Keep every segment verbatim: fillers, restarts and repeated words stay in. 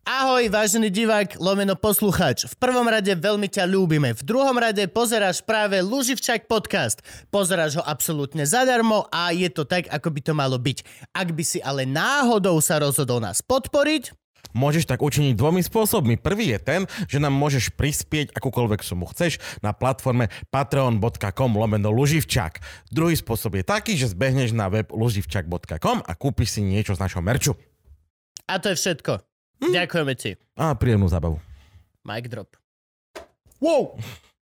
Ahoj, vážený divák, lomeno poslucháč. V prvom rade veľmi ťa ľúbime. V druhom rade pozeráš práve Luživčák podcast. Pozeráš ho absolútne zadarmo a je to tak, ako by to malo byť. Ak by si ale náhodou sa rozhodol nás podporiť, môžeš tak učiniť dvomi spôsobmi. Prvý je ten, že nám môžeš prispieť akúkoľvek sumu chceš na platforme patreon bodka com lomeno Luživčák. Druhý spôsob je taký, že zbehneš na web luživčák bodka com a kúpiš si niečo z našho merču. A to je všetko. Hm. Ďakujeme ti. A príjemnú zábavu. Mic drop. Wow!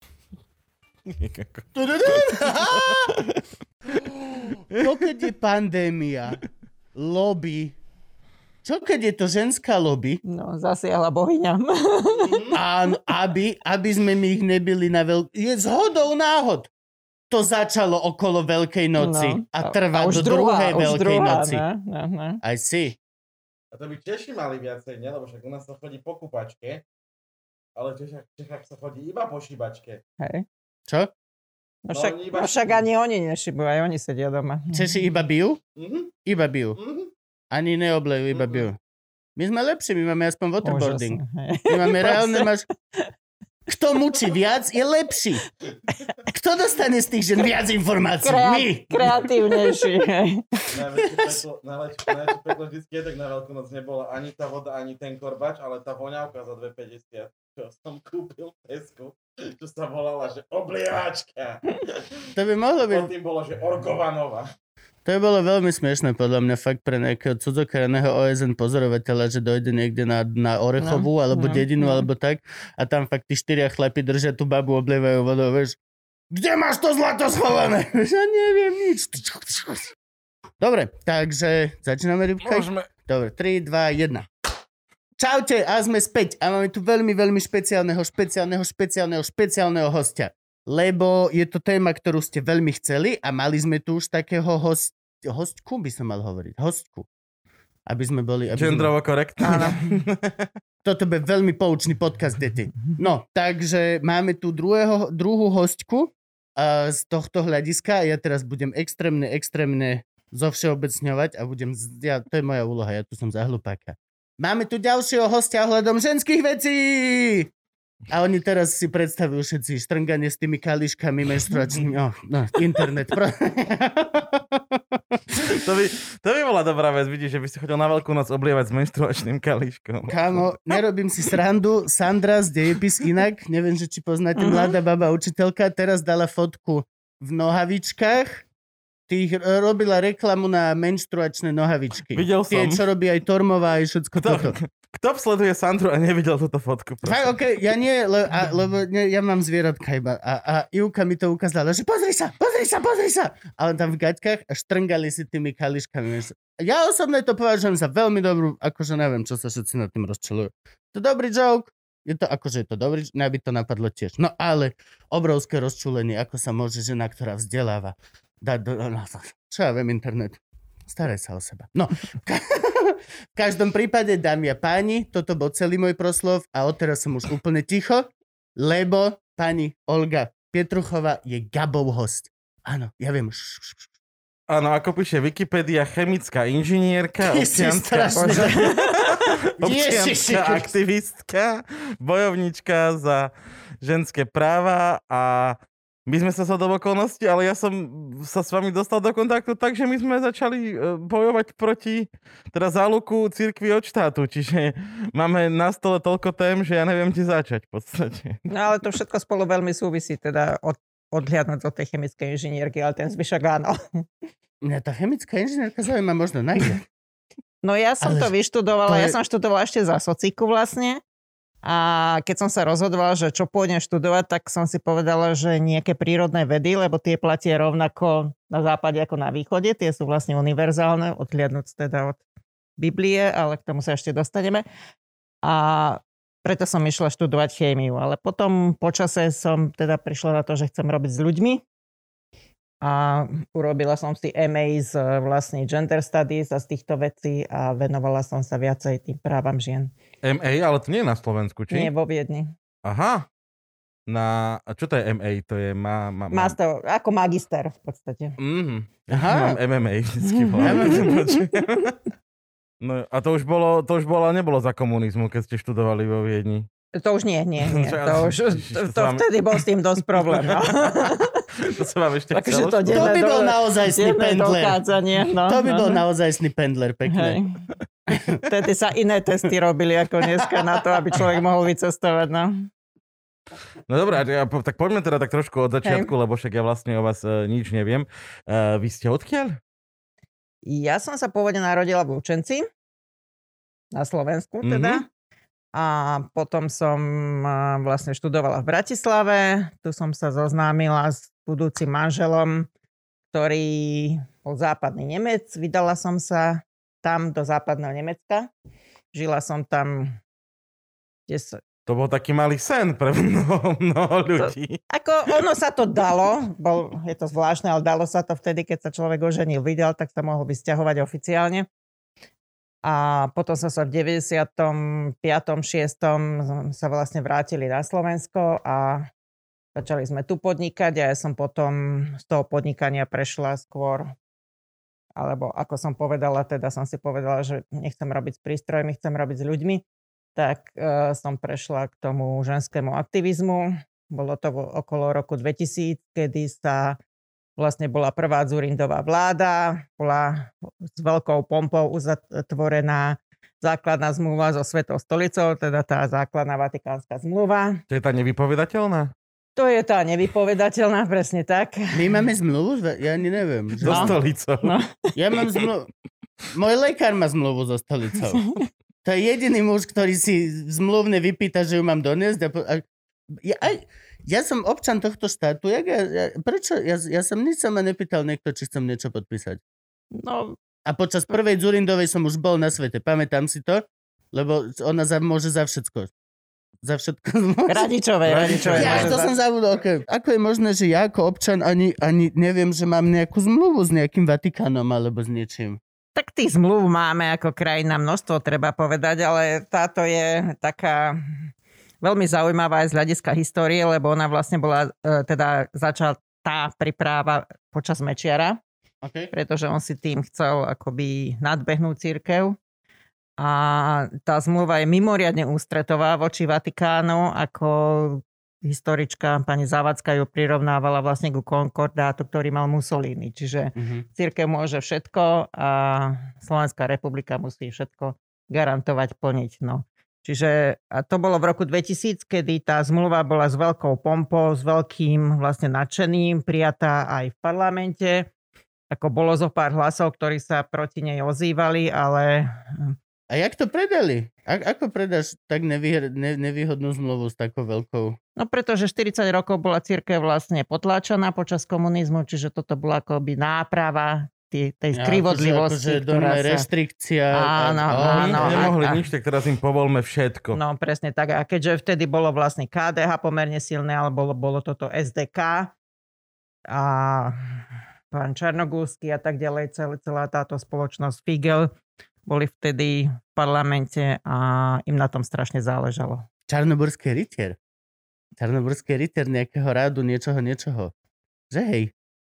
Čo keď je pandémia, lobby, čo keď je to ženská lobby? No, zasiahla bohyňa. Áno, aby, aby sme my ich nebyli na veľkej... Je zhodou náhod. To začalo okolo Veľkej noci no, a trvá do druhej Veľkej druhá, noci. Ne, ne, ne. Aj si. A to by Češi mali viacej, ne? Lebo však u nás sa chodí po kúpačke, ale v Čechách, Čechách sa chodí iba po šibačke. Hej. Čo? No však, no, no však ani oni nešibujú, aj oni sedia doma. Češi iba bijú? Mm-hmm. Iba bijú. Mm-hmm. Ani neoblejú, iba mm-hmm. bijú. My sme lepší, my máme aspoň waterboarding. Úžasne, my máme reálne máš... Kto mučí viac, je lepší. Kto dostane z tých žen viac informácií? Krea- My. Kreatívnejší. Najväčšie peklo vždycky je, tak na Veľkú noc nebola ani tá voda, ani ten korbač, ale tá voňavka za dve päťdesiat, čo som kúpil v Tesku, čo sa volala, že oblievačka. To by mohlo byť... Potom bolo, že Orgovanova. To by bolo veľmi smiešné podľa mňa fakt pre nejakého cudzokrajného ó es en pozorovateľa, že dojde niekde na, na Orechovú no, alebo no, dedinu no. alebo tak a tam fakt tí štyria chlapi držia tú babu, oblievajú vodou, vieš, kde máš to zlato schované? Ja neviem nič. Dobre, takže začíname rybkať? Môžeme. Dobre, tri, dva, jeden. Čaute a sme späť a máme tu veľmi, veľmi špeciálneho, špeciálneho, špeciálneho, špeciálneho hostia. Lebo je to téma, ktorú ste veľmi chceli a mali sme tu už takého host, hostku, by som mal hovoriť, hostku. Aby sme boli... Gendrovo sme... korektné. Áno. Toto bude veľmi poučný podcast, deti. No, takže máme tu druhého, druhú hostku a z tohto hľadiska. Ja teraz budem extrémne, extrémne zovšeobecňovať a budem... Ja, to je moja úloha, ja tu som za hlupáka. Máme tu ďalšieho hostia ohľadom ženských vecí! A oni teraz si predstavujú všetci štrnganie s tými kališkami menštruačnými. Oh, no, internet. Pro... to, by, to by bola dobrá vec, vidíš, že by si chodil na Veľkú noc oblievať s menštruačným kališkom. Kámo, nerobím si srandu. Sandra z Dejepis inak, neviem, že či poznáte, uh-huh. mladá baba učiteľka, teraz dala fotku v nohavičkách. Tých robila reklamu na menštruačné nohavičky. Videl som. Tie, čo robí aj Tormová, aj všetko kto, toto. Kto sleduje Sandru a nevidel túto fotku? Hej, okej, okay, ja nie, le, a, lebo ne, ja mám zvieratka iba. A, a Ivka mi to ukázala, že pozri sa, pozri sa, pozri sa. A on tam v gaťkách a štrngali si tými kališkami. Ja osobne to považujem za veľmi dobrú, akože neviem, čo sa všetci nad tým rozčelujú. To dobrý joke. Je to akože je to dobrý, aby to napadlo tiež. No ale obrovské rozčulenie, ako sa môže žena, ktorá vzdeláva, dať do... No, čo ja viem, internet. Staraj sa o seba. No, v každom prípade, dámy a páni, toto bol celý môj proslov a odteraz som už úplne ticho, lebo pani Olga Pietruchová je Gabov host. Áno, ja viem. Áno, ako píše Wikipedia, chemická inžinierka, občianská, občianská aktivistka, bojovnička za ženské práva a my sme sa do okolnosti, ale ja som sa s vami dostal do kontaktu tak, že my sme začali bojovať proti teda záluku cirkvi od štátu, čiže máme na stole toľko tém, že ja neviem, kde začať v podstate. No ale to všetko spolu veľmi súvisí, teda od, odhliadnúť od tej chemickej inžinierky, ale ten zvyšok áno. Mňa tá chemická inžinierka zaujíma možno najviac. No ja som ale to vyštudovala, to je... ja som študovala ešte za sociku vlastne. A keď som sa rozhodovala, že čo pôjdem študovať, tak som si povedala, že nejaké prírodné vedy, lebo tie platia rovnako na západe ako na východe, tie sú vlastne univerzálne, odhliadnúť teda od Biblie, ale k tomu sa ešte dostaneme. A preto som išla študovať chémiu, ale potom počase som teda prišla na to, že chcem robiť s ľuďmi a urobila som si em á z vlastne gender studies a z týchto vecí a venovala som sa viacej tým právam žien. em á, ale to nie je na Slovensku, či? Nie, vo Viedni. Aha. Na... A čo to je em á? To je... Ma, ma, ma... Master, ako magister v podstate. Mm-hmm. Aha. Mám em em á vždycky. No a to už bolo, to už bolo, nebolo za komunizmu, keď ste študovali vo Viedni. To už nie, nie, nie. To, už, to, to vám... vtedy bol s tým dosť problém. No. To sa vám ešte Takže chcelo? to, To by bol naozajstný pendler. No, To by no, bol no. naozajstný pendler, pekne. Vtedy sa iné testy robili ako dneska na to, aby človek mohol vycestovať. No, no dobré, ja, tak poďme teda tak trošku od začiatku, Hej. lebo však ja vlastne o vás uh, nič neviem. Uh, vy ste odkiaľ? Ja som sa pôvodne narodila v Lučenci, na Slovensku teda. Mm-hmm. A potom som vlastne študovala v Bratislave. Tu som sa zoznámila s budúcim manželom, ktorý bol západný Nemec. Vydala som sa tam do západného Nemecka. Žila som tam desať. To bol taký malý sen pre mnoho, mnoho ľudí. To, ako ono sa to dalo, bol, je to zvláštne, ale dalo sa to vtedy, keď sa človek oženil, vydal, tak sa mohol vysťahovať oficiálne. A potom som sa v deväťdesiatom piatom šiestom sa vlastne vrátili na Slovensko a začali sme tu podnikať a ja som potom z toho podnikania prešla skôr, alebo ako som povedala, teda som si povedala, že nechcem robiť s prístrojmi, chcem robiť s ľuďmi, tak uh, som prešla k tomu ženskému aktivizmu. Bolo to okolo roku dvetisíc, kedy sa vlastne bola prvá Dzurindová vláda, bola s veľkou pompou uzatvorená základná zmluva so Svetou stolicou, teda tá základná vatikánska zmluva. To je tá nevypovedateľná? To je tá nevypovedateľná, presne tak. My máme zmluvu? Ja ani neviem. So no. stolicou. No. Ja mám zmluvu. Môj lekár má zmluvu so stolicou. To je jediný muž, ktorý si zmluvne vypýta, že ju mám doniesť. A... Ja, aj... Ja som občan tohto štátu. Ja, ja, prečo? Ja, ja som nič sa ma nepýtal niekto, či chcem niečo podpísať. No. A počas prvej Dzurindovej som už bol na svete. Pamätám si to, lebo ona za, môže za všetko. Za všetko môže. Radičové, radičové. Ja to za... som zabudol. Okay. Ako je možné, že ja ako občan ani, ani neviem, že mám nejakú zmluvu s nejakým Vatikánom alebo s niečím? Tak tých zmluv máme ako krajina množstvo, treba povedať, ale táto je taká... veľmi zaujímavá aj z hľadiska histórie, lebo ona vlastne bola, e, teda začala tá príprava počas Mečiara, okay. Pretože on si tým chcel akoby nadbehnúť cirkev. A tá zmluva je mimoriadne ústretová voči Vatikánu, ako historička pani Zavadzka ju prirovnávala vlastne ku konkordátu, ktorý mal Mussolini. Čiže uh-huh. cirkev môže všetko a Slovenská republika musí všetko garantovať, plniť. No. Čiže a to bolo v roku dvetisíc, kedy tá zmluva bola s veľkou pompou, s veľkým vlastne nadšením prijatá aj v parlamente. Ako bolo zo pár hlasov, ktorí sa proti nej ozývali, ale... A jak to predali? A- ako predáš tak nevýhr- ne- nevýhodnú zmluvu s takou veľkou? No pretože štyridsať rokov bola cirkev vlastne potláčaná počas komunizmu, čiže toto bola akoby náprava tej, tej skrivodlivosti, akože, akože ktorá sa... reštrikcia. Áno, a... áno. Nemohli a... nič, tak teraz im povolme všetko. No presne tak. A keďže vtedy bolo vlastne ká dé há pomerne silné, ale bolo, bolo toto es dé ká a pán Čarnogórsky a tak ďalej, celá, celá táto spoločnosť Figel boli vtedy v parlamente a im na tom strašne záležalo. Čarnoborský rytier. Čarnoborský rytier nejakého rádu, niečoho, niečoho. Že hej.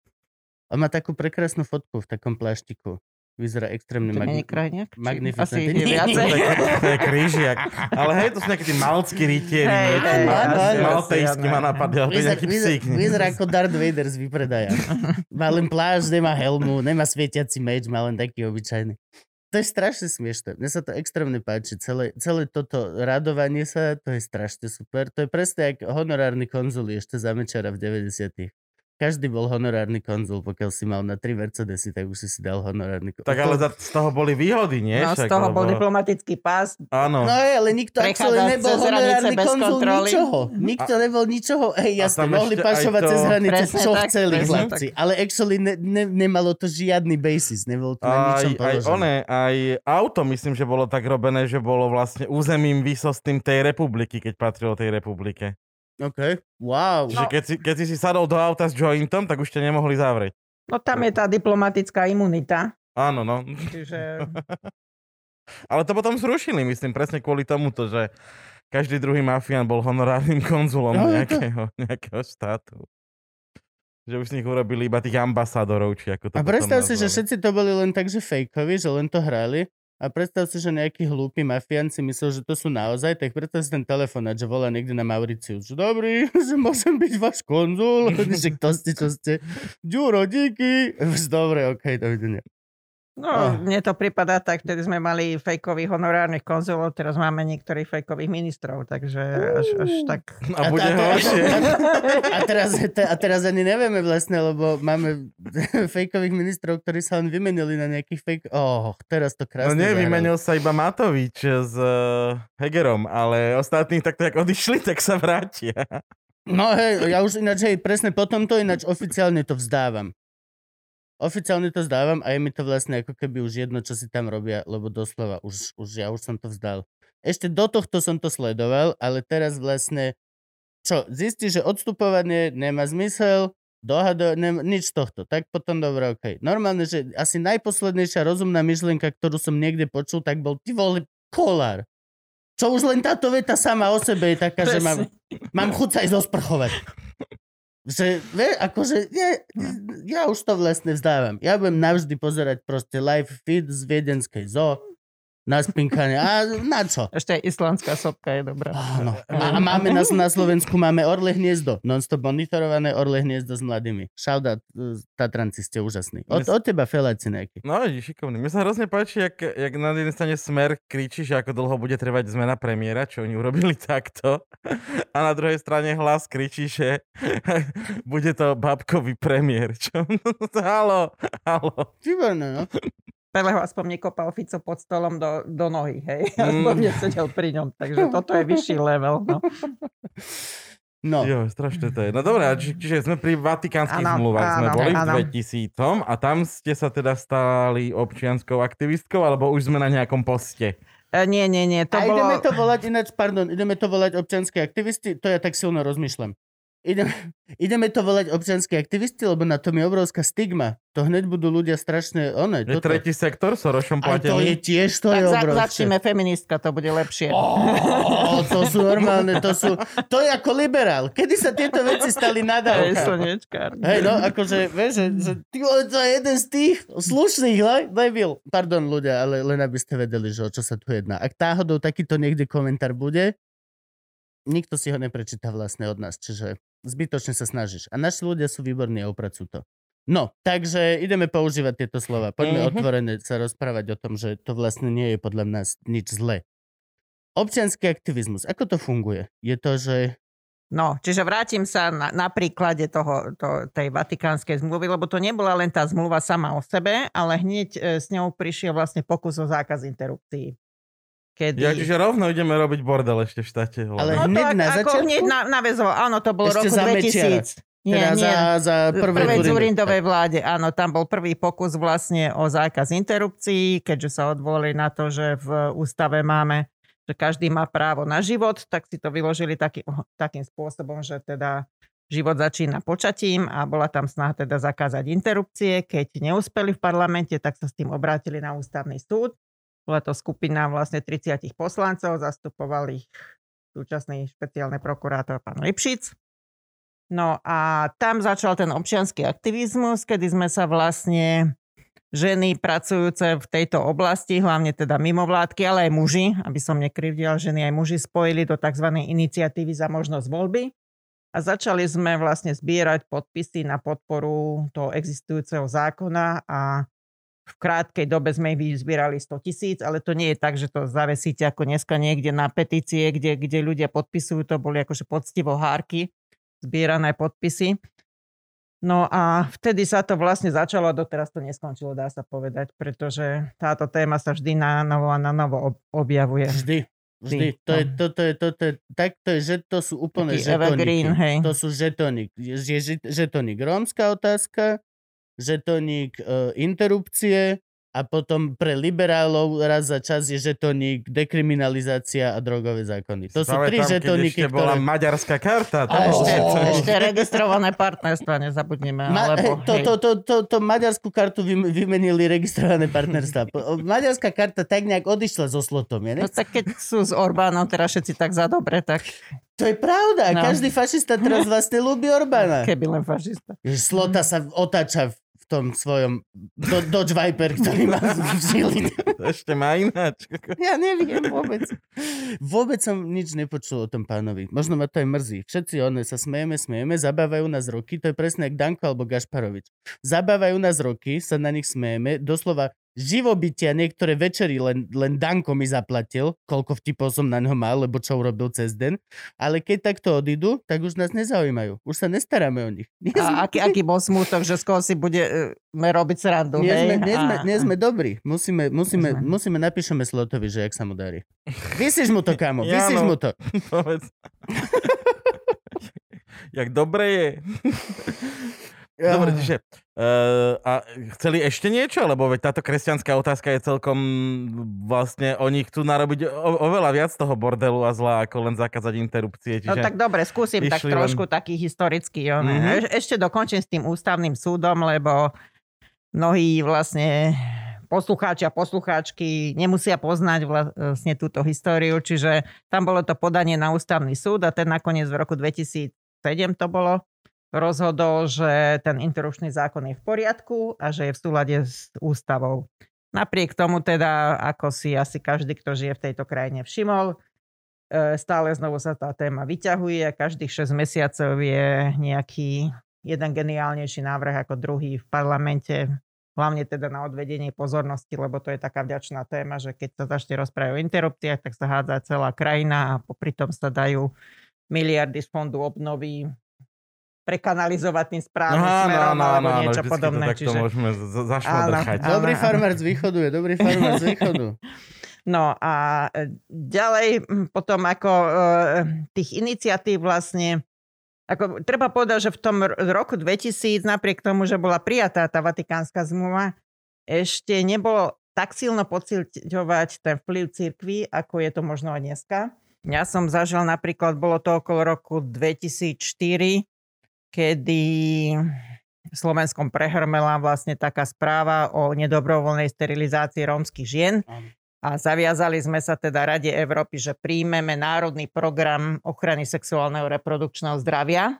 On má takú prekrásnu fotku v takom pláštiku. Vyzerá extrémne magn... magnificent. Asi je viacej. To je krížiak. Ale hej, to sú nejaké tí malckí rytieri. Hey, hey, Maltejský ma napadal. To je nejaký psík. Vyzerá ako Darth Vader z výpredaja. Má len plášť, nemá helmu, nemá svietiaci meč, má len taký obyčajný. To je strašne smiešné. Mne sa to extrémne páči. Celé, celé toto radovanie sa, to je strašne super. To je presne ako honorárny konzuli ešte za Mečara v deväťdesiatych. Každý bol honorárny konzul, pokiaľ si mal na tri Mercedesy, tak už si si dal honorárny konzul. Tak ale z toho boli výhody, nie? No, z toho bol diplomatický pás. Áno. No je, ale nikto actuálne nebol honorárny konzul ničoho. Nikto nebol ničoho. Hej, jasne, mohli pašovať to... cez hranice, čo tak, chceli chlapci. Ale actually ne, ne, nemalo to žiadny basis. Nebol to na ničom položené. Aj one, aj auto, myslím, že bolo tak robené, že bolo vlastne územím výsostným tej republiky, keď patrilo tej republike. OK, wow. Čiže no. keď, si, keď si si sadol do auta s jointom, tak už ťa nemohli zavrieť. No tam je tá diplomatická imunita. Áno, no. Čiže... Ale to potom zrušili, myslím, presne kvôli tomuto, že každý druhý mafián bol honorárnym konzulom no, nejakého, nejakého štátu. Že už z nich urobili iba tých ambasádorov, či ako to. A predstav si, že všetci to boli len tak, že fejkovi, že len to hrali. A predstav si, že nejaký hlúpy mafián si myslel, že to sú naozaj, tak predstav si ten telefonát, že volá niekde na Mauricius. Že dobrý, že môžem byť váš konzul. Že kto ste, čo ste. Ďuro, díky. Dobre, okej, okay, dovidenia. No, oh. mne to pripadá tak, vtedy sme mali fejkových honorárnych konzulov, teraz máme niektorých fejkových ministrov, takže až, až tak... A bude horšie. A, a, teraz, a teraz ani nevieme vlastne, lebo máme fejkových ministrov, ktorí sa len vymenili na nejakých fejk... Oh, teraz to krásne. No nie, vymenil sa iba Matovič s uh, Hegerom, ale ostatní takto, jak odišli, tak sa vrátia. No hej, ja už ináč, hej, presne potom to ináč oficiálne to vzdávam. Oficiálne to zdávam a je mi to vlastne ako keby už jedno, čo si tam robia, lebo doslova už, už ja už som to vzdal. Ešte do tohto som to sledoval, ale teraz vlastne, čo, zistí, že odstupovanie nemá zmysel, dohado, ne, nič tohto, tak potom dobre, okej. Okay. Normálne, že asi najposlednejšia rozumná myšlienka, ktorú som niekde počul, tak bol, ty vole, Kolár. Čo už len táto veta sama o sebe je taká, že mám, mám chuť sa aj zosprchovať. Že, vie, akože, nie, ja už to vlastne vzdávam. Ja budem navždy pozerať proste live feed z viedenskej zoo na spinkanie. A na čo? Ešte aj islandská sopka je dobrá. Áno. A máme na, na Slovensku máme Orlie hniezdo. Non-stop monitorované Orlie hniezdo s mladými. Shoutout, Tatranci ste úžasní. Od, od teba feláci nejaký. No, šikovný. Mne sa hrozne páči, jak, jak na jednej strane Smer kričí, že ako dlho bude trvať zmena premiéra, čo oni urobili takto. A na druhej strane Hlas kričí, že bude to babkový premiér. Čo? Haló, haló. Výborné, no. Peleho aspoň nekopal Fico pod stolom do, do nohy, hej. Aspoň nesedel pri ňom, takže toto je vyšší level, no. No. Jo, strašné to je. No dobré, či, čiže sme pri vatikánskych zmluvách sme boli v dvetisícom a tam ste sa teda stali občianskou aktivistkou, alebo už sme na nejakom poste? E, nie, nie, nie. To a bolo... ideme to volať ináč, pardon, ideme to volať občianske aktivisti? To ja tak silno rozmýšľam. Ideme, ideme to volať občianske aktivisti, lebo na tom je obrovská stigma. To hneď budú ľudia strašne... One, je toto. Tretí sektor, Sorošom platený. A to je tiež, to tak je obrovské. Tak začneme feministka, to bude lepšie. Oh, to sú normálne, to sú... To je ako liberál. Kedy sa tieto veci stali nadávka? Hej, no, akože, vieš, že, že ty, to je jeden z tých slušných, debil. Pardon, ľudia, ale len aby ste vedeli, že o čo sa tu jedná. Ak náhodou takýto niekde komentár bude, nikto si ho neprečíta vlastne od nás, čiže zbytočne sa snažíš. A naši ľudia sú výborní a opracujú to. No, takže ideme používať tieto slova. Poďme uh-huh. otvorene sa rozprávať o tom, že to vlastne nie je podľa nás nič zlé. Občiansky aktivizmus, ako to funguje? Je to, že... No, čiže vrátim sa na, na príklade toho, to, tej vatikánskej zmluvy, lebo to nebola len tá zmluva sama o sebe, ale hneď e, s ňou prišiel vlastne pokus o zákaz interrupcií. Kedy... Ja, čiže rovno ideme robiť bordel ešte v štáte. Ale no hneď to, na začiatku? Hneď na, naväzoval, áno, to bolo roku dvetisíc. Nie, teda nie. Za, za prvej Dzurindovej vláde, áno, tam bol prvý pokus vlastne o zákaz interrupcií, keďže sa odvolili na to, že v ústave máme, že každý má právo na život, tak si to vyložili taký, takým spôsobom, že teda život začína počatím a bola tam snaha teda zakázať interrupcie. Keď neúspeli v parlamente, tak sa s tým obrátili na ústavný súd. Bola to skupina vlastne tridsať poslancov, zastupoval ich súčasný špeciálny prokurátor pán Lipšic. No a tam začal ten občiansky aktivizmus, kedy sme sa vlastne ženy pracujúce v tejto oblasti, hlavne teda mimovládky, ale aj muži, aby som nekrivdila, ženy aj muži spojili do tzv. Iniciatívy za možnosť voľby a začali sme vlastne zbierať podpisy na podporu toho existujúceho zákona a v krátkej dobe sme ich vyzbierali sto tisíc, ale to nie je tak, že to zavesíte ako dneska niekde na petície, kde, kde ľudia podpisujú, to boli akože poctivo hárky, zbierané podpisy. No a vtedy sa to vlastne začalo a doteraz to neskončilo, dá sa povedať, pretože táto téma sa vždy na novo a na novo objavuje. Vždy. Vždy. To je, to, to je, to, to je, tak to je, že to sú úplne žetóniky. To sú žetónik. Je žetónik rómska otázka, žetónik e, interrupcie a potom pre liberálov raz za čas je žetónik dekriminalizácia a drogové zákony. To sú tri žetóniky, ktoré... bola maďarská karta. A ešte, oh. ešte registrované partnerstva, nezabudnime. Ma, alebo, to, to, to, to, to maďarskú kartu vymenili registrované partnerstva. Maďarská karta tak nejak odišla so slotom. Je, no tak keď sú s Orbánom teraz všetci tak za dobre, tak... To je pravda. No. Každý fašista teraz vlastne ľúbi Orbána. Keby len fašista. Slota sa otáča v v tom svojom do, Dodge Viper, ktorý má v Žiline. Ešte má ináč. Ja neviem vôbec. Vôbec som nič nepočul o tom pánovi. Možno ma to aj mrzí. Všetci one sa smejeme, smejeme, zabávajú nás roky. To je presne jak Danko alebo Gašparovič. Zabávajú nás roky, sa na nich smejeme. Doslova živobytia, niektoré večery len, len Danko mi zaplatil, koľko vtipov som na ňo mal, lebo čo urobil cez deň. Ale keď takto odídu, tak už nás nezaujímajú. Už sa nestaráme o nich. Nie a sme... aký, aký bol smútok, že z koho si budeme robiť srandu, nie hej? Sme, nie, a... sme, nie sme dobrí. Musíme, musíme, musíme napíšeme Slotovi, že jak sa mu darí. Vysíš mu to, kámo. Vysíš mu to. Povedz. Jak dobre je. Dobre, čiže uh, a chceli ešte niečo? Lebo veď táto kresťanská otázka je celkom vlastne, oni chcú narobiť o, oveľa viac toho bordelu a zla, ako len zakázať interrupcie. Čiže no tak dobre, skúsim tak trošku len... taký historický. Mm-hmm. E- ešte dokončím s tým ústavným súdom, lebo mnohí vlastne poslucháči a poslucháčky nemusia poznať vlastne túto históriu, čiže tam bolo to podanie na ústavný súd a ten nakoniec v roku dvetisícsedem to bolo, rozhodol, že ten interrupčný zákon je v poriadku a že je v súlade s ústavou. Napriek tomu teda, ako si asi každý, kto žije v tejto krajine všimol, stále znovu sa tá téma vyťahuje a každých šesť mesiacov je nejaký jeden geniálnejší návrh ako druhý v parlamente, hlavne teda na odvedenie pozornosti, lebo to je taká vďačná téma, že keď sa začne rozprávať o interrupciách, tak sa hádza celá krajina a popri tom sa dajú miliardy z fondu obnovy prekanalizovať tým správnym Aha, smerom, no, no, alebo no, niečo no, podobné. To takto čiže... môžeme zašmodrchať. Dobrý farmár z východu je dobrý farmár z východu. No a ďalej potom ako e, tých iniciatív vlastne, ako treba povedať, že v tom roku dvetisíc, napriek tomu, že bola prijatá tá Vatikánska zmluva, ešte nebolo tak silno pociťovať ten vplyv cirkvi, ako je to možno aj dneska. Ja som zažil napríklad, bolo to okolo roku dvetisícštyri, kedy v Slovenskom prehrmela vlastne taká správa o nedobrovoľnej sterilizácii rómskych žien a zaviazali sme sa teda Rade Európy, že príjmeme národný program ochrany sexuálneho reprodukčného zdravia,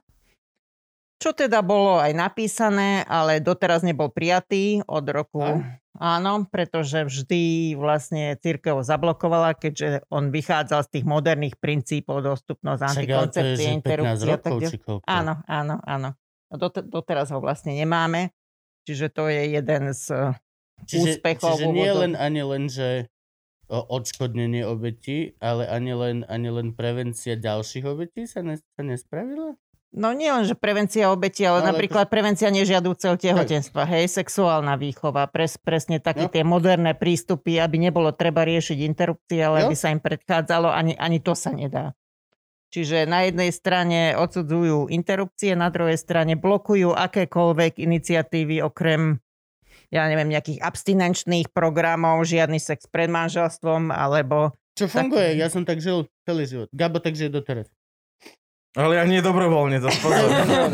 čo teda bolo aj napísané, ale doteraz nebol prijatý od roku... A? Áno, pretože vždy vlastne cirkev zablokovala, keďže on vychádzal z tých moderných princípov dostupnosť antikoncepcie, interrupcie. Áno, áno, áno. Dot, doteraz ho vlastne nemáme, čiže to je jeden z čiže, úspechov. Čiže nie len ani len, že odškodnenie obetí, ale ani len, ani len prevencia ďalších obetí sa, ne, sa nespravila? No nie len, že prevencia obetí, ale, ale napríklad to... prevencia nežiaduceho tehotenstva, hej, sexuálna výchova, pres, presne také no. tie moderné prístupy, aby nebolo treba riešiť interrupcie, ale no. aby sa im predchádzalo, ani, ani to sa nedá. Čiže na jednej strane odsudzujú interrupcie, na druhej strane blokujú akékoľvek iniciatívy okrem, ja neviem, nejakých abstinenčných programov, žiadny sex pred manželstvom, alebo... Čo funguje, tak... ja som tak žil celý život. Gabo tak žije doteraz. Ale ja nie dobrovoľne, to spozor.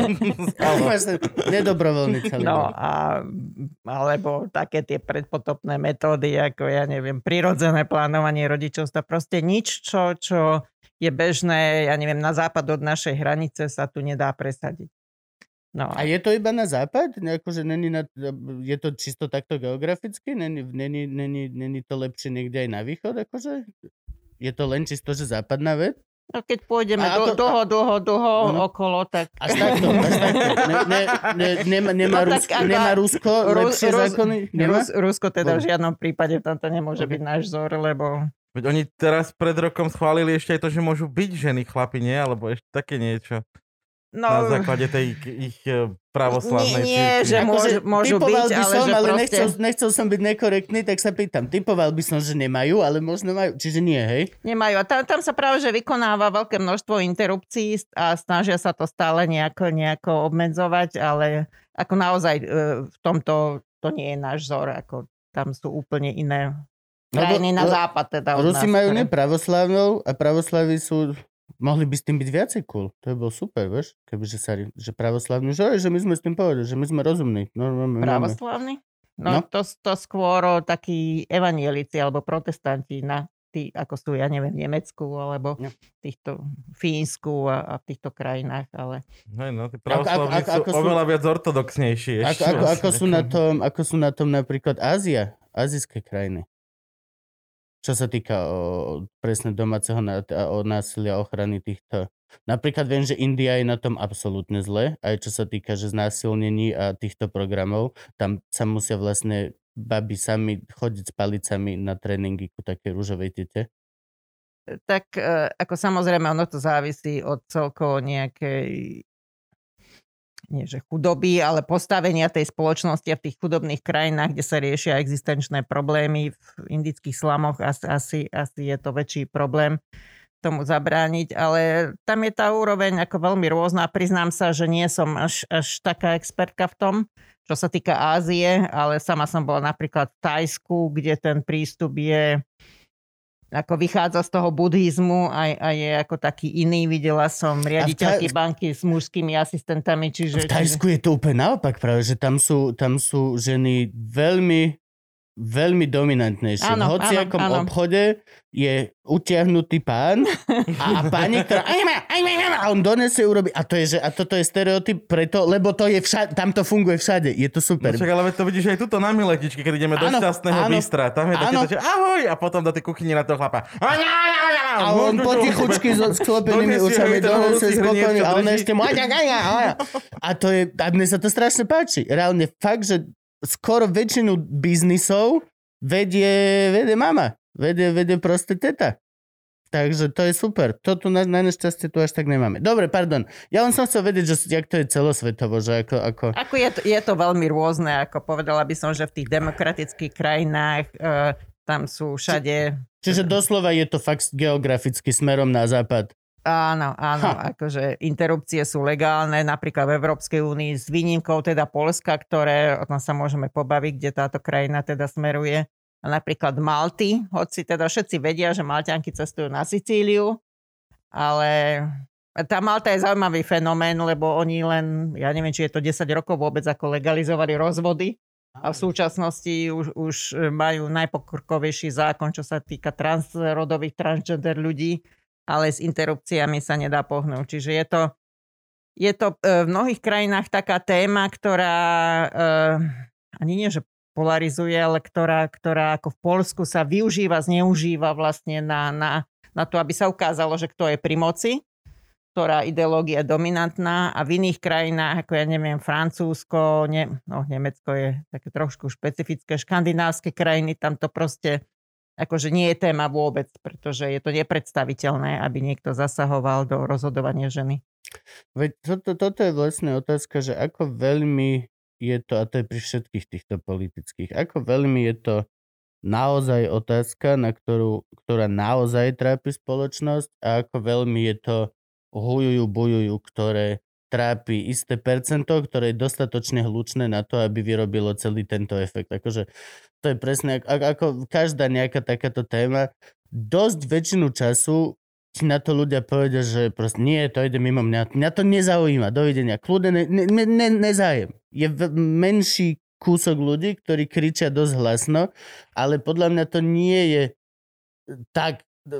Nedobrovoľne celý. No a alebo také tie predpotopné metódy, ako ja neviem, prirodzené plánovanie rodičovstva. Proste nič, čo, čo je bežné, ja neviem, na západ od našej hranice sa tu nedá presadiť. No. A je to iba na západ? Akože není na, je to čisto takto geograficky? Není, není, není, není to lepšie niekde aj na východ? Akože? Je to len čisto, že západná vec? No keď pôjdeme do, dlho, dlho, dlho no. okolo, tak... Až takto, až takto. Ne, ne, ne, nemá, nemá, no, Rusko, ako, nemá Rusko lepšie Rus, zákony? Nemá? Rus, Rusko teda v žiadnom prípade v tomto nemôže okay. byť náš vzor, lebo... Veď oni teraz pred rokom schválili ešte aj to, že môžu byť ženy chlapi, nie? Alebo ešte také niečo. No, na základe tej ich pravoslavnej nie, nie, že môžu, môžu byť, by ale som, že ale proste... nechcel, nechcel som byť nekorektný, tak sa pýtam. Typoval by som, že nemajú, ale možno majú. Čiže nie, hej? Nemajú. A tam, tam sa práve, že vykonáva veľké množstvo interrupcií a snažia sa to stále nejako, nejako obmedzovať, ale ako naozaj v tomto to nie je náš vzor. Ako tam sú úplne iné krajiny no, na západ. Teda Rusi majú nepravoslavnou a pravoslaví sú... Mohli by s tým byť viacej cool. To by bol super, vieš? Kebyže sa, že pravoslavní, že, že my sme s tým povedali, že my sme rozumní. No, no, pravoslavní? No, no? To, to skôr takí evanielici alebo protestanti na tí, ako sú, ja neviem, v Nemecku alebo No. v týchto Fínsku a, a v týchto krajinách, ale... Hej, no, tí Ako- pravoslavní ako- sú ako sú- oveľa viac ortodoxnejší Ako, ešte. ako, ako, vlastne. sú na tom, ako sú na tom napríklad Ázia, azijské krajiny. Čo sa týka o, presne domáceho ná- o násilia, ochrany týchto. Napríklad viem, že India je na tom absolútne zle, aj čo sa týka že znásilnení a týchto programov. Tam sa musia vlastne baby sami chodiť s palicami na tréningy ku takej rúžovej tete. Tak e, ako samozrejme, ono to závisí od celkovo nejakej nie že chudoby, ale postavenia tej spoločnosti a v tých chudobných krajinách, kde sa riešia existenčné problémy v indických slamoch, asi, asi, asi je to väčší problém tomu zabrániť, ale tam je tá úroveň ako veľmi rôzna. Priznám sa, že nie som až, až taká expertka v tom, čo sa týka Ázie, ale sama som bola napríklad v Thajsku, kde ten prístup je ako vychádza z toho buddhizmu a, a je ako taký iný. Videla som riaditeľky Thaj- banky s mužskými asistentami, čiže... V Thajsku je to úplne naopak práve, že tam sú, tam sú ženy veľmi veľmi dominantnejšie. Áno, v hociakom áno, áno. obchode je utiahnutý pán a, a pani, ktorá a on donese urobí a to je, že, a toto je stereotyp preto, lebo to je všade, tam to funguje všade. Je to super. No čak, ale to vidíš aj tuto na Miletičke, keď ideme do Áno, šťastného áno, bystra. Tam je taký áno. to, že ahoj, a potom do tej kuchyne na toho chlapa. A on potichučky so sklopenými Donesie ušami hej, ten donese horúci spokojne hrniečko a on drží. ešte mu a to je, a mne sa to strašne páči. Reálne fakt, že skoro väčšinu biznisov vedie, vedie mama. Vedie, vedie proste teta. Takže to je super. To tu na, na nešťastie tu až tak nemáme. Dobre, pardon. Ja len som chcel vedieť, že jak to je celosvetovo, že ako... ako... Ako je to, je to veľmi rôzne, ako povedala by som, že v tých demokratických krajinách e, tam sú všade... Čiže doslova je to fakt geograficky smerom na západ. Áno, áno, ha. Akože interrupcie sú legálne, napríklad v Európskej únii s výnimkou teda Poľska, ktoré, o tom sa môžeme pobaviť, kde táto krajina teda smeruje. A napríklad Malty, hoci teda všetci vedia, že Malťanky cestujú na Sicíliu, ale tá Malta je zaujímavý fenomén, lebo oni len, ja neviem, či je to desať rokov vôbec, ako legalizovali rozvody. A v súčasnosti už, už majú najpokrkovejší zákon, čo sa týka transrodových, transgender ľudí, ale s interrupciami sa nedá pohnúť. Čiže je to, je to v mnohých krajinách taká téma, ktorá uh, ani nie, že polarizuje, ale ktorá, ktorá ako v Poľsku sa využíva, zneužíva vlastne na, na, na to, aby sa ukázalo, že kto je pri moci, ktorá ideológia je dominantná, a v iných krajinách, ako ja neviem, Francúzsko, ne, no Nemecko je také trošku špecifické, škandinávske krajiny, tam to proste akože nie je téma vôbec, pretože je to nepredstaviteľné, aby niekto zasahoval do rozhodovania ženy. Veď toto, toto je vlastne otázka, že ako veľmi je to, a to je pri všetkých týchto politických, ako veľmi je to naozaj otázka, na ktorú, ktorá naozaj trápi spoločnosť, a ako veľmi je to hujujú, bujujú, ktoré trápi isté percento, ktoré je dostatočne hlučné na to, aby vyrobilo celý tento efekt. Akože to je presne ako, ako každá nejaká takáto téma. Dosť väčšinu času ti na to ľudia povedia, že proste nie, to ide mimo mňa. Mňa to nezaujíma. Dovidenia. Kľudne ne, ne, ne, nezájem. Je v, menší kúsok ľudí, ktorí kričia dosť hlasno, ale podľa mňa to nie je tak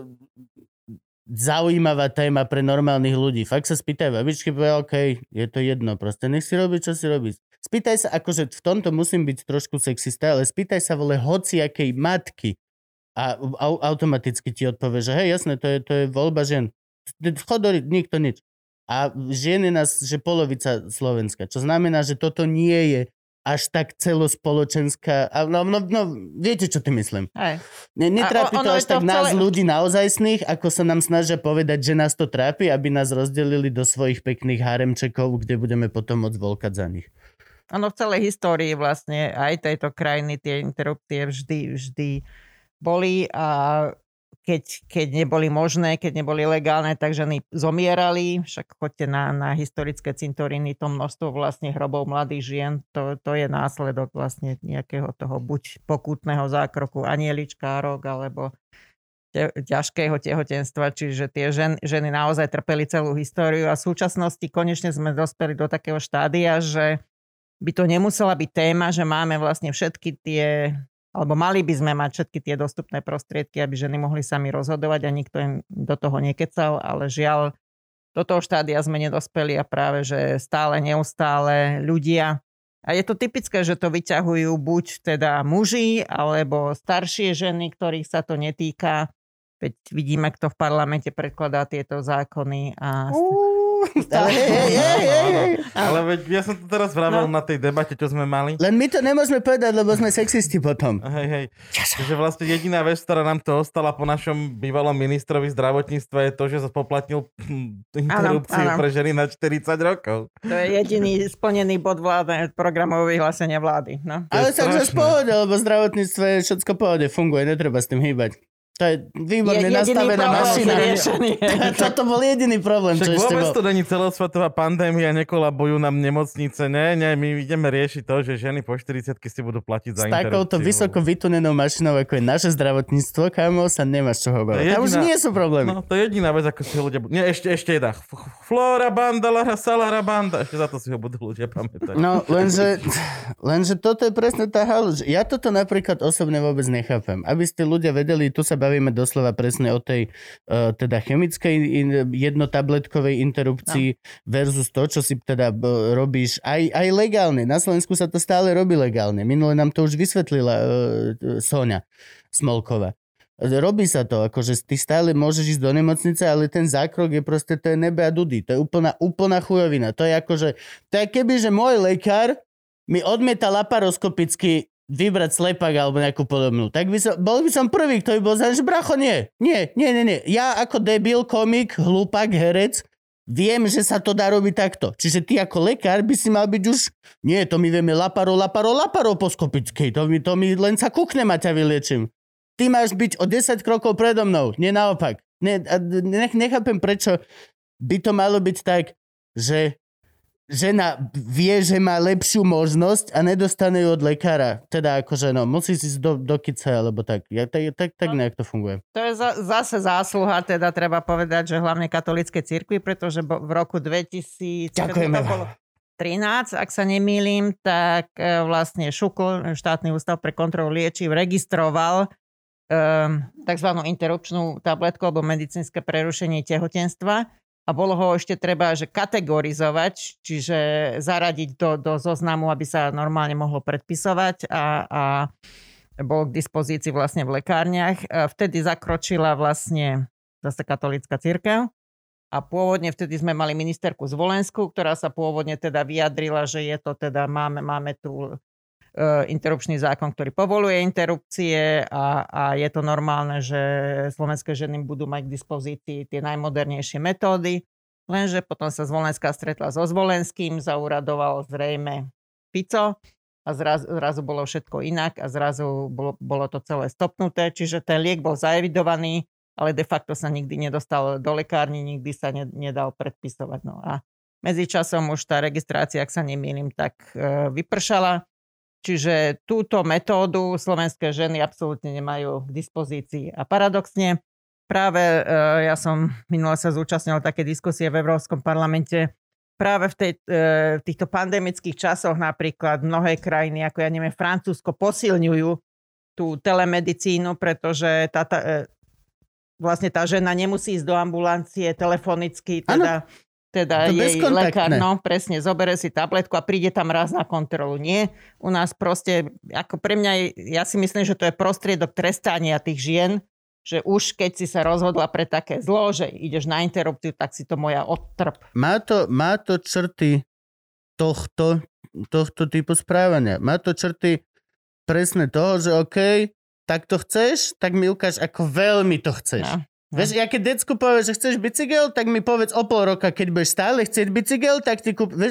zaujímavá téma pre normálnych ľudí. Fakt sa spýtaj babičky, povie, OK, je to jedno, proste nech si robí, čo si robí. Spýtaj sa, akože v tomto musím byť trošku sexista, ale spýtaj sa vole hociakej matky a au, automaticky ti odpovie, že hej, jasné, to je, to je voľba žien. Chodori, nikto nič. A žien je nás, že polovica Slovenska, čo znamená, že toto nie je až tak celospoločenská... No, no, no viete, čo ty myslím. Aj. Netrápi to až tak to nás celé... ľudí naozajstných, ako sa nám snažia povedať, že nás to trápi, aby nás rozdelili do svojich pekných haremčekov, kde budeme potom môcť volkať za nich. Ono v celej histórii vlastne aj tejto krajiny tie interrupcie vždy, vždy boli, a keď, keď neboli možné, keď neboli legálne, tak ženy zomierali. Však choďte na, na historické cintoríny, to množstvo vlastne hrobov mladých žien, to, to je následok vlastne nejakého toho buď pokutného zákroku anieličkárok, alebo te, ťažkého tehotenstva, čiže tie žen, ženy naozaj trpeli celú históriu, a v súčasnosti konečne sme dospeli do takého štádia, že by to nemusela byť téma, že máme vlastne všetky tie alebo mali by sme mať všetky tie dostupné prostriedky, aby ženy mohli sami rozhodovať a nikto im do toho nekecal, ale žiaľ, do toho štádia sme nedospeli a práve, že stále, neustále ľudia. A je to typické, že to vyťahujú buď teda muži, alebo staršie ženy, ktorých sa to netýka. Veď vidíme, kto v parlamente predkladá tieto zákony. A... Ale, hej, hej, hej, hej. Ale veď ja som to teraz vravel no. na tej debate, čo sme mali. Len my to nemôžeme povedať, lebo sme sexisti potom. Hej, hej. Takže vlastne jediná vec, ktorá nám to ostala po našom bývalom ministrovi zdravotníctva je to, že poplatnil interrupciu ano, ano. pre ženy na štyridsať rokov. To je jediný splnený bod vlády, programové vyhlásenia vlády. No. Ale sa už pohode, lebo zdravotníctvo je všetko pohode, funguje, netreba s tým hýbať. To je výborne je nastavená mašina. Toto bol jediný problém. Však čo vôbec ešte to není celosvetová pandémia, nekolabujú nám nemocnice. Nie, nie, my ideme riešiť to, že ženy po štyridsiatke si budú platiť za interrupciu. S takouto vysoko vytunenou mašinou, ako je naše zdravotníctvo, kámo, sa nemáš čo hovoriť. Tam už nie sú problémy. No, to je jediná vec, ako si ho ľudia budú... Nie, ešte, ešte jedna. Flora banda, Lara Salara banda. Ešte za to si ho budú ľudia pamätať. No, lenže, lenže toto je presne tá halu. Ja toto napríklad osobne vôbec nechápem. Aby ste ľudia vedeli, tu sa bavíme doslova presne o tej uh, teda chemickej in, jednotabletkovej interrupcii no. versus to, čo si teda uh, robíš aj, aj legálne. Na Slovensku sa to stále robí legálne. Minule nám to už vysvetlila uh, Soňa Smolková. Robí sa to, akože ty stále môžeš ísť do nemocnice, ale ten zákrok je proste, to je nebe a dudy. To je úplná, úplná chujovina. To je akože, to je keby, že môj lekár mi odmieta laparoskopicky vybrať slepak alebo nejakú podobnú. Tak by som, bol by som prvý, kto by bol za, že bracho, nie, nie, nie, nie, nie. Ja ako debil, komik, hlupák, herec, viem, že sa to dá robiť takto. Čiže ty ako lekár by si mal byť už, nie, to my vieme laparo, laparo, laparoposkopickej, to mi, to mi len sa kúknem a ťa vyliečím. Ty máš byť o desať krokov predo mnou, nie naopak. Ne, nech, nechápem, prečo by to malo byť tak, že žena vie, že má lepšiu možnosť a nedostane ju od lekára. Teda akože no, musí si ísť do, do kice, alebo tak. Ja, tak, tak, tak nejak to funguje. To je za, zase zásluha, teda treba povedať, že hlavne katolíckej cirkvi, pretože v roku dvetisíc trinásť, ak sa nemýlim, tak vlastne ŠÚKL, štátny ústav pre kontrolu liečiv, registroval um, takzvanú interrupčnú tabletku alebo medicínske prerušenie tehotenstva. A bolo ho ešte treba, že kategorizovať, čiže zaradiť do, do zoznamu, aby sa normálne mohlo predpisovať a, a bol k dispozícii vlastne v lekárniach. A vtedy zakročila vlastne zase katolícka cirkev a pôvodne vtedy sme mali ministerku Zvolensku, ktorá sa pôvodne teda vyjadrila, že je to teda, máme, máme tu interrupčný zákon, ktorý povoluje interrupcie a, a je to normálne, že slovenské ženy budú mať k dispozícii tie najmodernejšie metódy. Lenže potom sa Zvolenská stretla so Zvolenským, zauradoval zrejme Fico a zrazu, zrazu bolo všetko inak a zrazu bolo, bolo to celé stopnuté. Čiže ten liek bol zaevidovaný, ale de facto sa nikdy nedostal do lekárny, nikdy sa ne, nedal predpisovať. No a medzičasom už tá registrácia, ak sa nemýlim, tak e, vypršala. Čiže túto metódu slovenské ženy absolútne nemajú k dispozícii. A paradoxne, práve e, ja som minule sa zúčastnil také diskusie v Európskom parlamente, práve v, tej, e, v týchto pandemických časoch napríklad mnohé krajiny, ako ja neviem, Francúzsko, posilňujú tú telemedicínu, pretože tá, tá, e, vlastne tá žena nemusí ísť do ambulancie telefonicky, teda... Ano. Teda jej lekár, no presne, zobere si tabletku a príde tam raz na kontrolu. Nie, u nás proste, ako pre mňa, ja si myslím, že to je prostriedok trestania tých žien, že už keď si sa rozhodla pre také zlo, že ideš na interrupciu, tak si to moja odtrp. Má to, má to črty tohto, tohto typu správania. Má to črty presne toho, že OK, tak to chceš, tak mi ukáž, ako veľmi to chceš. No. Vieš, ja keď decku povieš, že chceš bicykel, tak mi povedz o pol roka, keď budeš stále chcieť bicykel, tak ti kúp...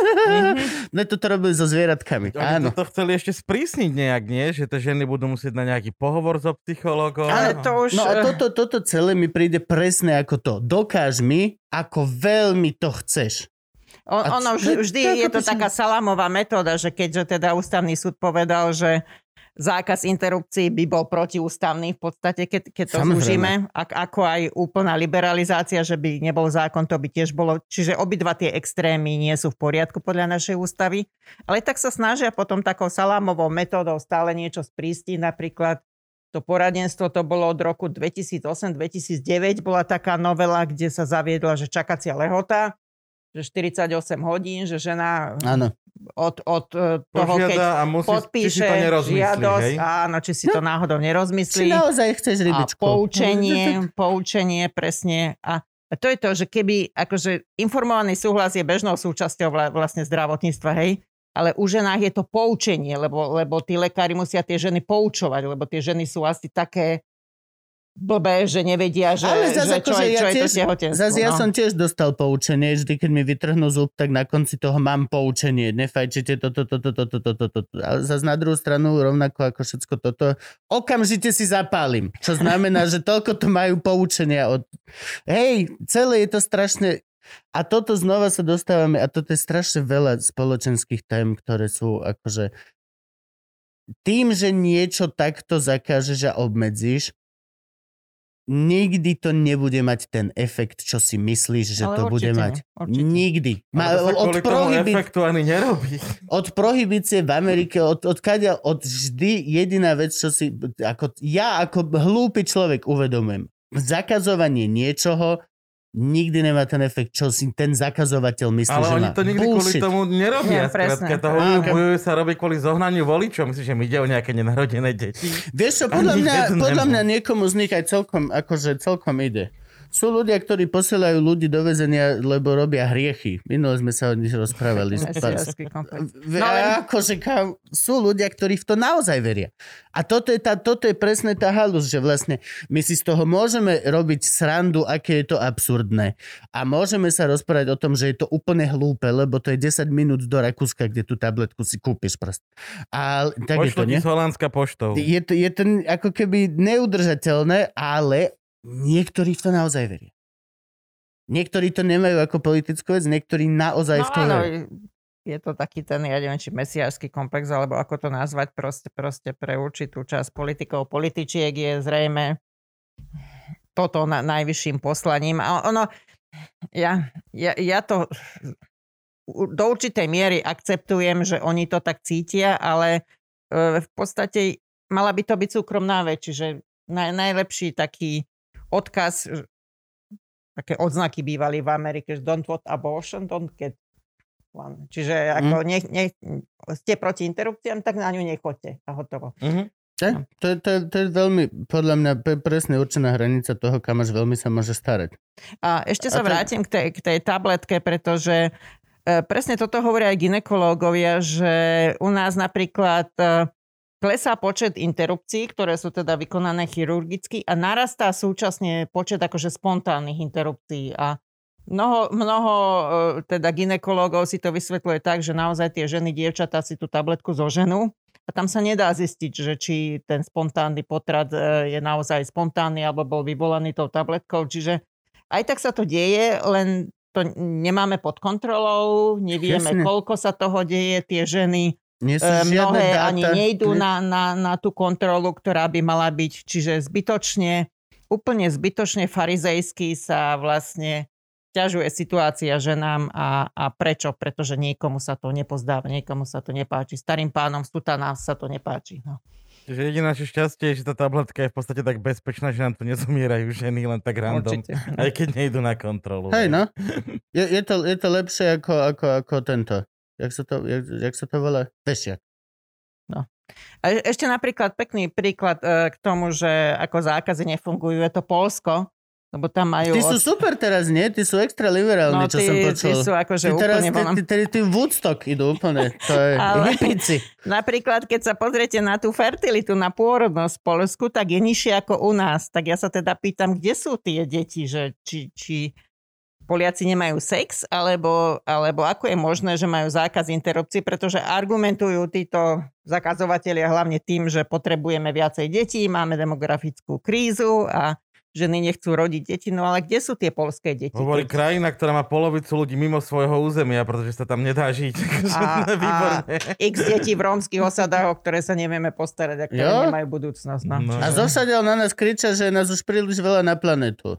Mm-hmm. No toto robili so zvieratkami. Oni to chceli ešte sprísniť nejak, nie? Že tie ženy budú musieť na nejaký pohovor so psychologom. Ale to už... No a toto, toto celé mi príde presne ako to. Dokáž mi, ako veľmi to chceš. On, ono vždy, vždy je to taká salámová metóda, že keďže teda ústavný súd povedal, že zákaz interrupcií by bol protiústavný v podstate, keď, keď to zúžime. Ako aj úplná liberalizácia, že by nebol zákon, to by tiež bolo. Čiže obidva tie extrémy nie sú v poriadku podľa našej ústavy. Ale tak sa snažia potom takou salámovou metódou stále niečo sprístiť. Napríklad to poradenstvo to bolo od roku dvetisícosem dvetisícdeväť. Bola taká novela, kde sa zaviedla, že čakacia lehota, že štyridsaťosem hodín, že žena... Áno. Od, od toho, požiada keď musí, podpíše žiadosť, áno, či si to náhodou nerozmyslí. Či naozaj chceš rybičku. A poučenie, poučenie, presne. A to je to, že keby, akože informovaný súhlas je bežnou súčasťou vlastne zdravotníctva, hej, ale u ženách je to poučenie, lebo, lebo tí lekári musia tie ženy poučovať, lebo tie ženy sú asi také blbé, že nevedia, že, ale zase, že čo, že je, čo ja je tiež, to tehotenstvo. Zase ja no. som tiež dostal poučenie, vždy keď mi vytrhnú zub, tak na konci toho mám poučenie. Nefajčite toto, toto, toto, toto, toto. Ale zase na druhú stranu, rovnako ako všetko toto, okamžite si zapálim. Čo znamená, že toľko to majú poučenia od... Hej, celé je to strašne... A toto znova sa dostávame, a toto je strašne veľa spoločenských tém, ktoré sú akože... Tým, že niečo takto zakážeš a obmedzíš, nikdy to nebude mať ten efekt, čo si myslíš, že ale to bude nie, mať. určite. Nikdy. Ma, od, prohibi... efektu ani nerobí. Od prohibície v Amerike, od, od kadia, od vždy jediná vec, čo si... Ako, ja ako hlúpy človek uvedomujem. Zakazovanie niečoho nikdy nemá ten efekt, čo si ten zakazovateľ myslí, ale že má. Ale oni to nikdy Bullshit. kvôli tomu nerobia. Ja, presne. Keď to hovorí, sa robí kvôli zohnaniu voličov. Myslíš, že mi ide o nejaké nenarodené deti? Vieš čo, podľa mňa, podľa mňa niekomu z nich aj celkom, akože celkom ide. Sú ľudia, ktorí posielajú ľudí do väzenia, lebo robia hriechy. Minule sme sa o nich rozprávali. No, ale... akože, sú ľudia, ktorí v to naozaj veria. A toto je, tá, toto je presne tá halus, že vlastne my si z toho môžeme robiť srandu, aké je to absurdné. A môžeme sa rozprávať o tom, že je to úplne hlúpe, lebo to je desať minút do Rakúska, kde tú tabletku si kúpiš proste. A tak je to, nie? Pošlo ti z Holandska poštou. Je to, je to ako keby neudržateľné, ale niektorí v to naozaj veria. Niektorí to nemajú ako politickú vec, niektorí naozaj no, v to áno, veria. Je to taký ten, ja neviem, či mesiársky komplex, alebo ako to nazvať, proste, proste pre určitú časť politikov, političiek je zrejme toto na, najvyšším poslaním. A ono, ja, ja, ja to do určitej miery akceptujem, že oni to tak cítia, ale v podstate mala by to byť súkromná vec, čiže naj, najlepší taký odkaz, také odznaky bývali v Amerike, že don't want abortion, don't get one. Čiže ako mm. nech, nech, ste proti interrupciám, tak na ňu nechoďte a hotovo. Mm-hmm. Ja, to, to, to je veľmi, podľa mňa, presne určená hranica toho, kam až veľmi sa môže starať. A ešte sa a to... vrátim k tej, k tej tabletke, pretože e, presne toto hovoria aj gynekológovia, že u nás napríklad e, klesá počet interrupcií, ktoré sú teda vykonané chirurgicky a narastá súčasne počet akože spontánnych interrupcií. A mnoho, mnoho teda gynekológov si to vysvetľuje tak, že naozaj tie ženy, dievčatá si tú tabletku zoženú a tam sa nedá zistiť, že či ten spontánny potrat je naozaj spontánny alebo bol vyvolaný tou tabletkou. Čiže aj tak sa to deje, len to nemáme pod kontrolou, nevieme, Jasne. koľko sa toho deje, tie ženy mnohé dáta. Ani nejdú na, na, na tú kontrolu, ktorá by mala byť. Čiže zbytočne, úplne zbytočne farizejsky sa vlastne ťažuje situácia ženám a, a prečo? Pretože niekomu sa to nepozdáva, niekomu sa to nepáči. Starým pánom v sutanách sa to nepáči. No. Čiže jediné naše šťastie je, že tá tabletka je v podstate tak bezpečná, že nám tu nezomierajú ženy len tak random. Určite. Aj keď nejdu na kontrolu. Hej, no. Je, je, to, je to lepšie ako, ako, ako tento. Jak sa to, jak, jak sa to volá? Pešiak. No. A ešte napríklad pekný príklad e, k tomu, že ako zákazy nefungujú, je to Poľsko, lebo tam majú... Ty sú od... super teraz, nie? Ty sú extra liberálni, no, čo ty, som počul. Ty sú akože ty úplne... Teraz, ty, ty, ty, ty Woodstock idú úplne. To je hypici. Napríklad, keď sa pozriete na tú fertilitu, na pôrodnosť v Poľsku, tak je nižšia ako u nás. Tak ja sa teda pýtam, kde sú tie deti, že či... či Poliaci nemajú sex, alebo, alebo ako je možné, že majú zákaz interrupcií, pretože argumentujú títo zakazovatelia hlavne tým, že potrebujeme viacej detí, máme demografickú krízu a ženy nechcú rodiť deti, no ale kde sú tie poľské deti? Hovorí Keď... krajina, ktorá má polovicu ľudí mimo svojho územia, pretože sa tam nedá žiť. A, a x detí v rómskych osadách, o ktoré sa nevieme postarať a ktoré jo? nemajú budúcnosť. No. No. A zosadiaľ na nás kričia, že je nás už príliš veľa na planetu.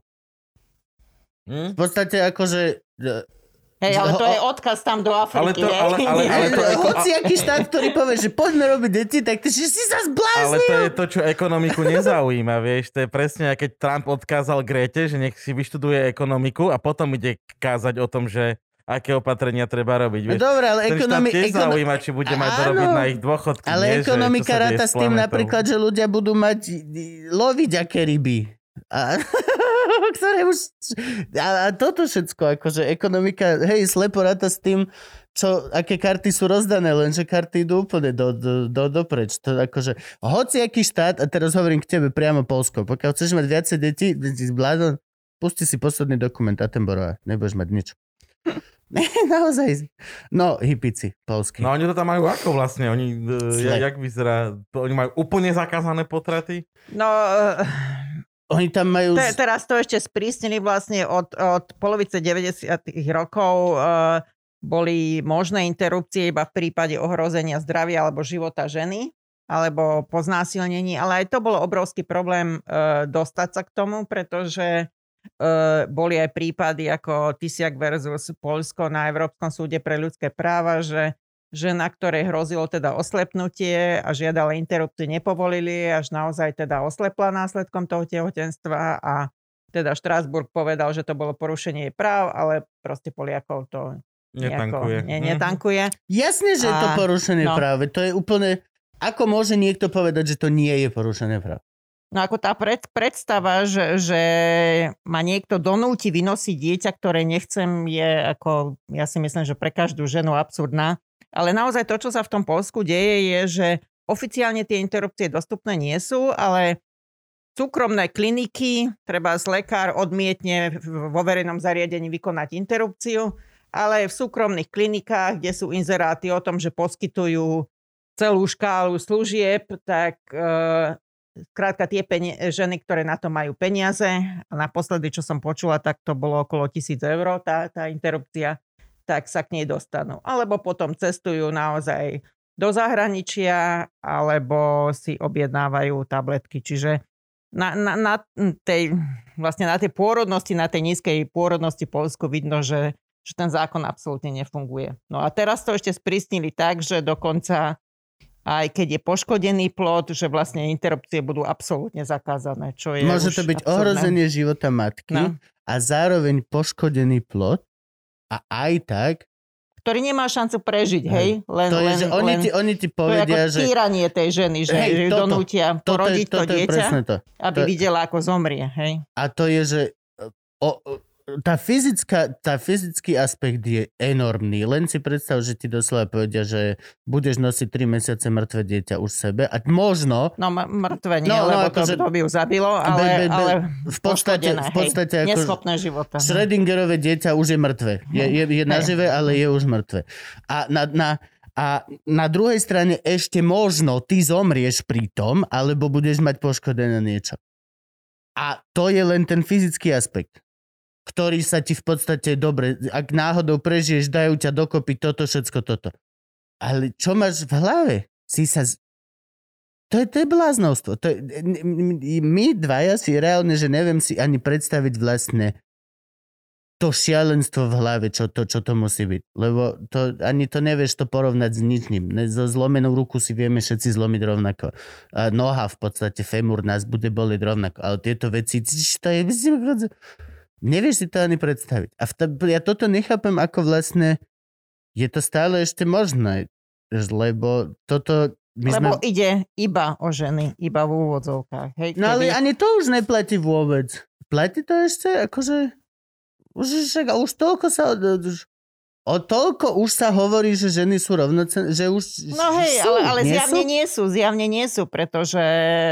Hm? V podstate akože... Hej, ale to je odkaz tam do Afriky. Ale to, ale, ale, ale to, hociaký štát, ktorý povie, že poďme robiť deti, tak ty že si sa zbláznil. Ale to je to, čo ekonomiku nezaujíma, vieš. To je presne, keď Trump odkázal Grete, že nech si vyštuduje ekonomiku a potom ide kázať o tom, že aké opatrenia treba robiť. Vieš. Dobre, ale ten ekonomi- štát tiež ekono- zaujíma, či bude mať Áno, dorobiť na ich dôchodky. Ale nie, ekonomika ráta s tým planetou. napríklad, že ľudia budú mať loviť aké ryby. A... ktoré už... A, a toto všetko, akože ekonomika, hej, slepo ráta s tým, čo, aké karty sú rozdané, lenže karty idú úplne do, do, do, dopreč. To akože, hociaký štát, a teraz hovorím k tebe priamo Poľsko, pokiaľ chceš mať viacej detí, blázon, pusti si posledný dokument Attenborough, nebudeš mať nič. Naozaj. No, hipici, polskí. No oni to tam majú ako vlastne? Oni, ja, jak vyzerá? Oni majú úplne zakázané potraty? No... Uh... Oni tam majú... Te, teraz to ešte sprísnili vlastne od, od polovice deväťdesiatych rokov. Uh, boli možné interrupcie iba v prípade ohrozenia zdravia alebo života ženy, alebo po znásilnení, ale aj to bol obrovský problém uh, dostať sa k tomu, pretože uh, boli aj prípady ako Tisiak versus Poľsko na Európskom súde pre ľudské práva, že žena, ktorej hrozilo teda oslepnutie a žiadala interrupciu, nepovolili, až naozaj teda oslepla následkom toho tehotenstva a teda Štrásburg povedal, že to bolo porušenie jej práv, ale proste Poliakov to netankuje. Ne, netankuje. Jasne, že je to porušenie no. práv. To je úplne... Ako môže niekto povedať, že to nie je porušenie práv? No ako tá pred, predstava, že, že ma niekto donúti vynosiť dieťa, ktoré nechcem, je ako, ja si myslím, že pre každú ženu absurdná. Ale naozaj to, čo sa v tom Poľsku deje, je, že oficiálne tie interrupcie dostupné nie sú, ale súkromné kliniky, treba lekár odmietne vo verejnom zariadení vykonať interrupciu, ale v súkromných klinikách, kde sú inzeráty o tom, že poskytujú celú škálu služieb, tak e, skrátka tie peni- ženy, ktoré na to majú peniaze, a naposledy, čo som počula, tak to bolo okolo tisíc eur tá, tá interrupcia, tak sa k nej dostanú. Alebo potom cestujú naozaj do zahraničia, alebo si objednávajú tabletky. Čiže na, na, na, tej, vlastne na tej pôrodnosti, na tej nízkej pôrodnosti v Poľsku vidno, že, že ten zákon absolútne nefunguje. No a teraz to ešte sprísnili tak, že dokonca aj keď je poškodený plod, že vlastne interrupcie budú absolútne zakázané. Čo je Môže to byť absurdné. ohrozenie života matky no. a zároveň poškodený plod. A aj tak... Ktorý nemá šancu prežiť, hej? Len, to je, len, že oni, len, ti, oni ti povedia, to je ako že... týranie tej ženy, že, hej, že ju toto, donútia toto porodiť je, toto to dieťa, to. aby to... videla, ako zomrie, hej? A to je, že... O, o, tá, fyzická, tá fyzický aspekt je enormný. Len si predstav, že ti doslova povedia, že budeš nosiť tri mesiace mŕtve dieťa už sebe. A možno... No m- mŕtve nie, no, lebo no, to, že... to by ju zabilo, ale, be, be, be, ale v podstate, v podstate hej, ako neschopné života. Schrödingerové dieťa už je mŕtve. Je, je, je nažive, ale je už mŕtve. A na, na, a na druhej strane ešte možno ty zomrieš pri tom, alebo budeš mať poškodené niečo. A to je len ten fyzický aspekt, ktorý sa ti v podstate dobre, ak náhodou prežiješ, dajú ťa dokopy toto, všetko toto. Ale čo máš v hlave? Si sa... Z... To je, to je bláznovstvo. To je... My dvaja si reálne, že neviem si ani predstaviť vlastne to šialenstvo v hlave, čo to, čo to musí byť. Lebo to, ani to nevieš to porovnať s ničím. So zlomenou ruku si vieme všetci zlomiť rovnako. A noha v podstate, femur nás bude boliť rovnako. Ale tieto veci, to je... Nevieš si to ani predstaviť. A vta, ja toto nechápem, ako vlastne je to stále ešte možné. Lebo toto... My lebo sme... ide iba o ženy, iba v úvodzovkách. Hej, no ale kedy... ani to už neplatí vôbec. Platí to ešte? Akože... Už, už toľko sa... Už, o toľko už sa hovorí, že ženy sú rovnocenné, že už no hej, sú, ale, ale nie zjavne sú? nie sú. Zjavne nie sú, pretože...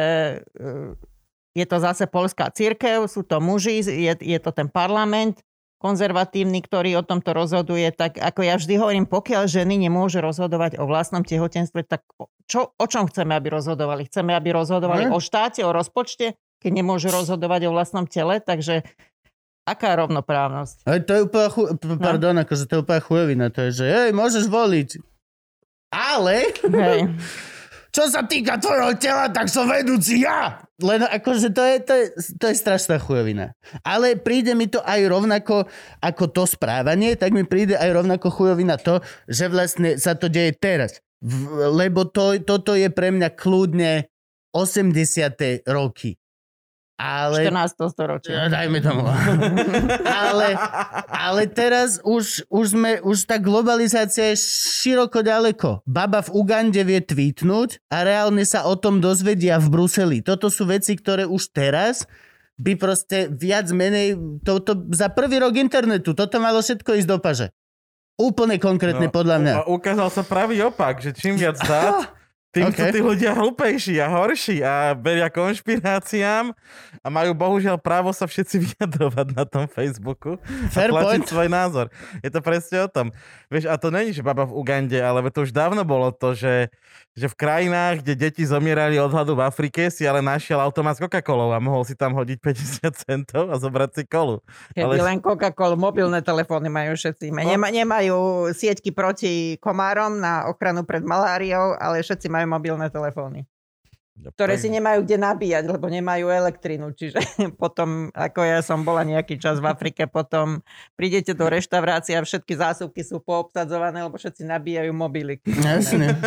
Je to zase poľská cirkev, sú to muži, je, je to ten parlament konzervatívny, ktorý o tomto rozhoduje. Tak ako ja vždy hovorím, pokiaľ ženy nemôžu rozhodovať o vlastnom tehotenstve, tak čo, o čom chceme, aby rozhodovali? Chceme, aby rozhodovali hm? o štáte, o rozpočte? keď nemôžu rozhodovať o vlastnom tele, takže aká rovnoprávnosť? Ale to je úplne, chu... pardon, no? akože to je úplne chujovina, to je, že hej, môžeš voliť, ale... Hej. Čo sa týka tvojho tela, tak som vedúci ja! Len akože to je, to je, to je strašná chujovina. Ale príde mi to aj rovnako ako to správanie, tak mi príde aj rovnako chujovina to, že vlastne sa to deje teraz. V, lebo to, toto je pre mňa kľudne osemdesiate roky. Ale... štrnásteho storočia. Ja, dajme tomu. ale, ale teraz už, už, sme, už tá globalizácia je široko ďaleko. Baba v Ugande vie tweetnúť a reálne sa o tom dozvedia v Bruseli. Toto sú veci, ktoré už teraz by proste viac menej toto, za prvý rok internetu, toto malo všetko ísť do paže. Úplne konkrétne no, podľa mňa. A ukázal sa pravý opak, že čím viac dát, tým okay. sú tí ľudia hlúpejší a horší a veria konšpiráciám a majú bohužiaľ právo sa všetci vyjadrovať na tom Facebooku Fair a platiť point. svoj názor. Je to presne o tom. Vieš, a to není, že baba v Ugande, ale to už dávno bolo to, že, že v krajinách, kde deti zomierali od hladu v Afrike, si ale našiel automat s Coca-Colou a mohol si tam hodiť päťdesiat centov a zobrať si kolu. Keby ale... len Coca-Cola, mobilné telefóny majú všetci. Nema, nemajú sieťky proti komárom na ochranu pred maláriou, ale všetci majú mobilné telefóny, ktoré si nemajú kde nabíjať, lebo nemajú elektrinu. Čiže potom, ako ja som bola nejaký čas v Afrike, potom prídete do reštaurácie a všetky zásuvky sú poobsadzované, lebo všetci nabíjajú mobily. Jasne.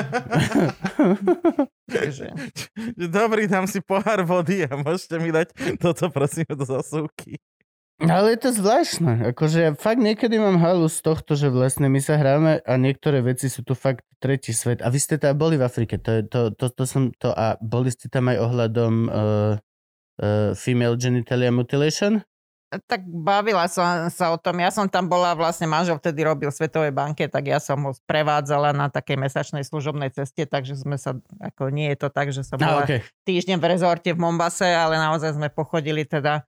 Takže... Dobrý, dám si pohár vody a môžete mi dať toto, prosím, do zásuvky. Ale je to zvláštne. Akože ja fakt niekedy mám halu z tohto, že vlastne my sa hráme a niektoré veci sú tu fakt tretí svet. A vy ste tam boli v Afrike. To, je, to, to, to som to a boli ste tam aj ohľadom uh, uh, female genitalia mutilation? Tak bavila som sa o tom. Ja som tam bola, vlastne manžel vtedy robil v Svetovej banke, tak ja som ho sprevádzala na takej mesačnej služobnej ceste, takže sme sa, ako nie je to tak, že som bola ah, okay. týždeň v rezorte v Mombase, ale naozaj sme pochodili teda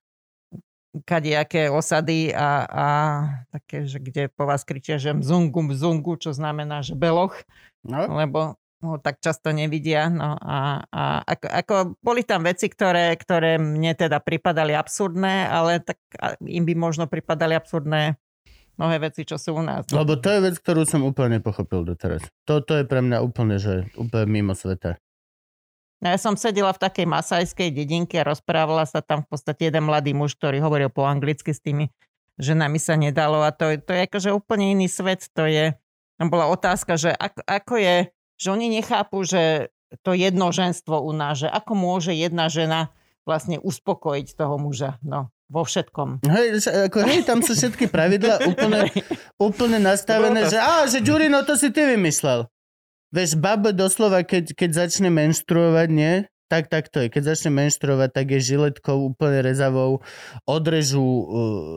kadejaké osady a, a také, že kde po vás kričia, že mzungu, mzungu, čo znamená, že beloch, no. Lebo ho tak často nevidia. No a, a ako, ako boli tam veci, ktoré, ktoré mne teda pripadali absurdné, ale tak im by možno pripadali absurdné mnohé veci, čo sú u nás. No. Lebo to je vec, ktorú som úplne nepochopil doteraz. Toto je pre mňa úplne, že úplne mimo sveta. No ja som sedela v takej masajskej dedinke a rozprávala sa tam v podstate jeden mladý muž, ktorý hovoril po anglicky s tými ženami sa nedalo a to, to je akože úplne iný svet. To je, tam bola otázka, že ako, ako je, že oni nechápu, že to jedno ženstvo u nás, že ako môže jedna žena vlastne uspokojiť toho muža, no, vo všetkom. Hej, ako, hej tam sú všetky pravidlá úplne, úplne nastavené, že á, že Ďurino, to si ty vymyslel. Vieš, baba doslova, keď, keď začne menštruovať, nie? Tak, tak to je. Keď začne menštruovať, tak je žiletkou úplne rezavou. Odrežú uh,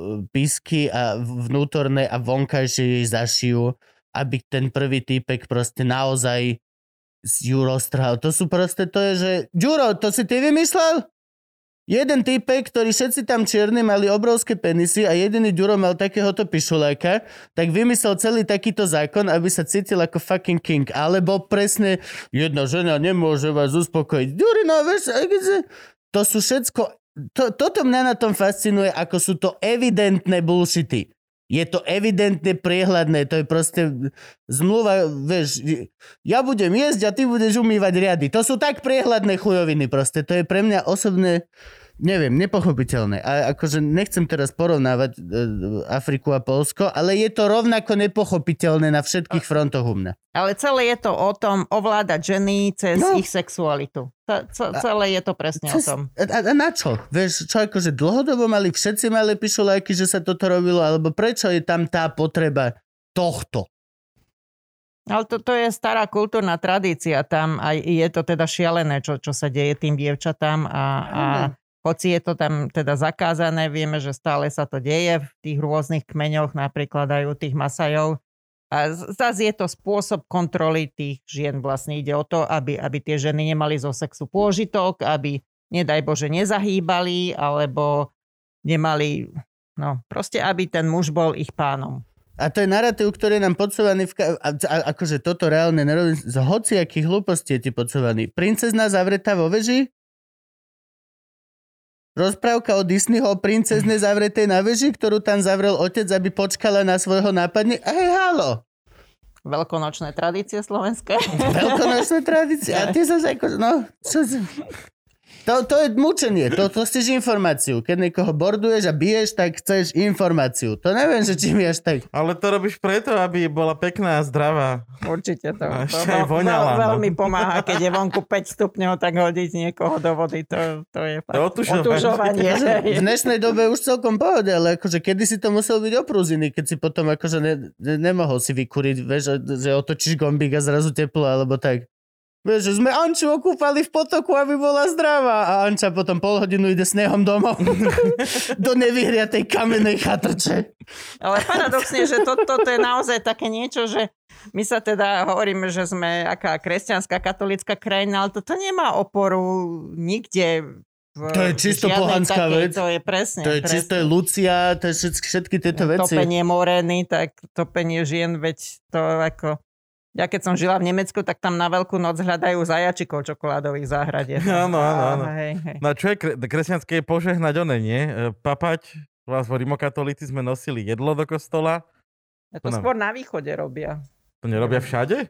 písky a vnútorné a vonkajšie jej zašijú, aby ten prvý týpek proste naozaj ju roztrhal. To sú proste, to je, že Ďuro, to si ty vymyslel? Jeden týpek, ktorý všetci tam čierni mali obrovské penisy a jediný Ďuro mal takéhoto pišuláka, tak vymyslel celý takýto zákon, aby sa cítil ako fucking king. Alebo presne, jedna žena nemôže vás uspokojiť. Ďurino, vieš, to sú všetko, to, toto mňa na tom fascinuje, ako sú to evidentné bullshity. Je to evidentne priehľadné, to je proste zmluva, vieš, ja budem jesť a ty budeš umývať riady. To sú tak priehľadné chujoviny proste, to je pre mňa osobne, neviem, nepochopiteľné. A akože nechcem teraz porovnávať e, Afriku a Poľsko, ale je to rovnako nepochopiteľné na všetkých frontoch u mňa. Ale celé je to o tom ovládať ženy cez no. ich sexualitu. C- c- celé je to presne Cez, o tom. A, a na čo? Vieš, čo akože dlhodobo mali všetci mali pišuláky, že sa toto robilo, alebo prečo je tam tá potreba tohto? Ale to, to je stará kultúrna tradícia tam a je to teda šialené, čo, čo sa deje tým dievčatám a, a hoci je to tam teda zakázané, vieme, že stále sa to deje v tých rôznych kmeňoch, napríklad aj u tých Masajov. A zase je to spôsob kontroly tých žien. Vlastne ide o to, aby, aby tie ženy nemali zo sexu pôžitok, aby, nedaj Bože, nezahýbali, alebo nemali, no proste, aby ten muž bol ich pánom. A to je narratív, ktorý je nám podsúvaný v... Ka- a, a, akože toto reálne nerobím. Z hociakých hlúpostí je ti podsúvaný. Princezna zavretá vo veži? Rozprávka o Disneyho o princezne zavretej na veži, ktorú tam zavrel otec, aby počkala na svojho nápadne. A hej, halo. Veľkonočné tradície slovenské. Veľkonočné tradície. A ty sa ako... No, čo... To, to je mučenie, to, to chceš informáciu. Keď niekoho borduješ a biješ, tak chceš informáciu. To neviem, že čím je až tak. Ale to robíš preto, aby bola pekná a zdravá. Určite to. A to ešte aj voňala. Veľ, veľmi pomáha, keď je vonku päť stupňov, tak hodiť niekoho do vody. To, to je fakt otužovanie. V dnešnej dobe už celkom pohode, ale akože kedysi to musel byť oprúziny, keď si potom akože ne, ne, nemohol si vykúriť, vieš, že otočíš gombík a zrazu teplo, alebo tak. Vieš, že sme Anču okúpali v potoku, aby bola zdravá. A Anča potom pol hodinu ide snehom domov do nevyhriatej kamennej chatrče. Ale paradoxne, že toto to je naozaj také niečo, že my sa teda hovoríme, že sme aká kresťanská, katolická krajina, ale toto nemá oporu nikde. V, to je čisto pohanská vec. To je presne. To je presne. čisto je Lucia, to je všetky, všetky tieto veci. Topenie moreny, tak topenie žien, veď to ako... Ja keď som žila v Nemecku, tak tam na Veľkú noc hľadajú zajačikov čokoládových v záhrade. Áno, áno, áno. Hej, hej. No čo je kre- kresťanské je požehnať one, nie? Papať, vás v rimokatolíci sme nosili jedlo do kostola. Ja to, to skôr na východe robia. To nerobia všade?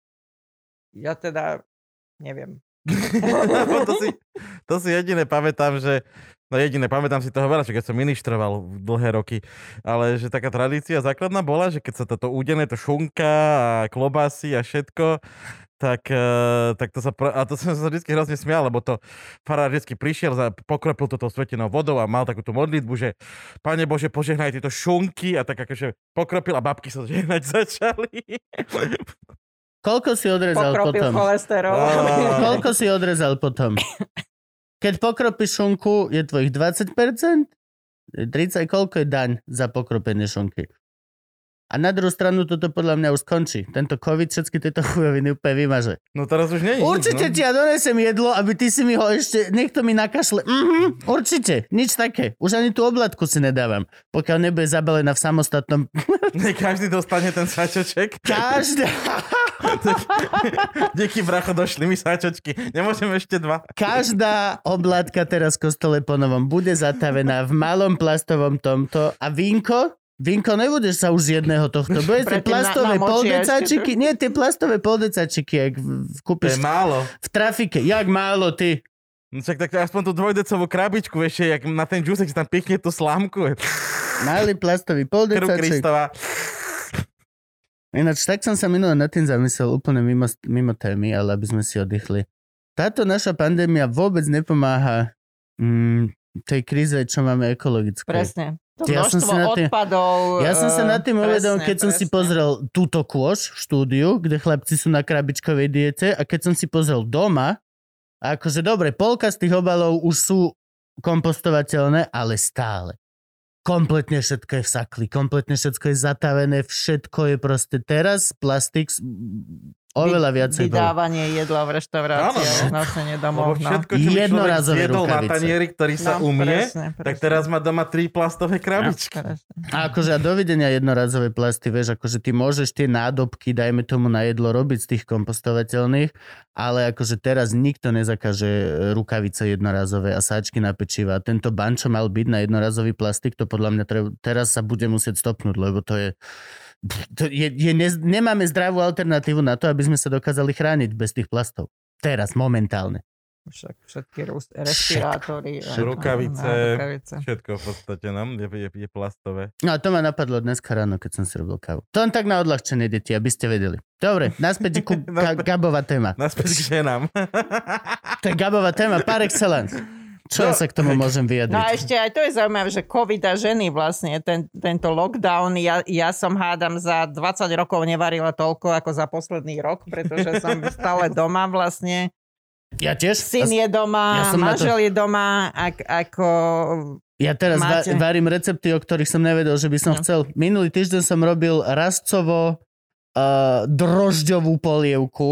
Ja teda neviem. to, si, to si jediné pamätám, že no jediné, pamätám si toho veľa, keď som ministroval dlhé roky, ale že taká tradícia základná bola, že keď sa toto údené, to šunka a klobásy a všetko, tak, tak to sa, a to som sa vždy hrozne smial, lebo to farár vždy prišiel, pokropil toto svetenou vodou a mal takú tú modlitbu, že Pane Bože, požehnaj tieto šunky a tak akože pokropil a babky sa žehnať začali. Koľko si odrezal Pokropil potom? cholesterol. Koľko si odrezal potom? Keď pokropíš šunku, je tvojich dvadsať percent? tridsať, koľko je daň za pokropenie šunky? A na druhú stranu toto podľa mňa už skončí. Tento COVID všetky tieto chujoviny úplne vymaže. No teraz už nie je Určite nič, no. ti ja donesem jedlo, aby ty si mi ho ešte... Niekto mi nakašle. Mhm, určite. Nič také. Už ani tú obladku si nedávam. Pokiaľ nebude zabalená v samostatnom... Ne, každý dostane ten sačoček. Každá... Díky, bracho, došli mi sáčočky. Nemôžem ešte dva. Každá oblátka teraz v kostole po novom bude zatavená v malom plastovom tomto a vínko, vínko nebudeš sa už z jedného tohto. Budete plastové poldecáčiky. Nie, tie plastové poldecáčiky, ak kúpiš to je málo. V trafike. Jak málo, ty? No čak, tak aspoň tú dvojdecovú krabičku, ešte, jak na ten džusek si tam pichne tú slámku. Malý plastový poldecáčik. Krv Kristova. Ináč, tak som sa minulé nad tým zamyslel úplne mimo, mimo témy, ale aby sme si oddychli. Táto naša pandémia vôbec nepomáha mm, tej kríze, čo máme ekologické. Presne. To ja som si nad tým, odpadov. Ja som sa nad tým uvedol, keď presne. som si pozrel túto kôž v štúdiu, kde chlapci sú na krabičkovej diete a keď som si pozrel doma, akože dobre, polka z tých obalov už sú kompostovateľné, ale stále. Kompletne všetko je v sakli, kompletne všetko je zatavené, všetko je proste teraz plastik oveľa viacej. Vydávanie jedla v reštauráciách, nosenie domov. Všetko, čo by človek zjedol na tanieri, ktorý sa no, umie, presne, presne. Tak teraz má doma tri plastové krabičky. No, a akože a dovidenia jednorazové plasty, vieš, akože ty môžeš tie nádobky, dajme tomu na jedlo, robiť z tých kompostovateľných, ale akože teraz nikto nezakaže rukavice jednorazové a sáčky na pečiva. Tento ban, čo mal byť na jednorazový plastik, to podľa mňa treba, teraz sa bude musieť stopnúť, lebo to je To je, je ne, nemáme zdravú alternatívu na to, aby sme sa dokázali chrániť bez tých plastov. Teraz, momentálne. Však všetky respirátory. Však, rukavice, rukavice, všetko v podstate nám je, je, je plastové. No a to ma napadlo dneska ráno, keď som si robil kávu. To len tak na odľahčenie, deti, aby ste vedeli. Dobre, naspäť ku ka, Gabová téma. Naspäť k ženám. To je Gabová téma par excellence. Čo no, ja sa k tomu môžem vyjadriť? No a ešte aj to je zaujímavé, že COVID a ženy vlastne, ten, tento lockdown, ja, ja som hádam za dvadsať rokov nevarila toľko ako za posledný rok, pretože som stále doma vlastne. Ja tiež. Syn je doma, ja manžel to... je doma, ak, ako... Ja teraz máte... va- varím recepty, o ktorých som nevedel, že by som no. chcel. Minulý týždeň som robil rastcovo uh, drožďovú polievku.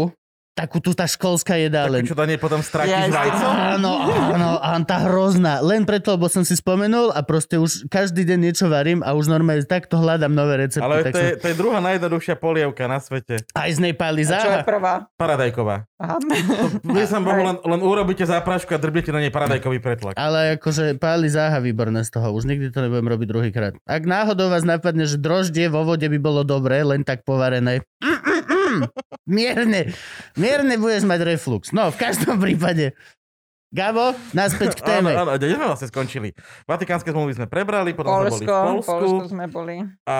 takú tú tá školská jedáleň. Takú, čo do nej potom Ja, stratíš vajco? Áno, áno, áno, tá hrozná. Len preto, lebo som si spomenul a proste už každý deň niečo varím a už normálne takto hľadám nové recepty. Ale tak to, je, som... to je druhá najjednoduchšia polievka na svete. Aj z nej páli Čo je záha. prvá? Paradajková. Aha. Vy sa Bohu len, len urobíte záprašku a drbnete na nej paradajkový pretlak. Ale akože páli záha výborné z toho. Už nikdy to nebudem robiť druhýkrát. Ak náhodou vás napadne, že droždie vo vode by bolo dobré, len tak povarené. Mierne. Mierne budeš mať reflux. No, v každom prípade. Gabo, naspäť k téme. Áno, áno, kde sme vlastne skončili? Vatikánske zmluvy sme prebrali, potom Polsko, sme boli v Polsku. Polsku sme boli. A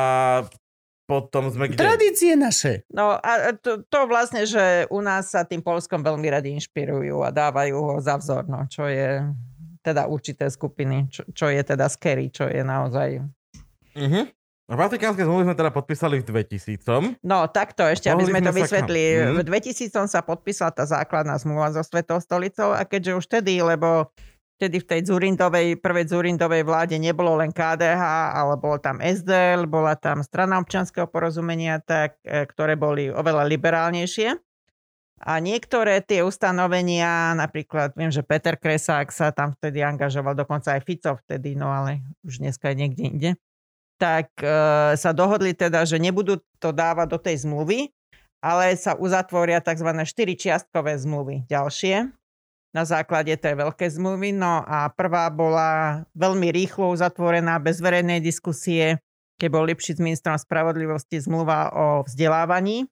potom sme kde? Tradície naše. No a to, to vlastne, že u nás sa tým Polskom veľmi radi inšpirujú a dávajú ho za vzor, no, čo je teda určité skupiny, čo, čo je teda scary, čo je naozaj... Uh-huh. Vatikánske zmluvy sme teda podpísali v dvetisícom. No takto ešte, aby Mohli sme to sme sa vysvetli. kam? Mhm. V dvetisícom sa podpísala tá základná zmluva so Svetou stolicou a keďže už vtedy, lebo vtedy v tej Dzurindovej, prvej Dzurindovej vláde nebolo len ká dé há, ale bolo tam es dé el, bola tam strana občianskeho porozumenia, tak, ktoré boli oveľa liberálnejšie. A niektoré tie ustanovenia, napríklad viem, že Peter Kresák sa tam vtedy angažoval, dokonca aj Fico vtedy, no ale už dneska je niekde inde. Tak e, sa dohodli teda, že nebudú to dávať do tej zmluvy, ale sa uzatvoria tzv. štyri čiastkové zmluvy ďalšie na základe tej veľkej zmluvy. No a prvá bola veľmi rýchlo uzatvorená, bez verejnej diskusie, keď bol Lipšic ministrom spravodlivosti, zmluva o vzdelávaní,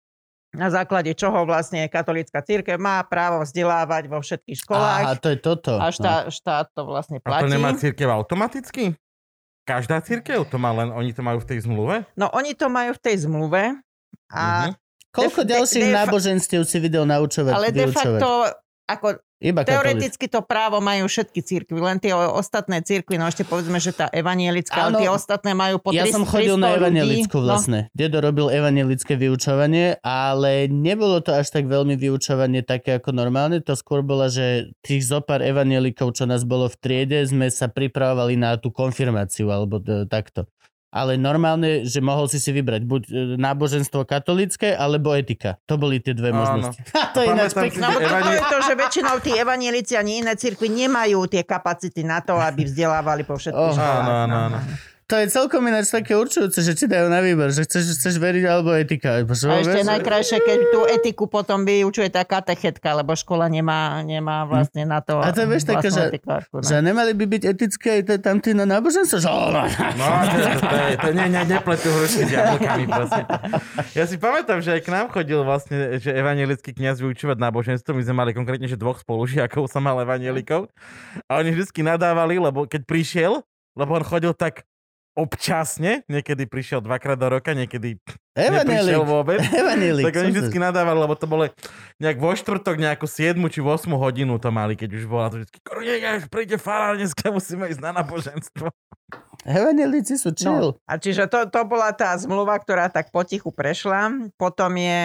na základe čoho vlastne katolícka cirkev má právo vzdelávať vo všetkých školách. Aha, to je toto. A štát, štát to vlastne A platí. to nemá cirkev automaticky? Každá cirkev to má, len oni to majú v tej zmluve? No oni to majú v tej zmluve a... Uh-huh. Koľko de- ďalších de- náboženstiev si videl naučovať, Ale de vyučovať? facto, ako Iba katolíci. teoreticky to právo majú všetky cirkvi, len tie ostatné cirkvi, no ešte povedzme, že tá evanielická, ale Áno. tie ostatné majú po Ja tristo som chodil na ľudí. evanielickú No. vlastne. Dedo robil evanielické vyučovanie, ale nebolo to až tak veľmi vyučovanie také ako normálne. To skôr bolo, že tých zopár evanielikov, čo nás bolo v triede, sme sa pripravovali na tú konfirmáciu alebo t- takto. Ale normálne, že mohol si si vybrať buď e, náboženstvo katolícke, alebo etika. To boli tie dve Áno. možnosti. Ha, to je ináč Pamätám si, pekné. No, že to evanie- je to, že väčšinou tí evanielici ani iné cirkvi nemajú tie kapacity na to, aby vzdelávali po všetkých Oh. školách. Áno, áno, No. áno. To je celkom ináč také určujúce, že ti dajú na výber, že chceš, chceš veriť alebo etika. A ešte Vieš? najkrajšie, keď tú etiku potom vyučuje tá katechetka, lebo škola nemá, nemá vlastne na to A to je, vieš, také, vlastnú že- etikárku, no. Že nemali by byť etické aj t- tam tí na náboženstvo? Že... No, to, to, to, je, to nie, nie, nepletú hrušky s jablkami, prosím. Ja si pamätám, že aj k nám chodil vlastne, že evangelický kňaz vyučovať náboženstvo. My sme mali konkrétne, že dvoch spolužiakov som mal evangelikov. A oni vždy nadávali, lebo keď prišiel, lebo on chodil tak občasne, niekedy prišiel dvakrát do roka, niekedy neprišiel vôbec. Evanielik. Tak oni vždy nadávali, lebo to bolo nejak vo štvrtok, nejakú siedmu či osmu hodinu to mali, keď už bola to vždy, koruneka, príde farár, dneska musíme ísť na náboženstvo. Evanielici sú chill. No, a čiže to, to bola tá zmluva, ktorá tak potichu prešla. Potom je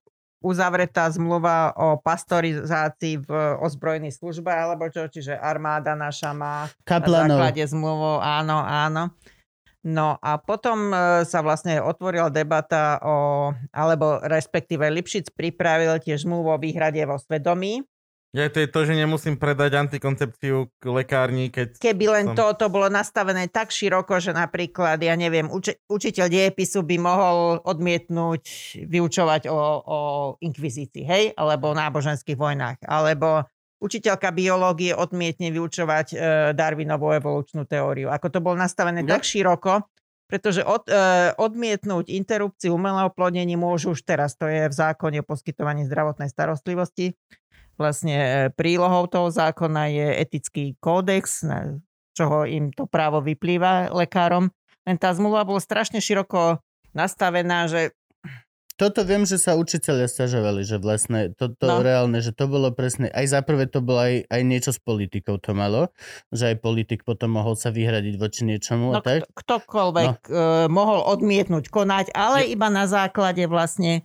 uzavretá zmluva o pastorizácii v ozbrojených službách, alebo čo, čiže armáda naša má Kaplanov. na základe zmluvou, áno, áno. No a potom e, sa vlastne otvorila debata o, alebo respektíve Lipšic pripravil tiež zmluvu o výhrade vo svedomí. Ja, to je to, že nemusím predať antikoncepciu k lekárni, keď... Keby len som... to, to bolo nastavené tak široko, že napríklad, ja neviem, uči, učiteľ dejepisu by mohol odmietnúť vyučovať o, o inkvizícii, hej? Alebo o náboženských vojnách. Alebo učiteľka biológie odmietne vyučovať e, Darwinovú evolučnú teóriu. Ako to bolo nastavené Ja. tak široko, pretože od, e, odmietnúť interrupciu umelého oplodnenia môžu už teraz. To je v zákone o poskytovaní zdravotnej starostlivosti. Vlastne e, prílohou toho zákona je etický kódex, z čoho im to právo vyplýva lekárom. Len tá zmluva bola strašne široko nastavená, že Toto viem, že sa učiteľia sťažovali, že vlastne toto No. reálne, že to bolo presne, aj za prvé to bolo aj, aj niečo s politikou to malo, že aj politik potom mohol sa vyhradiť voči niečomu no, a tak. kto- ktokoľvek no. e, mohol odmietnúť konať, ale Je- iba na základe vlastne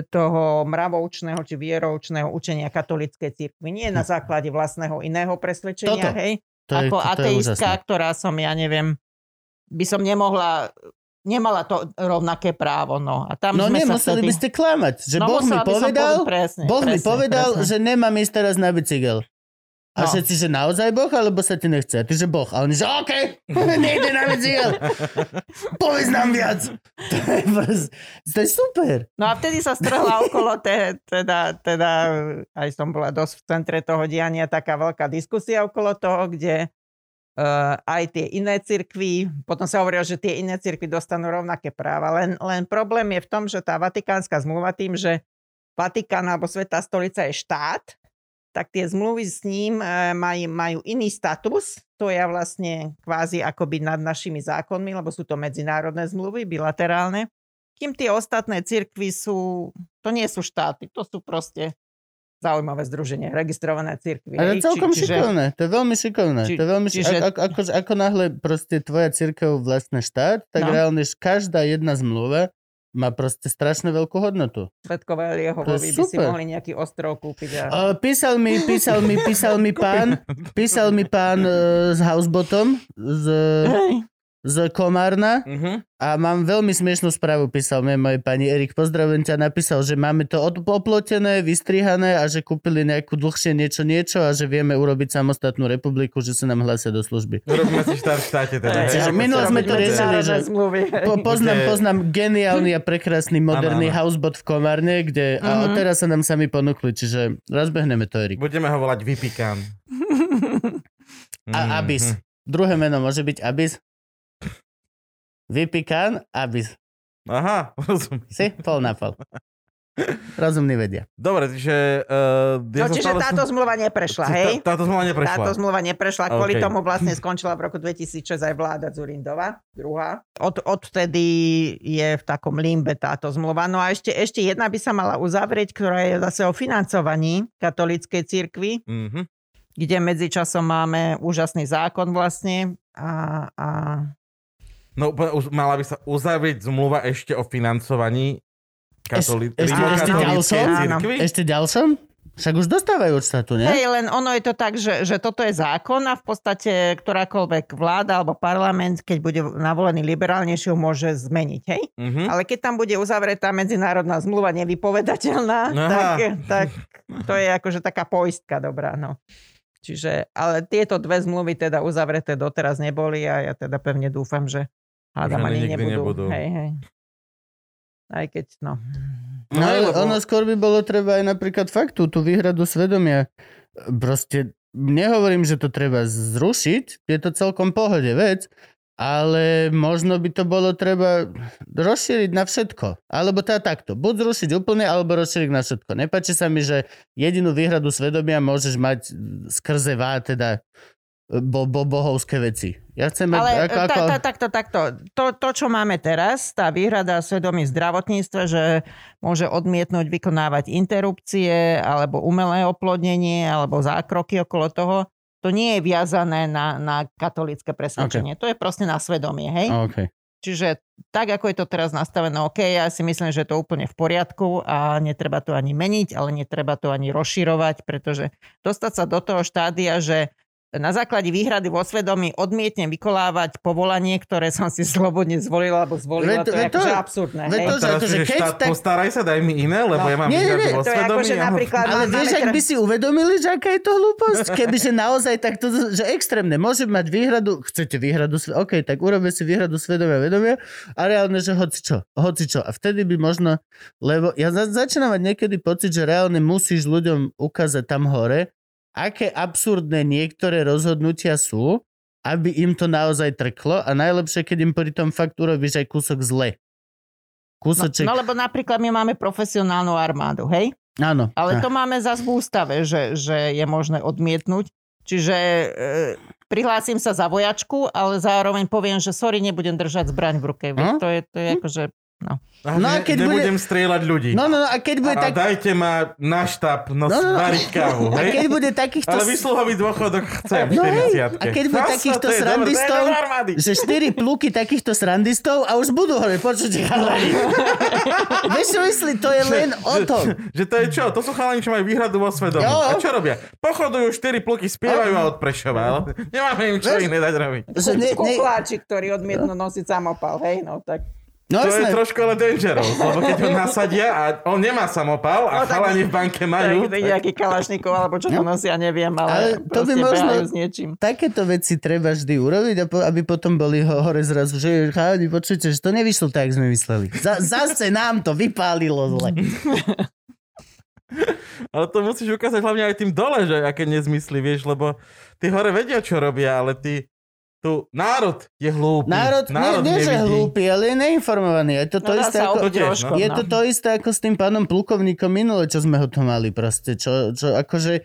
toho mravoučného či vieroučného učenia katolíckej cirkvi. Nie na základe vlastného iného presvedčenia, Toto. hej? To je, Ako to, to je ateistka, úžasné. ktorá som, ja neviem, by som nemohla nemala to rovnaké právo, no. A tam no sme nie, sa museli vtedy... by ste klamať, že No, Boh mi musela by som povedal, povedať presne, Boh mi presne, povedal, presne. že nemám ísť teraz na bicykel. A No. všetci, že naozaj Boh, alebo sa ti nechce? A ty, že Boh. A oni, že OK, nejde na bicykel. Povedz nám viac. To je, proste, to je super. No a vtedy sa strhla okolo, te, teda, teda, aj som bola dosť v centre toho diania, taká veľká diskusia okolo toho, kde uh, aj tie iné cirkvi, potom sa hovorilo, že tie iné cirkvi dostanú rovnaké práva. Len, len problém je v tom, že tá Vatikánska zmluva tým, že Vatikán alebo Svätá stolica je štát, tak tie zmluvy s ním e, maj, majú iný status. To je vlastne kvázi akoby nad našimi zákonmi, lebo sú to medzinárodné zmluvy, bilaterálne. Kým tie ostatné cirkvi sú, to nie sú štáty, to sú proste zaujímavé združenie, registrované cirkvi. Ale hej. celkom Či, čiže, šikovné, to je veľmi šikovné. Či- to je veľmi čiže- šikovné. Ako, ako, ako náhle proste tvoja cirkev vlastne štát, tak No. reálne každá jedna zmluva má proste strašne veľkú hodnotu. Svedkovia Jehovovi To je by si super. mohli nejaký ostrov kúpiť. A... Uh, písal mi, písal mi, písal mi pán, písal mi pán uh, z Housebottom, z, Hej. z Komárna Uh-huh. a mám veľmi smiešnú správu, písal mi mojej pani Erik, pozdravujem ťa, napísal, že máme to od- oplotené, vystrihané a že kúpili nejakú dlhšie niečo niečo a že vieme urobiť samostatnú republiku, že sa nám hlásia do služby. Urobíme si štát v štáte teda. Hej, hej? Čiže Ako minule sa sme robí to teda. riešili, že- Medzinárodné zmluvy, hej. Po, poznám, Kde- poznám geniálny a prekrásny moderný Áno, áno. housebot v Komárne, kde a Mhm. teraz sa nám sami ponúkli, čiže rozbehneme to, Erik. Budeme ho volať Vypikán. A Abis. Mhm. Druhé meno môže byť Abis. Vypikán, Abis. Aha, rozumiem. Si? Pol na pol. Rozumní vedia. Dobre, čiže... Uh, ja No, som čiže stále táto som- zmluva neprešla, Tá- hej? Táto zmluva neprešla. Táto zmluva neprešla, kvôli OK. tomu vlastne skončila v roku dvetisícšesť aj vláda Dzurindova, druhá. Od, odvtedy je v takom limbe táto zmluva. No a ešte, ešte jedna by sa mala uzavrieť, ktorá je zase o financovaní katolíckej cirkvi, Mhm. kde medzičasom máme úžasný zákon vlastne a... a... No, úplne už mala by sa uzavrieť zmluva ešte o financovaní katolí- Ešte- ešte rímskokatolíckej ďalšom? cirkvi? Ešte ďalšom? Však už dostávajú od štátu, nie? Hej, len ono je to tak, že, že toto je zákon a v podstate ktorákoľvek vláda alebo parlament, keď bude navolený liberálnejšie, ho môže zmeniť, hej? Mhm. Ale keď tam bude uzavretá medzinárodná zmluva nevypovedateľná, Aha. tak, tak to je akože taká poistka dobrá, no. Čiže, ale tieto dve zmluvy teda uzavreté doteraz neboli a ja teda pevne dúfam, že hádam ani ani nikdy nebudú. nebudú. Hej, hej. Aj keď, no. No, No, ale lebo- ono skôr by bolo treba aj napríklad fakt tú, tú výhradu svedomia. Proste nehovorím, že to treba zrušiť, je to celkom pohode vec, ale možno by to bolo treba rozšíriť na všetko. Alebo tá takto. Buď zrušiť úplne, alebo rozšíriť na všetko. Nepáči sa mi, že jedinú výhradu svedomia môžeš mať skrze vá, teda bo, bo, bohovské veci. Ja chcem mať... Ale ako, ako... ta, ta, takto, takto. To, to, čo máme teraz, tá výhrada svedomí v zdravotníctve, že môže odmietnúť vykonávať interrupcie, alebo umelé oplodnenie, alebo zákroky okolo toho, to nie je viazané na, na katolícke presvedčenie. Okay. To je proste na svedomie, hej? Okay. Čiže tak, ako je to teraz nastavené, OK, ja si myslím, že je to úplne v poriadku a netreba to ani meniť, ale netreba to ani rozširovať, pretože dostať sa do toho štádia, že na základe výhrady vo svedomí odmietnem vykonávať povolanie, ktoré som si slobodne zvolila alebo zvolila, Veď to- to je veď to- akože absurdné. veď Hej? to- A teraz, akože že keď štát, tak- postaraj sa, daj mi iné, lebo No. ja mám Nie, nie, výhradu nie, vo to je svedomí. akože ja ho- napríklad... Ale máme vieš, ak teraz- by si uvedomili, že aká je to hlúposť? Kebyže naozaj takto, že extrémne, môžem mať výhradu, chcete výhradu, sve- OK, tak urobme si výhradu svedomia vedomia a reálne, že hoci čo, hoci čo. A vtedy by možno, lebo ja za- začínam mať niekedy pocit, že reálne musíš ľuďom ukázať tam hore, aké absurdné niektoré rozhodnutia sú, aby im to naozaj trklo a najlepšie, keď im pri tom fakt urobíš aj kúsok zle. Kúsoček, No, no lebo napríklad my máme profesionálnu armádu, hej? áno. Ale to máme zase v ústave, že, že je možné odmietnúť. Čiže e, prihlásim sa za vojačku, ale zároveň poviem, že sorry, nebudem držať zbraň v ruke. Hm? Hm? To je, to je akože... No. A No a ne, keď nebudem strieľať ľudí. No, no, no, a keď bude a tak... dajte ma na štáb, no, No, no, no. variť kávu, A hej? keď bude takýchto... Ale vysluhový dôchodok chcem v No hej, štyridsiatke. a keď bude Zasa, takýchto to je dobre, srandistov, to je do armády. že štyri pluky takýchto srandistov a už budú hore, počujte, chalani. Vieš čo myslí, to je len o tom. Že to je čo? To sú chalani, čo majú výhradu vo svedomí. Jo. A čo robia? Pochodujú štyri pluky, spievajú a od Prešova. Ale nemáme im čo Vieš- iné dať robiť. Že ne, ne, Kukláči, ktorí odmietnú nosiť samopal, hej? No tak... No, to jasné. je trošku ale dangerous, lebo keď ho nasadia a on nemá samopal a no, chalani v banke majú. Tak, tak nejaký kalašníkov, alebo čo to no. nosia, neviem, ale, ale to by možno s niečím. Takéto veci treba vždy urobiť, aby potom boli hore zrazu, že chalani, počujte, že to nevyšlo tak, jak sme mysleli. Z- zase nám to vypálilo zle. Ale to musíš ukázať hlavne aj tým dole, že aké nezmysly, vieš, lebo tí hore vedia, čo robia, ale ty tu národ je hlúpy. Národ, národ nie, nie že hlúpy, ale je neinformovaný. Je to to, no, isté, ako, trošku, je no. to to isté ako s tým pánom plukovníkom minule, čo sme ho tu mali proste. Čo, čo akože...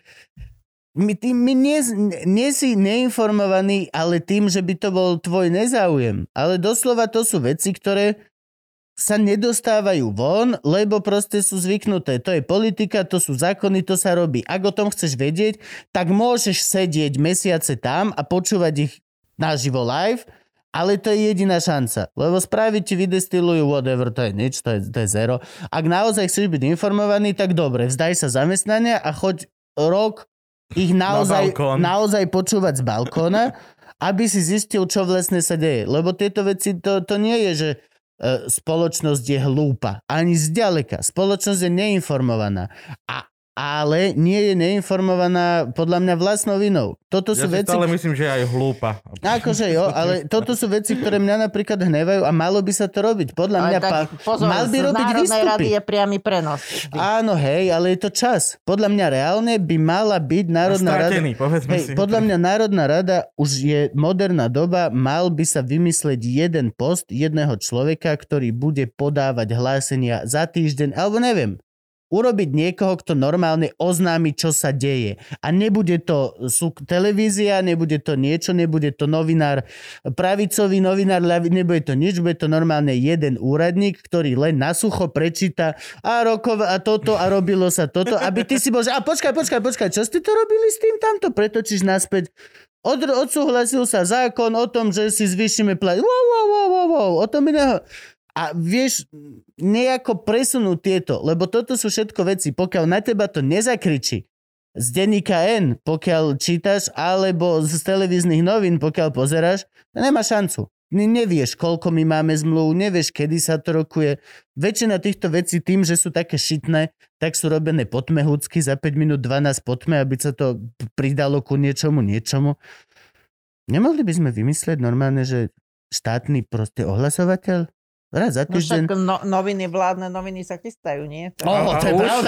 My, ty, my nie, nie si neinformovaný, ale tým, že by to bol tvoj nezáujem. Ale doslova to sú veci, ktoré sa nedostávajú von, lebo proste sú zvyknuté. To je politika, to sú zákony, to sa robí. Ak o tom chceš vedieť, tak môžeš sedieť mesiace tam a počúvať ich naživo live, ale to je jediná šanca. Lebo správy ti vydestilujú whatever, to je nič, to je, to je zero. Ak naozaj chceš byť informovaný, tak dobre, vzdaj sa zamestnania a choď rok ich naozaj, na naozaj počúvať z balkóna, aby si zistil, čo vlastne sa deje. Lebo tieto veci, to, to nie je, že uh, spoločnosť je hlúpa. Ani zďaleka. Spoločnosť je neinformovaná. A ale nie je neinformovaná podľa mňa vlastnou vinou. Toto sú ja veci... stále myslím, že je aj hlúpa. Akože jo, ale toto sú veci, ktoré mňa napríklad hnevajú a malo by sa to robiť. Podľa ale mňa tak, pa... pozor, mal by robiť výstupy. Národnej rady je priamy prenos. Áno, hej, ale je to čas. Podľa mňa reálne by mala byť Národná rada... Hej, podľa mňa Národná rada už je moderná doba, mal by sa vymyslieť jeden post jedného človeka, ktorý bude podávať hlásenia za týždeň, alebo neviem. Urobiť niekoho, kto normálne oznámi, čo sa deje. A nebude to sú televízia, nebude to niečo, nebude to novinár, pravicový novinár, nebude to nič, bude to normálne jeden úradník, ktorý len na sucho prečíta a rokov a toto a robilo sa toto, aby ty si bol, že a počkaj, počkaj, počkaj, čo ste to robili s tým tamto? Pretočíš naspäť. Od, odsúhlasil sa zákon o tom, že si zvýšime plat. Wow, wow, wow, wow, wow, o tom iného. A vieš, nejako presunúť tieto, lebo toto sú všetko veci, pokiaľ na teba to nezakričí z denníka N, pokiaľ čítaš, alebo z televíznych novín, pokiaľ pozeráš, nemá šancu. Nevieš, koľko my máme zmluv, nevieš, kedy sa to rokuje. Väčšina týchto vecí tým, že sú také šitné, tak sú robené po tme húcky za päť minút dvanásť po tme, aby sa to pridalo ku niečomu, niečomu. Nemohli by sme vymyslieť normálne, že štátny proste ohlasovateľ? Raz za týždeň. No však no, noviny, vládne noviny sa chystajú, nie? Oh, to je pravda.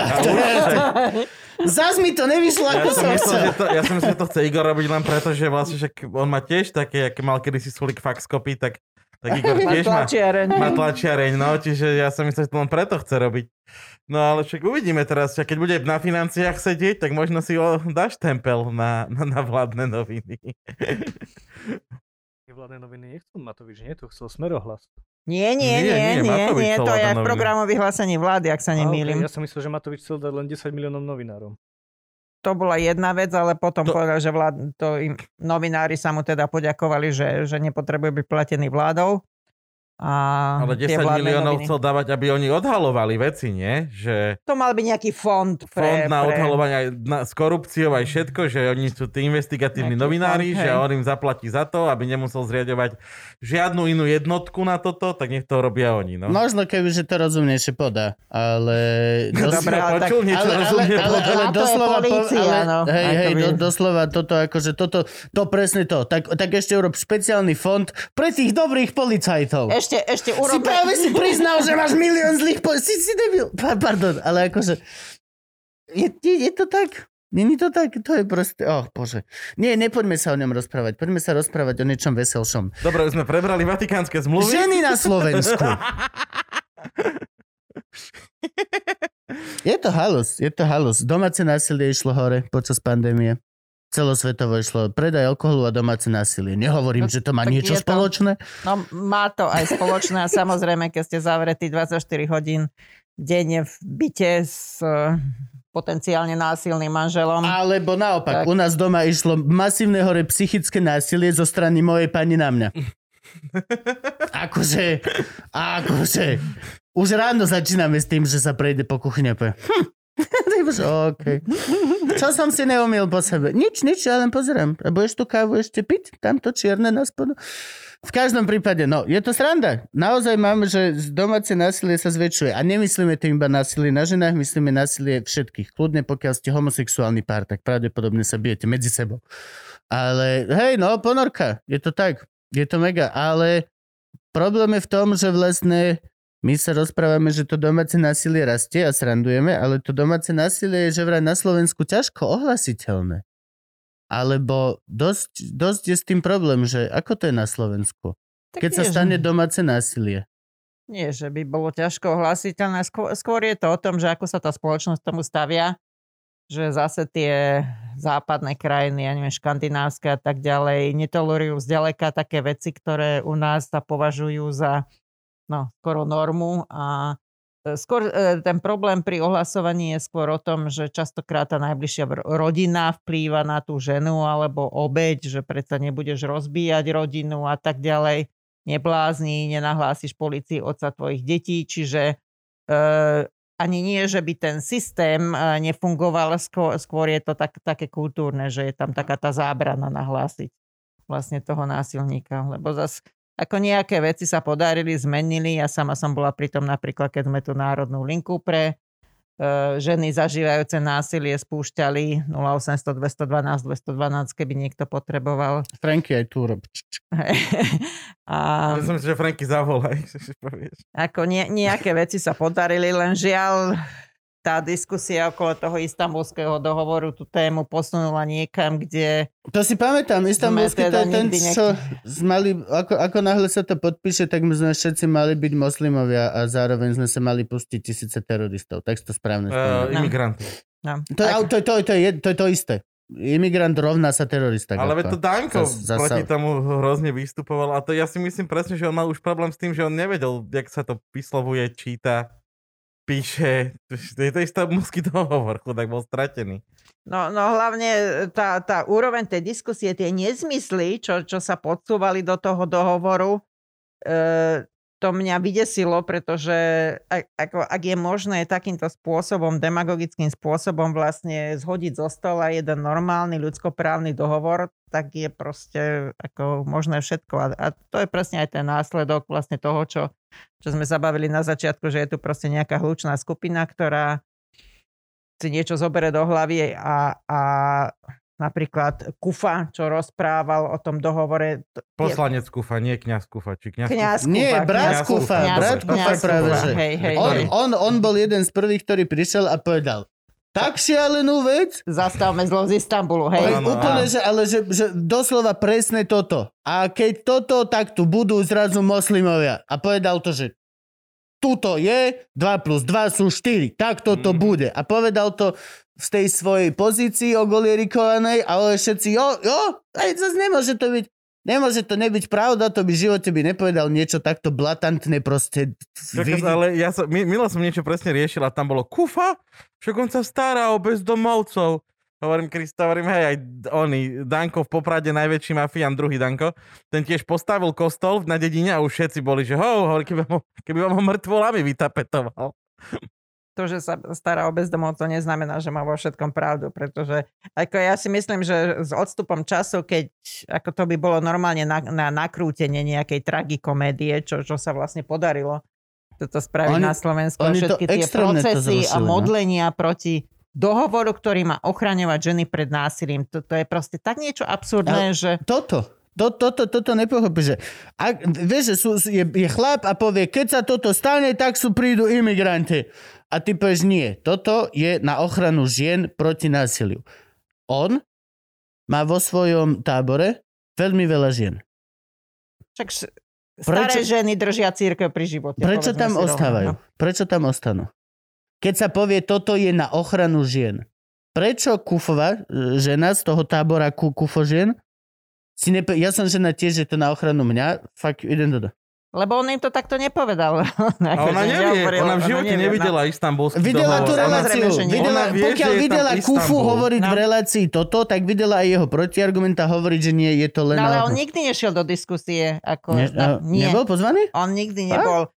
Zas mi to nevyšlo, ako ja som chcel. Ja som myslel, že to chce Igor robiť len preto, že vlastne však on má tiež také, aké mal kedysi Sulik faxkopy, tak, tak Igor tiež má, má tlačiareň. No, čiže ja som myslel, že to len preto chce robiť. No ale však uvidíme teraz, keď bude na financiách sedieť, tak možno si ho dáš tempel na, na, na vládne noviny. Vládne noviny nechcú Matovič, nie? To chcel Smerohlas. Nie, nie, nie, nie, nie, nie, nie to je v programu vyhlásení vlády, ak sa nemýlim. Okay, ja som myslel, že Matovič chcel dať len desať miliónov novinárom. To bola jedna vec, ale potom to... povedal, že vlád, to im, novinári sa mu teda poďakovali, že, že nepotrebujú byť platení vládou. A ale desať miliónov noviny chcel dávať, aby oni odhalovali veci, nie? Že to mal byť nejaký fond. Pre, fond na pre... odhalovanie aj na, s korupciou aj všetko, že oni sú tí investigatívni nejaký novinári, fond, že hej. On im zaplatí za to, aby nemusel zriaďovať žiadnu inú jednotku na toto, tak nech to robia oni. No. Možno keby, že to rozumnejšie podá, ale... Dos... Dobre, ale, počul, tak... niečo ale, ale, ale, ale, ale doslova... Polícia, ale, no. Hej, hej, do, doslova toto, akože toto, to presne to. Tak, tak ešte urob špeciálny fond pre tých dobrých policajtov. Ešte, ešte urob... Si práve si priznal, že máš milión zlých po... Si, si debil. Pardon, ale akože... Je, je, je to tak? Není to tak? To je proste... Oh, bože. Nie, nepoďme sa o ňom rozprávať. Poďme sa rozprávať o niečom veselšom. Dobre, sme prebrali vatikánske zmluvy. Ženy na Slovensku. Je to halus, je to halus. Domáce násilie išlo hore počas pandémie. Celosvetovo išlo predaj alkoholu a domáce násilie. Nehovorím, no, že to má niečo to, spoločné. No má to aj spoločné a samozrejme, keď ste zavretí dvadsaťštyri hodín denne v byte s uh, potenciálne násilným manželom. Alebo naopak, tak... u nás doma išlo masívne hore psychické násilie zo strany mojej pani na mňa. akože, akože. Už ráno začíname s tým, že sa prejde po kuchyne. Hm. Okay. Čo som si neumil po sebe? Nič, nič, ja len pozerám. A budeš tú kávu ešte piť? Tamto čierne na spodu? v každom prípade, no, je to sranda. Naozaj máme, že domáce násilie sa zväčšuje. A nemyslíme tým iba násilie na ženách, myslíme násilie všetkých. Kľudne, pokiaľ ste homosexuálny pár, tak pravdepodobne sa bijete medzi sebou. Ale hej, no, ponorka. Je to tak. Je to mega. Ale problém je v tom, že vlastne my sa rozprávame, že to domáce násilie rastie a srandujeme, ale to domáce násilie je že vraj na Slovensku ťažko ohlasiteľné. Alebo dosť, dosť je s tým problém, že ako to je na Slovensku? Tak keď nie, sa stane že... domáce násilie. Nie, že by bolo ťažko ohlasiteľné. Skôr, skôr je to o tom, že ako sa tá spoločnosť tomu stavia, že zase tie západné krajiny, ja neviem, škandinávske a tak ďalej, netolerujú zďaleka také veci, ktoré u nás sa považujú za no, skoro normu a skôr ten problém pri ohlasovaní je skôr o tom, že častokrát tá najbližšia rodina vplýva na tú ženu alebo obeť, že predsa nebudeš rozbíjať rodinu a tak ďalej. Neblázni, nenahlásiš polícii otca tvojich detí, čiže e, ani nie, že by ten systém nefungoval, skôr, skôr je to tak, také kultúrne, že je tam taká tá zábrana nahlásiť vlastne toho násilníka, lebo zase ako nejaké veci sa podarili, zmenili. Ja sama som bola pri tom napríklad, keď sme tú národnú linku pre uh, ženy zažívajúce násilie spúšťali nula osemsto dvestodvanásť dvestodvanásť, keby niekto potreboval. Franky aj tu rob. A... Myslím si, že Franky zavolaj. Ako nie, nejaké veci sa podarili, len žiaľ tá diskusia okolo toho Istanbulského dohovoru tú tému posunula niekam, kde... To si pamätám, Istanbulský to je ten, čo mali, ako, ako náhle sa to podpíše, tak my sme všetci mali byť moslimovia a zároveň sme sa mali pustiť tisíce teroristov. Tak to správne uh, imigranti. No. To, to, to, to, je, to je to isté. Imigrant rovná sa terorista. Ale veď to Danko za, proti za... tomu hrozne vystupoval a to ja si myslím presne, že on mal už problém s tým, že on nevedel, jak sa to vyslovuje, číta, píše, je to Istanbulský dohovor, chudák bol stratený. No, no hlavne tá, tá úroveň tej diskusie, tie nezmysly, čo, čo sa podsúvali do toho dohovoru, e, to mňa vydesilo, pretože ak, ako, ak je možné takýmto spôsobom, demagogickým spôsobom vlastne zhodiť zo stola jeden normálny ľudskoprávny dohovor, tak je proste ako možné všetko. A, a to je presne aj ten následok vlastne toho, čo, čo sme sa bavili na začiatku, že je tu proste nejaká hlučná skupina, ktorá si niečo zobere do hlavy a, a napríklad Kufa, čo rozprával o tom dohovore. Poslanec Kufa, nie kňaz Kufa. Či kňaz Kufa. Nie, brat Kufa. Brat Kufa práve, že. Hej, hej, on, hej. On, on bol jeden z prvých, ktorý prišiel a povedal, tak šialenú vec. Zastavme zlo z Istanbulu, hej. Ano, úplne, že, ale že, že doslova presne toto. A keď toto, tak tu budú zrazu moslimovia. A povedal to, že tuto je, dva plus dva sú štyri. Tak toto mm. bude. A povedal to z tej svojej pozícii ogolierikovanej, ale všetci, jo, jo, aj zase nemôže to byť, nemôže to nebyť pravda, to by v živote by nepovedal niečo takto blatantné proste. Čakas, ale ja som, milo som niečo presne riešil a tam bolo Kufa, však on sa stará o bezdomovcov. Hovorím, Krista, hovorím, hej, aj oni, Danko v Poprade, najväčší mafián, druhý Danko, ten tiež postavil kostol na dedine a už všetci boli, že ho, hovorí, keby, keby vám ho mŕtvolami vytapetoval. To, že sa stará o bezdomov, to neznamená, že má vo všetkom pravdu, pretože ako ja si myslím, že s odstupom času, keď ako to by bolo normálne na, na nakrútenie nejakej tragikomédie, čo, čo sa vlastne podarilo toto spraviť oni, na Slovensku, všetky tie procesy a modlenia no? proti dohovoru, ktorý má ochraňovať ženy pred násilím. To, to je proste tak niečo absurdné, ale že... Toto. Toto, toto, toto nepochopí, že ak, vieš, že sú, je, je chlap a povie, keď sa toto stane, tak sú prídu imigranti. A ty povieš, nie, toto je na ochranu žien proti násiliu. On má vo svojom tábore veľmi veľa žien. Však staré prečo, ženy držia cirkev pri živote. Prečo tam ostávajú? Rovno. Prečo tam ostanú? Keď sa povie, toto je na ochranu žien. Prečo Kufova, žena z toho tábora Kufo žien, Si nepo... Ja som žena tiež, že to na ochranu mňa, fakt idem do. Lebo on im to takto nepovedal. A ona nevie, ona v živote ona nevidela no. Istanbulský videla dohovor. tú reláciu. Videla, vie, pokiaľ videla Kufu hovoriť no. v relácii toto, tak videla aj jeho protiargumenta hovoriť, že nie, je to len... No ale na... on nikdy nešiel do diskusie. Ako, ne, no, nie. Nebol pozvaný? On nikdy nebol.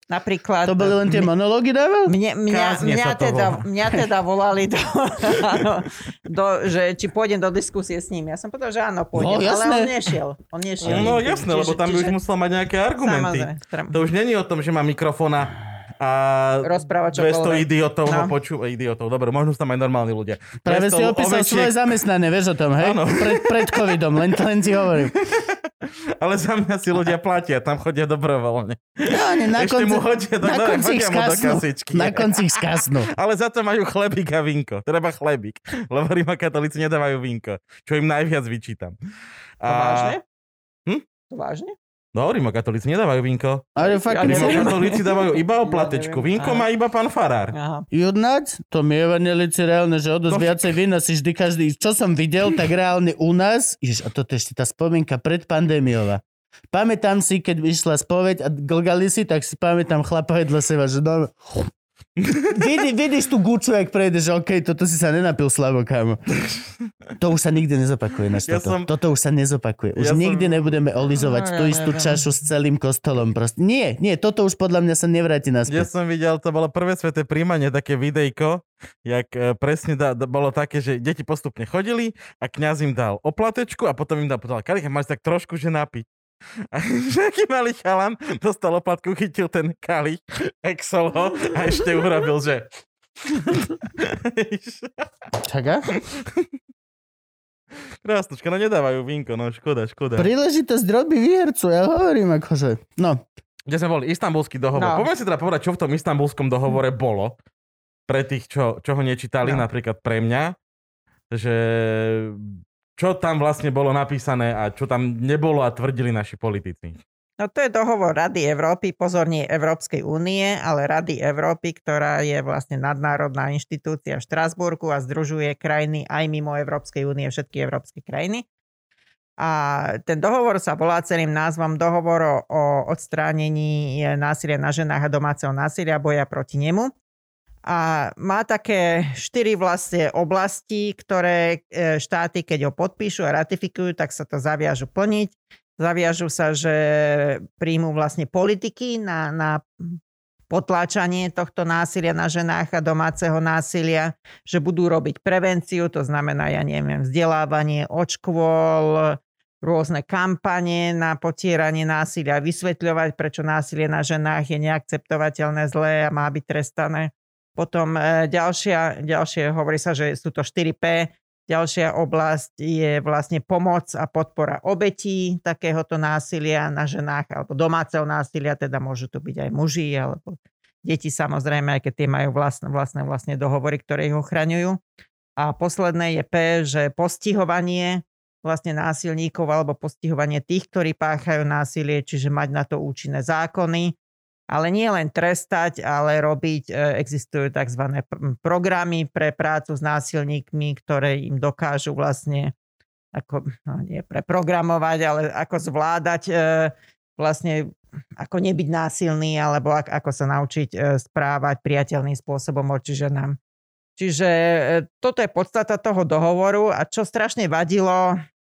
Napríklad... To boli len tie monológy dával? Mne, mňa, Kázne mňa, sa to teda, volá. mňa teda volali, do, áno, do, že či pôjdem do diskusie s ním. Ja som povedal, že áno, pôjdem. No, ale jasné. on nešiel. On nešiel. No nikdy. jasné, lebo tam by už musel mať nejaké argumenty. Samozrejme. To už není o tom, že má mikrofón a a rozpráva dvesto čokoľvek. idiotov ho No. počúva. Idiotov, dobre, možno sú tam aj normálni ľudia. Práve si dvesto opísal ovečiek, svoje zamestnané, vieš o tom, hej? Áno. Pred, pred covidom, len, len ti hovorím. Ale za mňa si ľudia platia, tam chodia dobrovoľne. No, nie, na Ešte konci, mu hodia, na dobre, konci ich hodia mu do skasnú. kasičky. Na konci ich skasnú. Ale za to majú chlebík a vínko. Treba chlebík. Lebo rímokatolíci nedávajú vínko. Čo im najviac vyčítam. To vážne? Hm? To vážne? No, rímokatolíci nedávajú vínko. Ale fakt, Ja neviem. Rímokatolíci dávajú iba oplatečku. Vínko má iba pán farár. Aha. Judnať, to mi je vanilici reálne, že o dosť No. viacej vína si vždy každý, čo som videl, tak reálne u nás, jež, a toto je ešte tá spomienka pred pandémiová. Pamätám si, keď išla spoveď a glgali si, tak si pamätám chlapa vedľa seba, že no... Vidí, vidíš tú guču, jak prejde, že okej, okay, toto si sa nenapil, Slavo, kámo. To už sa nikdy nezopakuje, naš Ja toto. som- Toto už sa nezopakuje. Už Ja nikdy som- nebudeme olizovať No, tú ja istú neviem. čašu s celým kostolom. Proste. Nie, nie, toto už podľa mňa sa nevráti Ja naspäť. som videl, to bolo prvé sveté príjmanie, také videjko, jak e, presne da, da, bolo také, že deti postupne chodili a kňaz im dal oplatečku a potom im dal, dal kalich a mali sa tak trošku, že napiť. A že aký malý chalan dostal oplatku, chytil ten kalich, exol ho a ešte urobil, že... Čaká? Krásnočka, no nedávajú vínko, no škoda, škoda. Príležitosť robí výhercu, ja hovorím akože. No, Kde sme boli? Istanbulský dohovor. No. Poďme si teda povedať, čo v tom Istanbulskom dohovore bolo. Pre tých, čo, čo ho nečítali, No. napríklad pre mňa. Že čo tam vlastne bolo napísané a čo tam nebolo a tvrdili naši politici. No to je dohovor Rady Európy, pozor, nie Európskej únie, ale Rady Európy, ktorá je vlastne nadnárodná inštitúcia v Štrasburgu a združuje krajiny aj mimo Európskej únie, všetky európske krajiny. A ten dohovor sa volá celým názvom Dohovor o, o odstránení násilia na ženách a domáceho násilia, boja proti nemu. A má také štyri vlastne oblasti, ktoré e, štáty, keď ho podpíšu a ratifikujú, tak sa to zaviažu plniť. Zaviažu sa, že príjmú vlastne politiky na, na potláčanie tohto násilia na ženách a domáceho násilia, že budú robiť prevenciu, to znamená, ja neviem, vzdelávanie od škôl, rôzne kampane na potieranie násilia, vysvetľovať, prečo násilie na ženách je neakceptovateľné, zlé a má byť trestané. Potom e, ďalšia, ďalšie, hovorí sa, že sú to štyri pé. Ďalšia oblasť je vlastne pomoc a podpora obetí takéhoto násilia na ženách alebo domáceho násilia, teda môžu to byť aj muži alebo deti samozrejme, aj keď tie majú vlastné, vlastné, vlastne dohovory, ktoré ich ochraňujú. A posledné je P, že postihovanie vlastne násilníkov alebo postihovanie tých, ktorí páchajú násilie, čiže mať na to účinné zákony. Ale nie len trestať, ale robiť, existujú tzv. Programy pre prácu s násilníkmi, ktoré im dokážu vlastne ako, no nie preprogramovať, ale ako zvládať vlastne, ako nebyť násilný, alebo ako sa naučiť správať priateľným spôsobom voči ženám. Čiže toto je podstata toho dohovoru a čo strašne vadilo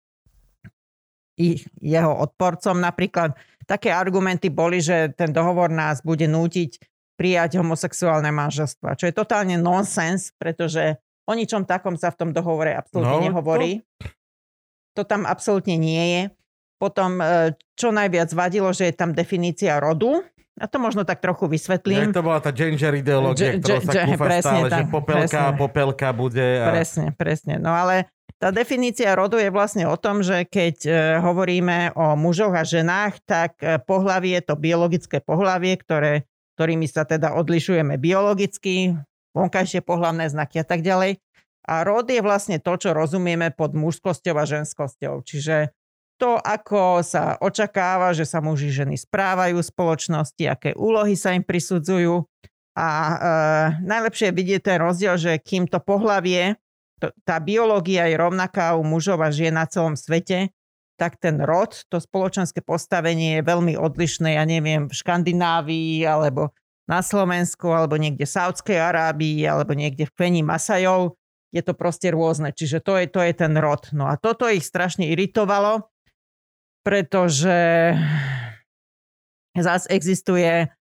i jeho odporcom napríklad, také argumenty boli, že ten dohovor nás bude nútiť prijať homosexuálne manželstva, čo je totálne nonsens, pretože o ničom takom sa v tom dohovore absolútne No, nehovorí. To... to tam absolútne nie je. Potom, čo najviac vadilo, že je tam definícia rodu. A to možno tak trochu vysvetlím. Jak to bola tá gender ideológia, Ge- ktorá ge- sa ge- kúfa presne stále, že tak, popelka a presne. popelka bude. A... Presne, presne. No ale tá definícia rodu je vlastne o tom, že keď e, hovoríme o mužoch a ženách, tak e, pohlavie je to biologické pohlavie, ktoré, ktorými sa teda odlišujeme biologicky, vonkajšie pohlavné znaky a tak ďalej. A rod je vlastne to, čo rozumieme pod mužskosťou a ženskosťou. Čiže to, ako sa očakáva, že sa muži ženy správajú v spoločnosti, aké úlohy sa im prisudzujú. A e, najlepšie je vidieť ten rozdiel, že kým to pohlavie, to, tá biológia je rovnaká u mužov a žien na celom svete, tak ten rod, to spoločenské postavenie je veľmi odlišné, ja neviem, v Škandinávii, alebo na Slovensku, alebo niekde v Saudskej Arábii, alebo niekde v kmeni Masajov. Je to proste rôzne, čiže to je, to je ten rod. No a toto ich strašne iritovalo, pretože zás existuje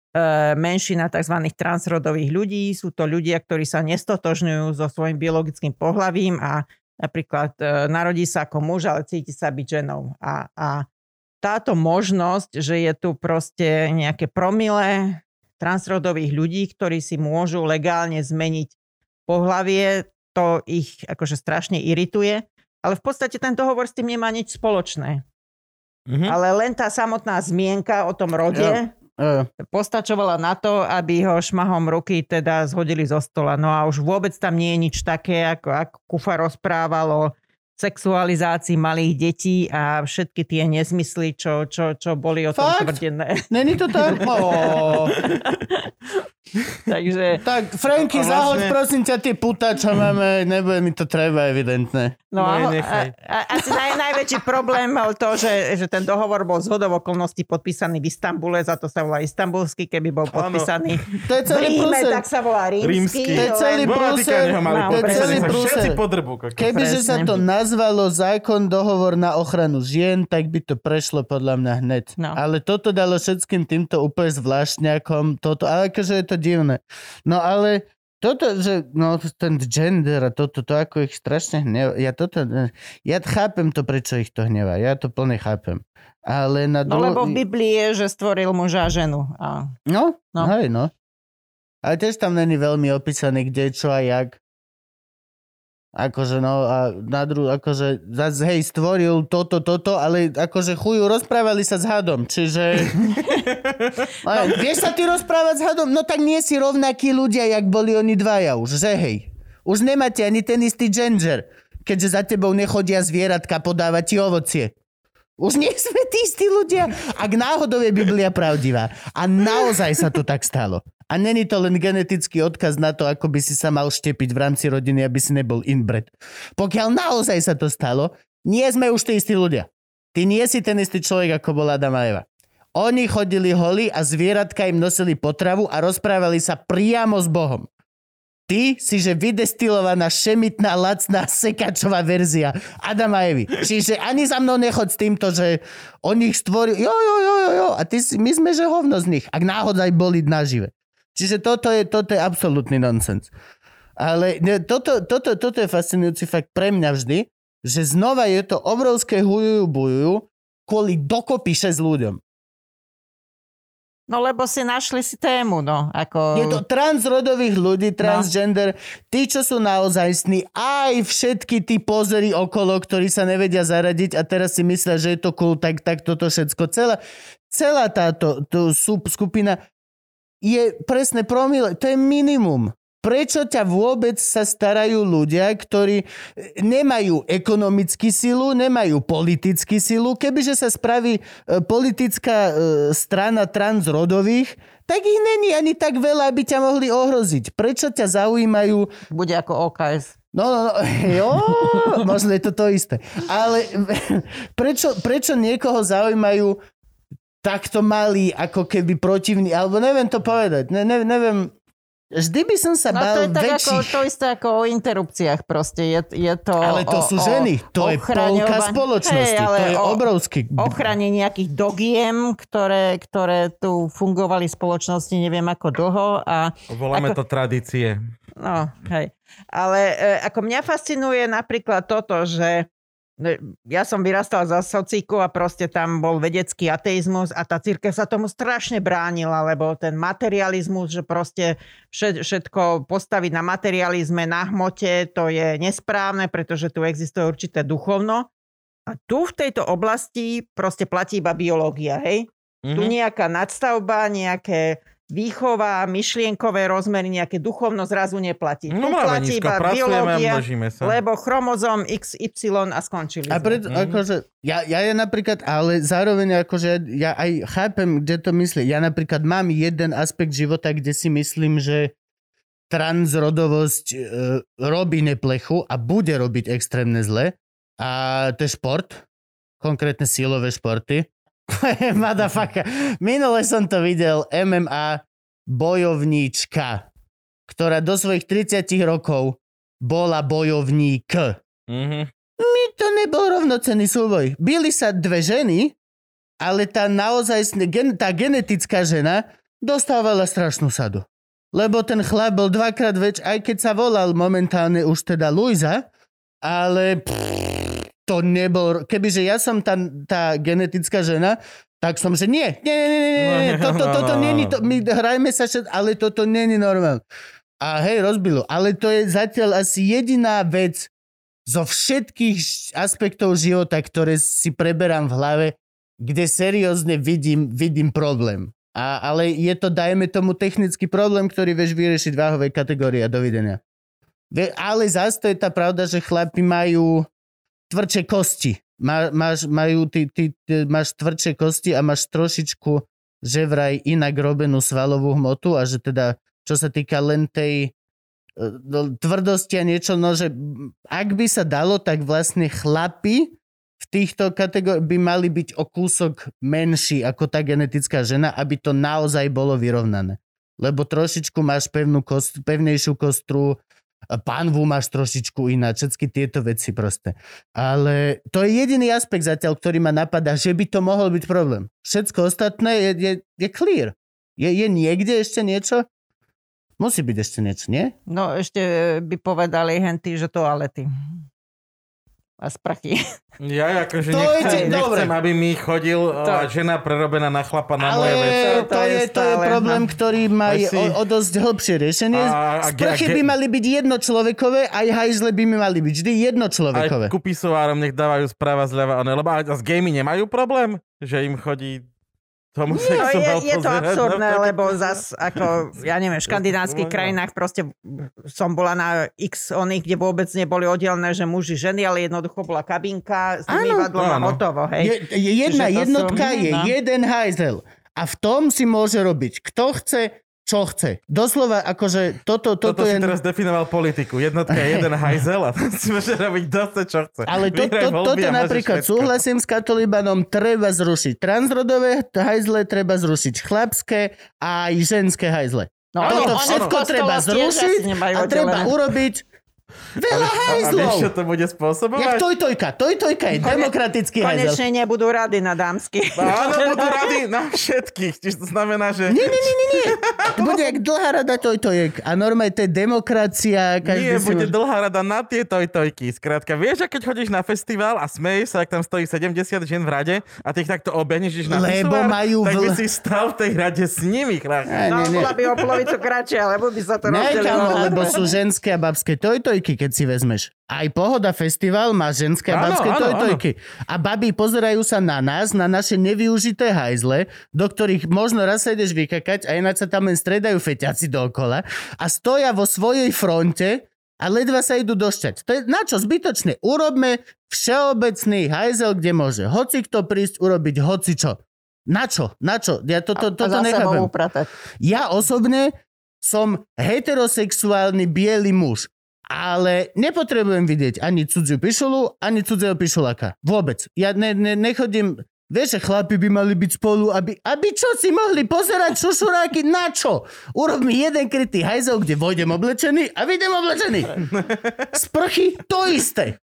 menšina tzv. Transrodových ľudí. Sú to ľudia, ktorí sa nestotožňujú so svojím biologickým pohlavím a napríklad e, narodí sa ako muž, ale cíti sa byť ženou. A, a táto možnosť, že je tu proste nejaké promile transrodových ľudí, ktorí si môžu legálne zmeniť pohlavie, to ich akože strašne irituje. Ale v podstate ten dohovor s tým nemá nič spoločné. Mm-hmm. Ale len tá samotná zmienka o tom rode ja. Uh. postačovala na to, aby ho šmahom ruky teda zhodili zo stola. No a už vôbec tam nie je nič také, ako, ako Kufa rozprával o sexualizácii malých detí a všetky tie nezmysly, čo, čo, čo boli o tom tvrdené. Není to tak? Oh. Takže... Tak, Franky, vlastne... zahoď prosím ťa tie puta, čo máme, nebude mi to treba, evidentné. No a, a, a asi naj, najväčší problém bol to, že, že ten dohovor bol zhodou okolností podpísaný v Istambule, za to sa volá istambulský, keby bol podpísaný to je celý v Ríme, prúser. tak sa volá rímsky. rímsky. To je celý prúser. To je celý prúser. Kebyže sa to nazvalo zákon dohovor na ochranu žien, tak by to prešlo podľa mňa hneď. No. Ale toto dalo všetkým týmto úplne zvláštňakom, toto, ale akože je to divné. No ale toto, že no, ten gender a toto, to ako ich strašne hneva. Ja toto, ja chápem to, prečo ich to hneva. Ja to plne chápem. Ale na dolo... No lebo v Biblii je, že stvoril muža a ženu. A... No, no, hej, no. Ale tiež tam není veľmi opísaný, kde, čo a jak. Akože no a na druhú, akože zase hej, stvoril toto, toto, ale akože chujú, rozprávali sa s hadom, čiže... no, vieš sa ty rozprávať s hadom? No tak nie si rovnakí ľudia, jak boli oni dvaja už, že hej. Už nemáte ani ten istý gender, keďže za tebou nechodia zvieratka podávať ti ovocie. Už nie sme tí istí ľudia. Ak náhodou je Biblia pravdivá. A naozaj sa to tak stalo. A není to len genetický odkaz na to, ako by si sa mal štepiť v rámci rodiny, aby si nebol inbred. Pokiaľ naozaj sa to stalo, nie sme už tí istí ľudia. Ty nie si ten istý človek, ako bol Adam a Eva. Oni chodili holí a zvieratka im nosili potravu a rozprávali sa priamo s Bohom. Ty si, že vydestilovaná, šemitná, lacná, sekačová verzia Adama a Evy. Čiže ani za mnou nechod s týmto, že on ich stvoril, jo, jo, jo, jo, jo, a ty si, my sme, že hovno z nich, ak náhodaj boli nažive. Čiže toto je, toto je absolútny nonsens. Ale ne, toto, toto, toto je fascinujúci fakt pre mňa vždy, že znova je to obrovské hujujú, bujujú kvôli dokopy šesť ľuďom. No lebo si našli si tému, no. Ako... Je to transrodových ľudí, transgender, no. Tí, čo sú naozajstní, aj všetky tí pozery okolo, ktorí sa nevedia zaradiť a teraz si myslia, že je to cool, tak, tak toto všetko. Celá, celá táto skupina je presne promile, to je minimum. Prečo ťa vôbec sa starajú ľudia, ktorí nemajú ekonomickú silu, nemajú politickú silu? Kebyže sa spraví e, politická e, strana transrodových, tak ich není ani tak veľa, aby ťa mohli ohroziť. Prečo ťa zaujímajú... Bude ako ó ká es. No, no, no, jo, možno je to to isté. Ale prečo, prečo niekoho zaujímajú takto malí, ako keby protivní, alebo neviem to povedať, ne, ne, neviem... Vždy by som sa no, bál to je tak väčších... Ako, to isté ako o interrupciách proste. Je, je to ale to o, sú ženy. To je polka spoločnosti. Hey, to je o, obrovský... Ochrane nejakých dogiem, ktoré, ktoré tu fungovali v spoločnosti neviem ako dlho. A voláme ako, to tradície. No, hej. Ale e, ako mňa fascinuje napríklad toto, že ja som vyrastal za sociku a proste tam bol vedecký ateizmus a tá cirkev sa tomu strašne bránila, lebo ten materializmus, že proste všetko postaviť na materializme, na hmote, to je nesprávne, pretože tu existuje určité duchovno. A tu v tejto oblasti proste platí iba biológia, hej? Mm-hmm. Tu nejaká nadstavba, nejaké výchova, myšlienkové rozmery, nejaké duchovno zrazu neplatí. No, tu platí iba biológia, sa. lebo chromozom iks ypsilon a skončili a pred, sme. Akože, ja, ja je napríklad, ale zároveň akože ja aj chápem, kde to myslí. Ja napríklad mám jeden aspekt života, kde si myslím, že transrodovosť e, robí neplechu a bude robiť extrémne zle. A to je šport, konkrétne silové športy. Motherfucker. Minule som to videl, em em á bojovníčka, ktorá do svojich tridsať rokov bola bojovník. Mm-hmm. Mi to nebol rovnocenný súboj. Bili sa dve ženy, ale tá naozaj, tá genetická žena dostávala strašnú sadu. Lebo ten chlap bol dvakrát väčší, aj keď sa volal momentálne už teda Luisa, ale pff, to nebol... Kebyže ja som tá, tá genetická žena, tak som, že nie, nie, nie, nie, nie, nie, toto, toto nie, to, my hrajme sa všet, ale toto nie je normálne. A hej, rozbilo. Ale to je zatiaľ asi jediná vec zo všetkých aspektov života, ktoré si preberám v hlave, kde seriózne vidím, vidím problém. A, ale je to, dajme tomu, technický problém, ktorý vieš vyriešiť v váhovej kategórii a dovidenia. Ale zase to je tá pravda, že chlapi majú tvrdšie kosti. Má, máš, majú, ty, ty, ty, máš tvrdšie kosti a máš trošičku že vraj inak robenú svalovú hmotu a že teda, čo sa týka len tej uh, tvrdosti a niečo, no že ak by sa dalo, tak vlastne chlapi v týchto kategóriách by mali byť o kúsok menší ako tá genetická žena, aby to naozaj bolo vyrovnané. Lebo trošičku máš pevnú kost, pevnejšiu kostru, pánvu máš trošičku ináč, všetky tieto veci proste. Ale to je jediný aspekt zatiaľ, ktorý ma napadá, že by to mohol byť problém. Všetko ostatné je, je, je clear. Je, je niekde ešte niečo? Musí byť ešte niečo, nie? No ešte by povedali henty, že toalety. A sprchy. Ja akože to nechcem, je, nechcem aby mi chodil to. žena prerobená na chlapa na moje veci. Ale to, to, je, to je problém, ktorý má si... o, o dosť hlbšie riešenie. A, a, Sprchy a, a, by mali byť jednočlovekové, aj hajzle by mi mali byť vždy jednočlovekové. Aj ku pisovárom nech dávajú správa zľava, lebo a s gejmi nemajú problém, že im chodí No, je, je to absurdné, lebo zas ako, ja neviem, v škandinávskych krajinách proste som bola na X oných, kde vôbec neboli oddelené, že muži, ženy, ale jednoducho bola kabinka s umývadlom a hotovo, hej. Je, jedna jednotka sú, je no. jeden hajzel a v tom si môže robiť kto chce, čo chce. Doslova, akože toto... Toto, toto je... si teraz definoval politiku. Jednotka je jeden hajzel a si môže robiť dosť, čo chce. Ale to, to, toto napríklad súhlasím s Katolíbanom, treba zrušiť transrodové hajzle, treba zrušiť chlapské a aj ženské hajzle. No, toto ono, všetko ono, treba zrušiť a treba urobiť veľa hajzlov. A vieš, čo to bude spôsobovať? Jak tojtojka. Tojtojka je Kone, demokratický hajzel. Konečne nebudú rady na dámsky. Áno, budú rady na všetkých. Čiže to znamená, že... Nie, nie, nie, nie. nie. To bude jak dlhá rada tojtojek. A normálne to je demokracia. Nie, bude si... dlhá rada na tie tojtojky. Skrátka, vieš, keď chodíš na festival a smeješ sa, ak tam stojí sedemdesiat žien v rade a ty ich takto obehneš na lebo festival, majú tak vl... by si stal v tej rade s nimi. No, bola by o polovicu kratšia, lebo by sa to rozdelilo. Lebo sú ženské a babské tojtojky, keď si vezmeš. Aj Pohoda festival má ženské a babské tojtojky. A babi pozerajú sa na nás, na naše nevyužité hajzle, do ktorých možno raz sa ideš vykakať a ináč sa tam len stredajú feťaci dookola a stoja vo svojej fronte a ledva sa idú došťať. To je na čo zbytočne? Urobme všeobecný hajzel, kde môže hoci kto prísť urobiť hoci čo. Na čo? Na čo? Ja to, to, to, to nechápem. Ja osobne som heterosexuálny biely muž. Ale nepotrebujem vidieť ani cudziu pišulu, ani cudzieho pišuláka. Vôbec. Ja ne, ne, nechodím... Vieš, že chlapi by mali byť spolu, aby, aby čo si mohli pozerať šušuráky, na čo? Urob mi jeden krytý hajzel, kde vojdem oblečený a vyjdem oblečený. Sprchy, to isté.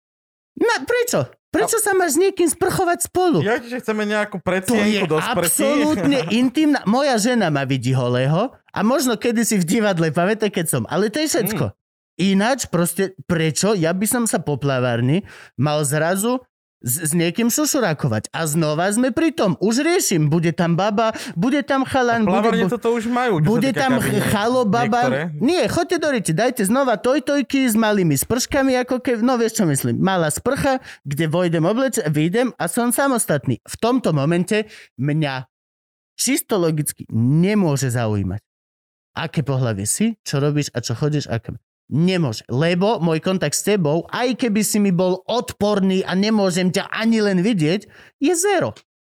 Na, prečo? Prečo sa máš s niekým sprchovať spolu? Ja, že chceme nejakú predsienku do sprchy. To je absolútne intimná... Moja žena ma vidí holého a možno kedysi v divadle, pamätaj, keď som. Ale to je všetko. Mm. Ináč proste, prečo ja by som sa po plavárni mal zrazu s, s niekým šušurákovať. A znova sme pri tom. Už riešim. Bude tam baba, bude tam chalan. Plavárne bude, toto už majú. Bude tam kabine, chalo baba. Niektoré. Nie, choďte do riti. Dajte znova tojtojky s malými sprškami, ako keď, no vieš čo myslím. Malá sprcha, kde vojdem obleč, vyjdem a som samostatný. V tomto momente mňa čisto logicky nemôže zaujímať. Aké pohlavie si, čo robíš a čo chodíš, aké... Nemôže, lebo môj kontakt s tebou, aj keby si mi bol odporný a nemôžem ťa ani len vidieť, je zero.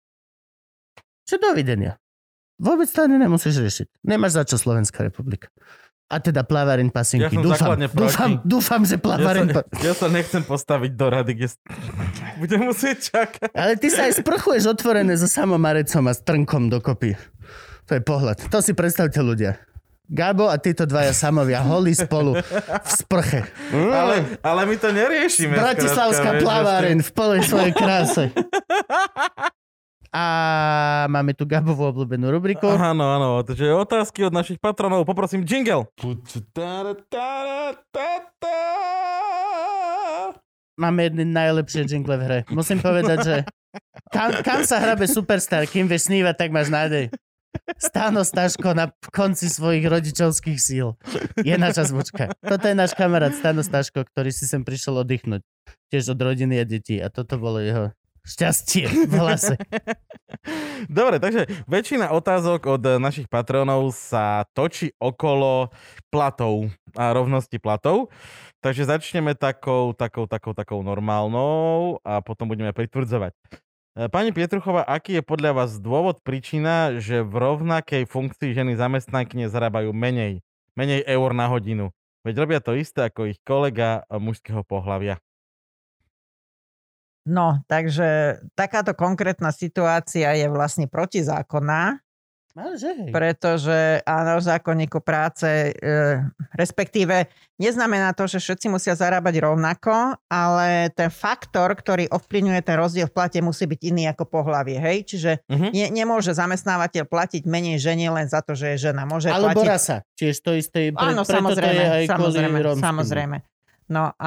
Čo dovidenia. Vôbec to ani nemusíš riešiť. Nemáš za čo Slovenská republika. A teda plaváreň pasinky. Ja dúfam, dúfam, dúfam, že plaváreň... Ja sa, ja sa nechcem postaviť do rady, kde budem musieť čakať. Ale ty sa aj sprchuješ otvorené so samomarecom a s trnkom dokopy. To je pohľad. To si predstavte ľudia. Gabo a títo dvaja samovia holí spolu v sprche. Mm. Ale, ale my to neriešime. Bratislavská plaváreň v plnej svojej kráse. A máme tu Gabovú obľúbenú rubriku. Áno, áno, takže otázky od našich patronov, poprosím jingle. Máme jedny najlepšie jingle v hre. Musím povedať, že kam, kam sa hrabe Superstar, kým vieš snívať, tak máš nádej. Stano Staško na konci svojich rodičovských síl. Je naša zvučka. Toto je náš kamarát Stano Staško, ktorý si sem prišiel oddychnúť. Tiež od rodiny a detí. A toto bolo jeho šťastie v hlase. Dobre, takže väčšina otázok od našich patronov sa točí okolo platov a rovnosti platov. Takže začneme takou, takou, takou, takou normálnou a potom budeme pritvrdzovať. Pani Pietruchová, aký je podľa vás dôvod, príčina, že v rovnakej funkcii ženy zamestnankyne zarábajú menej, menej eur na hodinu? Veď robia to isté ako ich kolega mužského pohlavia. No, takže takáto konkrétna situácia je vlastne protizákonná, pretože áno, v zákonníku práce, e, respektíve neznamená to, že všetci musia zarábať rovnako, ale ten faktor, ktorý ovplyvňuje ten rozdiel v plate, musí byť iný ako pohlavie, hej? Čiže uh-huh. ne, nemôže zamestnávateľ platiť menej žene len za to, že je žena. Môže Alebo platiť... rasa, tiež to isté. Pre, áno, preto samozrejme, to je aj samozrejme, samozrejme. No a...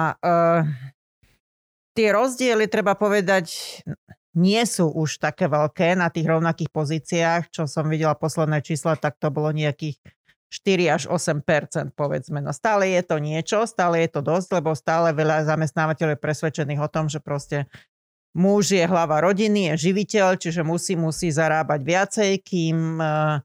E, Tie rozdiely, treba povedať, nie sú už také veľké na tých rovnakých pozíciách. Čo som videla posledné čísla, tak to bolo nejakých štyri až osem percent, povedzme. No stále je to niečo, stále je to dosť, lebo stále veľa zamestnávateľov je presvedčených o tom, že proste muž je hlava rodiny, je živiteľ, čiže musí, musí zarábať viacej, kým...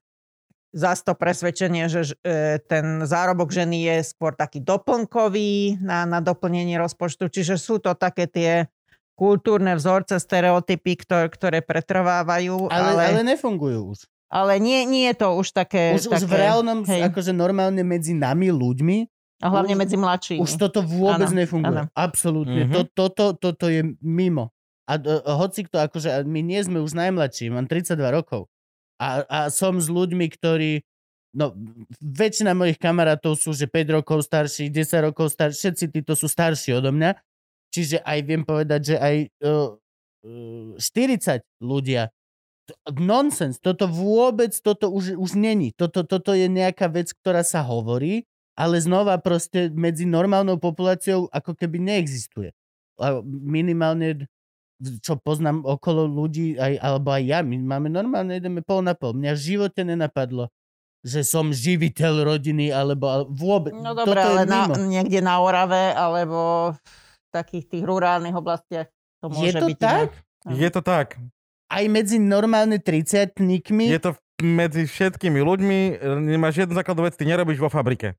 Zas to presvedčenie, že ten zárobok ženy je skôr taký doplnkový na, na doplnenie rozpočtu. Čiže sú to také tie kultúrne vzorce, stereotypy, ktoré, ktoré pretrvávajú. Ale, ale, ale nefungujú už. Ale nie, nie je to už také... Už, také, už v reálnom, hej. akože normálne medzi nami ľuďmi. A hlavne už, medzi mladšími. Už toto vôbec ano, nefunguje. Ano. Absolútne. Mm-hmm. To, toto, toto je mimo. A uh, hoci kto, akože my nie sme už najmladší, mám tridsaťdva rokov. A, a som s ľuďmi, ktorí, no väčšina mojich kamarátov sú, že päť rokov starší, desať rokov starší, všetci títo sú starší odo mňa, čiže aj viem povedať, že aj uh, uh, štyridsať ľudia, nonsens, toto vôbec, toto už, už není, toto, toto je nejaká vec, ktorá sa hovorí, ale znova proste medzi normálnou populáciou ako keby neexistuje. A minimálne... čo poznám okolo ľudí, aj, alebo aj ja, my máme normálne, ideme pol na pol. Mňa v živote nenapadlo, že som živiteľ rodiny, alebo, alebo vôbec. No dobré, ale na, niekde na Orave, alebo v takých tých rurálnych oblastiach to môže je to byť. Tak? Ne? Je to tak. Aj medzi normálne tridsiatnikmi? Je to medzi všetkými ľuďmi, nemáš jednu základnú vec, ty nerobíš vo fabrike.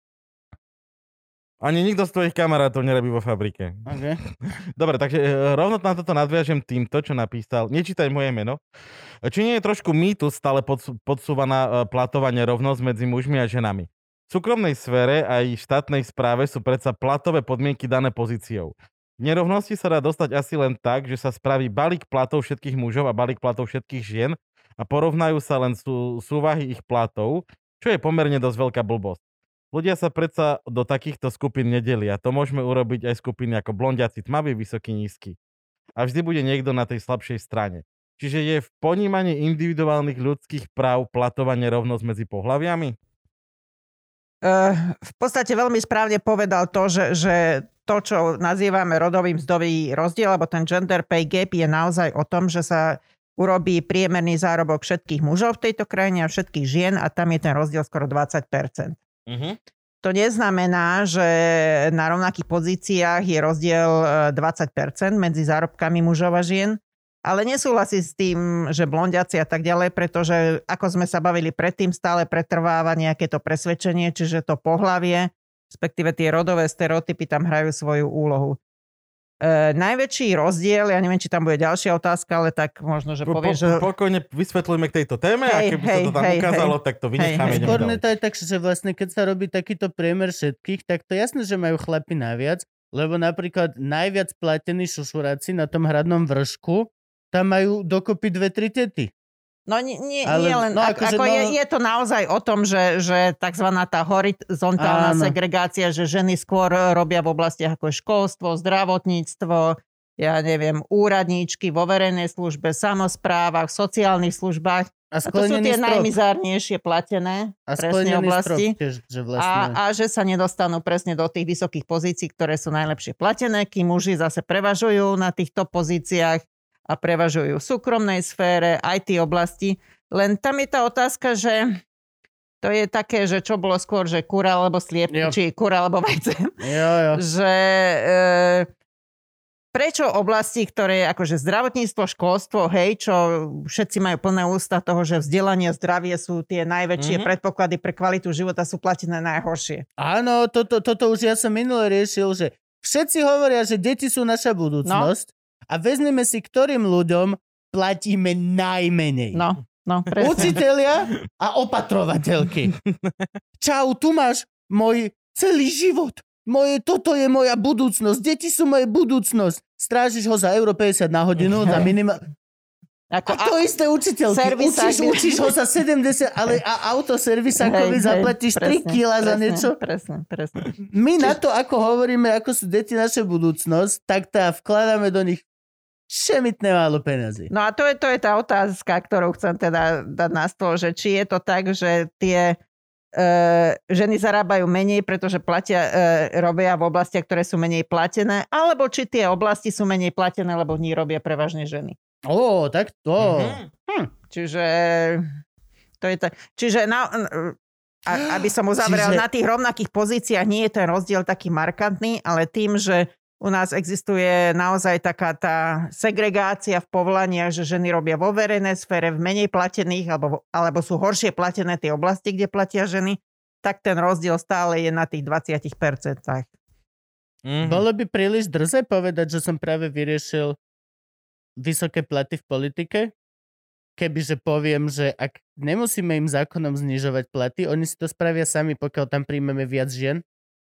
Ani nikto z tvojich kamarátov nerobí vo fabrike. Okay. Dobre, takže rovno na toto nadviažem týmto, čo napísal. Nečítaj moje meno. Či nie je trošku mýtus stále podsúvaná platová nerovnosť medzi mužmi a ženami? V súkromnej sfére aj štátnej správe sú predsa platové podmienky dané pozíciou. V nerovnosti sa dá dostať asi len tak, že sa spraví balík platov všetkých mužov a balík platov všetkých žien a porovnajú sa len sú, súvahy ich platov, čo je pomerne dosť veľká blbosť. Ľudia sa predsa do takýchto skupín nedelia. To môžeme urobiť aj skupiny ako blondiaci, tmavý, vysoký, nízky. A vždy bude niekto na tej slabšej strane. Čiže je v ponímaní individuálnych ľudských práv platová nerovnosť medzi pohlaviami? Uh, v podstate veľmi správne povedal to, že, že to, čo nazývame rodový mzdový rozdiel, alebo ten gender pay gap je naozaj o tom, že sa urobí priemerný zárobok všetkých mužov v tejto krajine a všetkých žien a tam je ten rozdiel skoro dvadsať percent. Uh-huh. To neznamená, že na rovnakých pozíciách je rozdiel dvadsať percent medzi zárobkami mužov a žien, ale nesúhlasí s tým, že blondiaci a tak ďalej, pretože ako sme sa bavili predtým, stále pretrváva nejaké to presvedčenie, čiže to pohlavie, respektíve tie rodové stereotypy tam hrajú svoju úlohu. E, najväčší rozdiel, ja neviem, či tam bude ďalšia otázka, ale tak možno, že po, povieš, po, že... Pokojne vysvetlujeme k tejto téme hej, a keby hej, sa to tam hej, ukázalo, hej, tak to vynecháme. hej, Skôrne to je tak, že vlastne keď sa robí takýto priemer všetkých, tak to jasné, že majú chlapi najviac, lebo napríklad najviac platení šušuráci na tom hradnom vršku, tam majú dokopy dve, tri tety. No nie, nie, ale, nie len, no, ako, akože, ako no... je, je to naozaj o tom, že, že takzvaná tá horizontálna Áno. segregácia, že ženy skôr robia v oblastiach ako školstvo, zdravotníctvo, ja neviem, úradníčky vo verejnej službe, samosprávach, sociálnych službách. A, a to sú tie strop. najmizárnejšie platené a presne oblasti. Tiež, že vlastne... a, a že sa nedostanú presne do tých vysokých pozícií, ktoré sú najlepšie platené, kým muži zase prevažujú na týchto pozíciách a prevažujú v súkromnej sfére, í té oblasti. Len tam je tá otázka, že to je také, že čo bolo skôr, že kura alebo sliep, jo. či kura alebo vajce. Jo, jo. Že e, prečo oblasti, ktoré akože zdravotníctvo, školstvo, hej, čo všetci majú plné ústa toho, že vzdelanie a zdravie sú tie najväčšie mm-hmm. predpoklady pre kvalitu života, sú platené najhoršie. Áno, toto, toto už ja som minule riešil, že všetci hovoria, že deti sú naša budúcnosť no. a vezmeme si, ktorým ľuďom platíme najmenej. No. No, učitelia a opatrovateľky. Čau, tu máš môj celý život. Moje, toto je moja budúcnosť. Deti sú moje budúcnosť. Strážiš ho za euro päťdesiat na hodinu, za minimál... Ako, a to a... isté učiteľky. Učíš, učíš ho za sedemdesiat, ale a autoservisákovi zaplatíš tri kilá za niečo. Presne, presne. My Čiž... na to, ako hovoríme, ako sú deti naša budúcnosť, tak tá vkladáme do nich šemitné málo peniazy. No a to je, to je tá otázka, ktorú chcem teda dať na stôl, že či je to tak, že tie e, ženy zarábajú menej, pretože platia, e, robia v oblastiach, ktoré sú menej platené, alebo či tie oblasti sú menej platené, lebo v nich robia prevažne ženy. Ó, tak to. Mm-hmm. Hm. Čiže to je tak. Čiže na, a, aby som uzavrel, Čiže... na tých rovnakých pozíciách nie je ten rozdiel taký markantný, ale tým, že u nás existuje naozaj taká tá segregácia v povolaniach, že ženy robia vo verejnej sfére, v menej platených, alebo, alebo sú horšie platené tie oblasti, kde platia ženy, tak ten rozdiel stále je na tých dvadsať percent. Mm-hmm. Bolo by príliš drze povedať, že som práve vyriešil vysoké platy v politike? Kebyže poviem, že ak nemusíme im zákonom znižovať platy, oni si to spravia sami, pokiaľ tam príjmeme viac žien?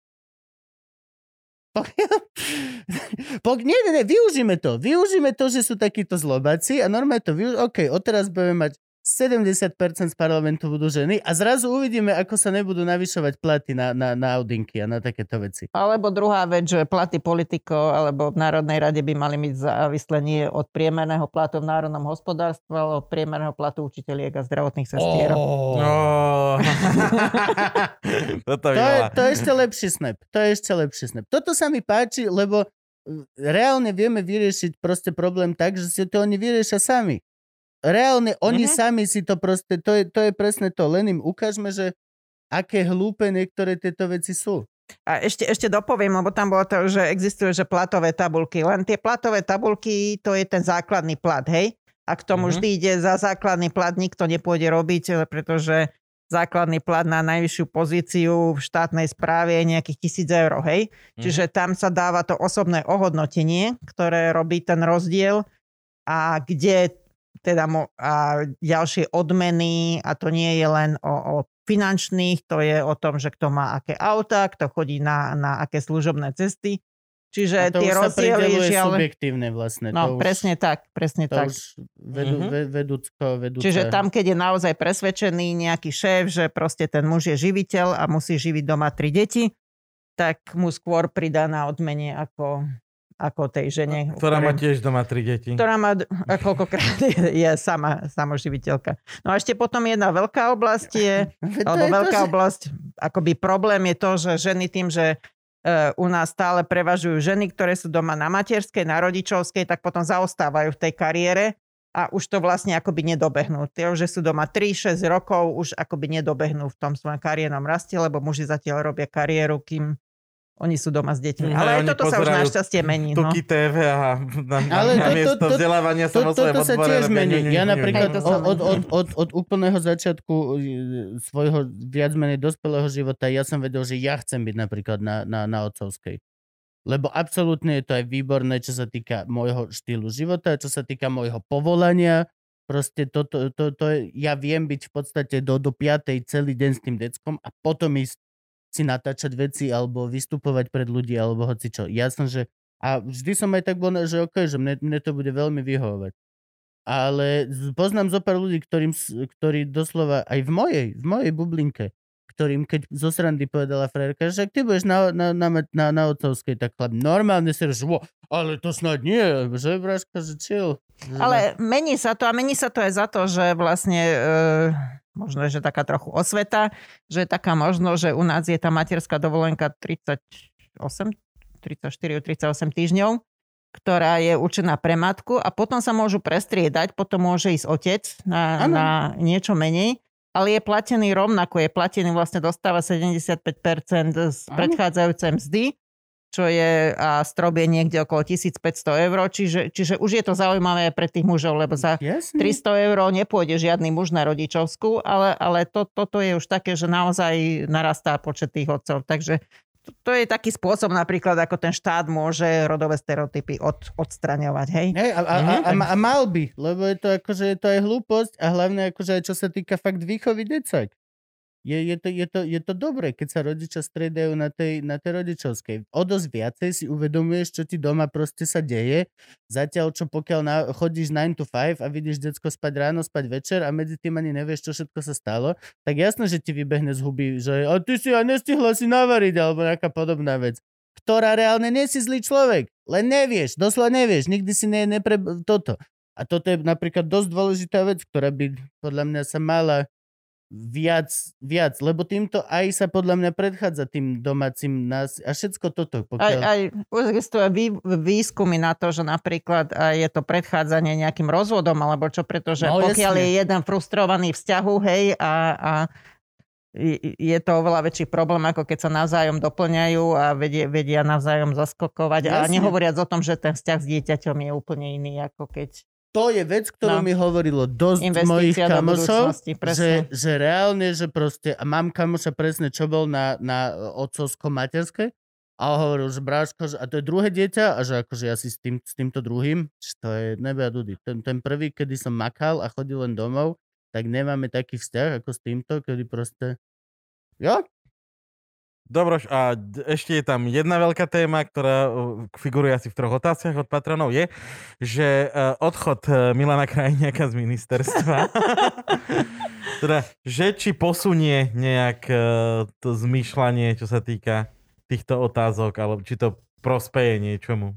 Pok- nie, nie, nie, využíme to. Využíme to, že sú takíto zlobáci a normálne to využíme. OK, odteraz budeme mať sedemdesiat percent z parlamentu budú ženy a zrazu uvidíme, ako sa nebudú navyšovať platy na, na, na audinky a na takéto veci. Alebo druhá vec, že platy politikov alebo v Národnej rade by mali byť závislé nie od priemerného platu v národnom hospodárstve, ale od priemerného platu učiteľiek a zdravotných sestier. Oh. Oh. to, je, to je ešte lepší snap. To je ešte lepší snap. Toto sa mi páči, lebo reálne vieme vyriešiť proste problém tak, že si to oni vyriešia sami. Reálne, oni mm-hmm. sami si to proste, to je, to je presne to, len im ukážme, že aké hlúpe niektoré tieto veci sú. A ešte, ešte dopoviem, lebo tam bolo to, že existujú, že platové tabulky. Len tie platové tabulky, to je ten základný plat, hej? A k tomu mm-hmm. vždy ide za základný plat, nikto nepôjde robiť, pretože základný plat na najvyššiu pozíciu v štátnej správe je nejakých tisíc eur, hej? Mm-hmm. Čiže tam sa dáva to osobné ohodnotenie, ktoré robí ten rozdiel a kde teda mo- a ďalšie odmeny a to nie je len o, o finančných, to je o tom, že kto má aké auta, kto chodí na, na aké služobné cesty. Čiže tie rozdiely žiaľ... subjektívne vlastne. No, to presne už, tak, presne to tak. Už vedú, mm-hmm. vedúcko, vedúca. Čiže tam, keď je naozaj presvedčený nejaký šéf, že proste ten muž je živiteľ a musí živiť doma tri deti, tak mu skôr pridá na odmene ako... ako tej žene. Ktorá má tiež doma tri deti. Ktorá má, a koľkokrát je, je sama, samoživiteľka. No a ešte potom jedna veľká oblasť je, alebo veľká to, oblasť, akoby problém je to, že ženy tým, že uh, u nás stále prevažujú ženy, ktoré sú doma na materskej, na rodičovskej, tak potom zaostávajú v tej kariére a už to vlastne akoby nedobehnú. Tie, že sú doma tri šesť rokov, už akoby nedobehnú v tom svojom kariérnom raste, lebo muži zatiaľ robia kariéru, kým oni sú doma s deťmi. No, ale aj toto sa už našťastie mení. Tuky no. té vé a na, na, ale na to, miesto to, vzdelávania to, samozrejme toto sa tiež mení. Ja napríklad od, od, od, od, od úplného začiatku svojho viac menej dospelého života ja som vedel, že ja chcem byť napríklad na, na, na otcovskej. Lebo absolútne je to aj výborné, čo sa týka môjho štýlu života, čo sa týka môjho povolania. Proste toto, to, to, to, ja viem byť v podstate do, do piatej celý deň s tým deckom a potom ísť si natáčať veci alebo vystupovať pred ľudí alebo hoci čo. Ja som, že a vždy som aj tak bol, že okej, okay, že mne, mne to bude veľmi vyhovovať. Ale poznám zo pár ľudí, ktorým, ktorí doslova aj v mojej, v mojej bublinke, ktorým keď zo srandy povedala frérka, že ak ty budeš na, na, na, na, na otcovskej, tak chlap normálne si že ale to snad nie, že vražka, že chill. Ale mení sa to a mení sa to aj za to, že vlastne e, možno, že taká trochu osveta, že je taká možnosť, že u nás je tá materská dovolenka tridsaťosem, tridsaťštyri, tridsaťosem týždňov, ktorá je určená pre matku a potom sa môžu prestriedať, potom môže ísť otec na, na niečo menej, ale je platený rovnako, je platený, vlastne dostáva sedemdesiatpäť percent z predchádzajúcej mzdy, čo je a strop je niekde okolo tisícpäťsto eur, čiže, čiže už je to zaujímavé pre tých mužov, lebo za Jasne. tristo eur nepôjde žiadny muž na rodičovskú, ale, ale to, toto je už také, že naozaj narastá počet tých otcov, takže to, to je taký spôsob napríklad, ako ten štát môže rodové stereotypy od, odstraňovať, hej? Hej, a, a, a, a, a mal by, lebo je to akože je to aj hlúposť a hlavne akože aj čo sa týka fakt výchovy decák. Je, je, to, je, to, je to dobré, keď sa rodičia striedajú na tej, na tej rodičovskej. O dosť viacej si uvedomuješ, čo ti doma proste sa deje, zatiaľ čo pokiaľ na, chodíš nine to five a vidíš decko spať ráno, spať večer a medzi tým ani nevieš, čo všetko sa stalo, tak jasno, že ti vybehne z huby, že a ty si ja nestihla si navariť, alebo nejaká podobná vec, ktorá reálne nie si zlý človek, len nevieš, doslova nevieš, nikdy si ne, nepre... toto. A toto je napríklad dosť dôležitá vec, ktorá by podľa mňa sa mala viac, viac, lebo týmto aj sa podľa mňa predchádza tým domácim nás a všetko toto. Pokiaľ... Aj, aj existuje vý, výskumy na to, že napríklad je to predchádzanie nejakým rozvodom, alebo čo, pretože no, pokiaľ jasne. je jeden frustrovaný vzťahu, hej, a, a je to oveľa väčší problém, ako keď sa navzájom doplňajú a vedia, vedia navzájom zaskokovať. Jasne. A nehovoriac o tom, že ten vzťah s dieťaťom je úplne iný, ako keď... To je vec, ktorú no. mi hovorilo dosť mojich kamošov, že, že reálne, že proste, a mám kamoša presne, čo bol na, na otcovsko-materskej, a hovoril, že bráško, že, a to je druhé dieťa, a že akože ja si s, tým, s týmto druhým, to je nebe a dudy. Ten, ten prvý, kedy som makal a chodil len domov, tak nemáme taký vzťah ako s týmto, kedy proste, jo, Dobroš, a ešte je tam jedna veľká téma, ktorá figuruje asi v troch otázkach od patronov, je, že odchod Milana Krajniaka z ministerstva, teda, že či posunie nejak to zmýšľanie, čo sa týka týchto otázok, alebo či to prospeje niečomu.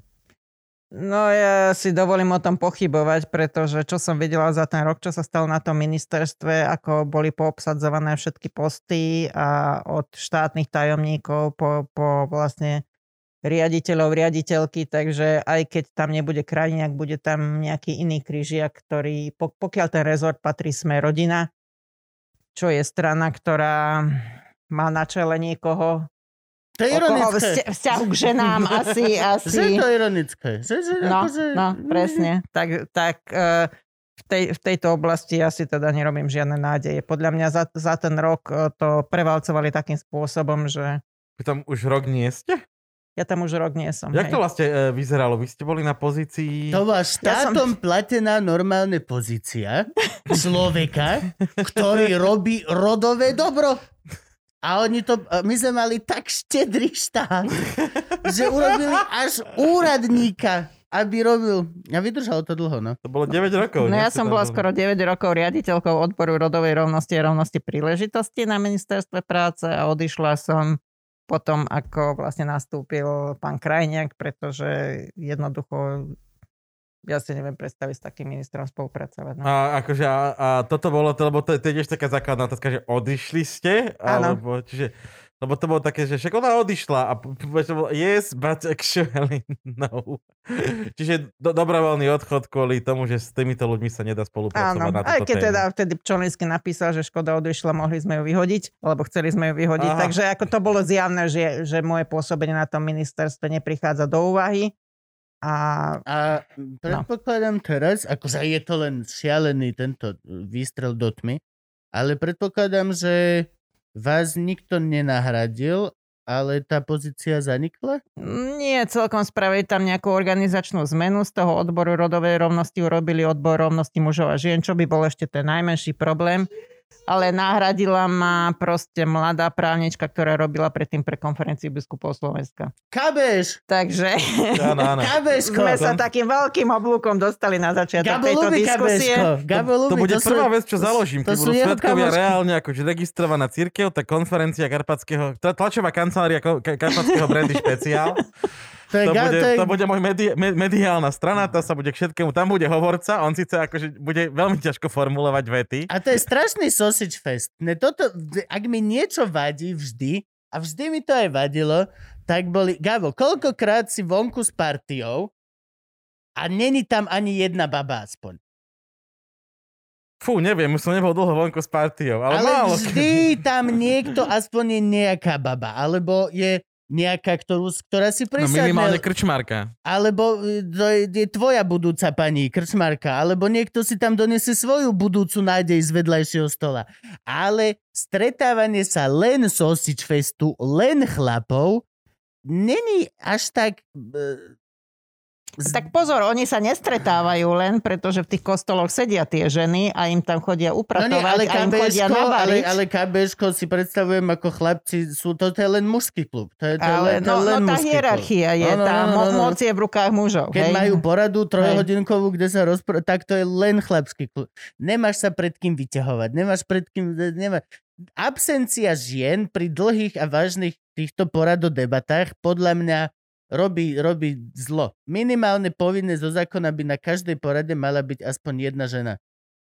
No ja si dovolím o tom pochybovať, pretože čo som videla za ten rok, čo sa stalo na tom ministerstve, ako boli poobsadzované všetky posty a od štátnych tajomníkov po, po vlastne riaditeľov, riaditeľky, takže aj keď tam nebude Krajniak, bude tam nejaký iný križiak, ktorý, pokiaľ ten rezort patrí Sme rodina, čo je strana, ktorá má na čele niekoho, to je ironické. Vzťa- vzťahu k ženám asi. asi. Že je to ironické. Že, že, no, akože... no, presne. Tak, tak uh, v, tej, v tejto oblasti ja si teda nerobím žiadne nádeje. Podľa mňa za, za ten rok to prevalcovali takým spôsobom, že... Vy tam už rok nie ste? Ja tam už rok nie som. Jak hej. to vlastne uh, vyzeralo? Vy ste boli na pozícii... To bola štátom ja som... platená normálne pozícia človeka, ktorý robí rodové dobro. A oni to, my sme mali tak štedrý štát, že urobili až úradníka, aby robil. A vydržalo to dlho, no. To bolo deväť rokov. No ja som bola bol... skoro deväť rokov riaditeľkou odboru rodovej rovnosti a rovnosti príležitosti na ministerstve práce a odišla som potom, ako vlastne nastúpil pán Krajniak, pretože jednoducho ja si neviem predstaviť s takým ministrom spolupracovať. No. A akože, a, a toto bolo, to, lebo to, to je tiež taká základná otázka, že odišli ste? Alebo, čiže, lebo to bolo také, že však ona odišla a to bolo yes, but actually no. Čiže do, dobrovoľný odchod kvôli tomu, že s týmito ľuďmi sa nedá spolupracovať. Áno, na túto aj keď tému. teda vtedy Pčolinsky napísal, že Škoda odišla, mohli sme ju vyhodiť, alebo chceli sme ju vyhodiť. Aha. Takže ako to bolo zjavné, že, že moje pôsobenie na tom ministerstve neprichádza do úvahy. A, a predpokladám no. teraz, akože je to len šialený tento výstrel do tmy, ale predpokladám, že vás nikto nenahradil, ale tá pozícia zanikla? Nie, celkom spravili tam nejakú organizačnú zmenu. Z toho odboru rodovej rovnosti urobili odbor rovnosti mužov a žien, čo by bol ešte ten najmenší problém. ale nahradila ma proste mladá právnička, ktorá robila predtým pre konferenciu biskupov Slovenska. Kabeš! Takže Áno, áno. Kabeško! sme sa takým veľkým oblúkom dostali na začiatok Gabo tejto ľúbi diskusie. Kabeško. Gabo To ľúbi, bude sú- prvá vec, čo založím. to Keď sú budú jeho svedkovia kamošky. reálne akože registrovaná cirkev, tak konferencia Karpatského, tla- tlačová kancelária Ko- Ka- Karpatského brandy špeciál. To je, To ga- bude, to je, to bude môj medi- me- mediálna strana, tá sa bude k všetkému, tam bude hovorca, on síce akože bude veľmi ťažko formulovať vety. a to je strašný sausage fest. Ne, toto, ak mi niečo vadí vždy, a vždy mi to aj vadilo, tak boli... Gabo, koľkokrát si vonku s partiou a není tam ani jedna baba aspoň. Fú, neviem, už som nebol dlho vonku s partiou, ale, Ale málo. vždy tam niekto, aspoň je nejaká baba, alebo je nejaká, ktorú, ktorá si No prisadne, minimálne krčmárka. alebo e, to je, je tvoja budúca pani, krčmarka, alebo niekto si tam donesie svoju budúcu nádej z vedľajšieho stola. Ale stretávanie sa len sausage festu, len chlapov, není až tak... E, z- Tak pozor, oni sa nestretávajú len, pretože v tých kostoloch sedia tie ženy a im tam chodia No upratovať nie, ale a im chodia KBŠko, ale, navariť. ale KBŠko si predstavujem ako chlapci, sú to, to je len mužský klub. To je, to je Ale len, to je no, len no tá mužský hierarchia klub. je, Áno, tá áno, mo- áno. moc je v rukách mužov. Keď hej? majú poradu trojhodinkovú, kde sa rozpr... tak to je len chlapský klub. Nemáš sa pred kým vyťahovať, nemáš pred kým... Nemá... Absencia žien pri dlhých a vážnych týchto poradodebatách podľa mňa robí, robí zlo. Minimálne povinné zo zákona by na každej porade mala byť aspoň jedna žena.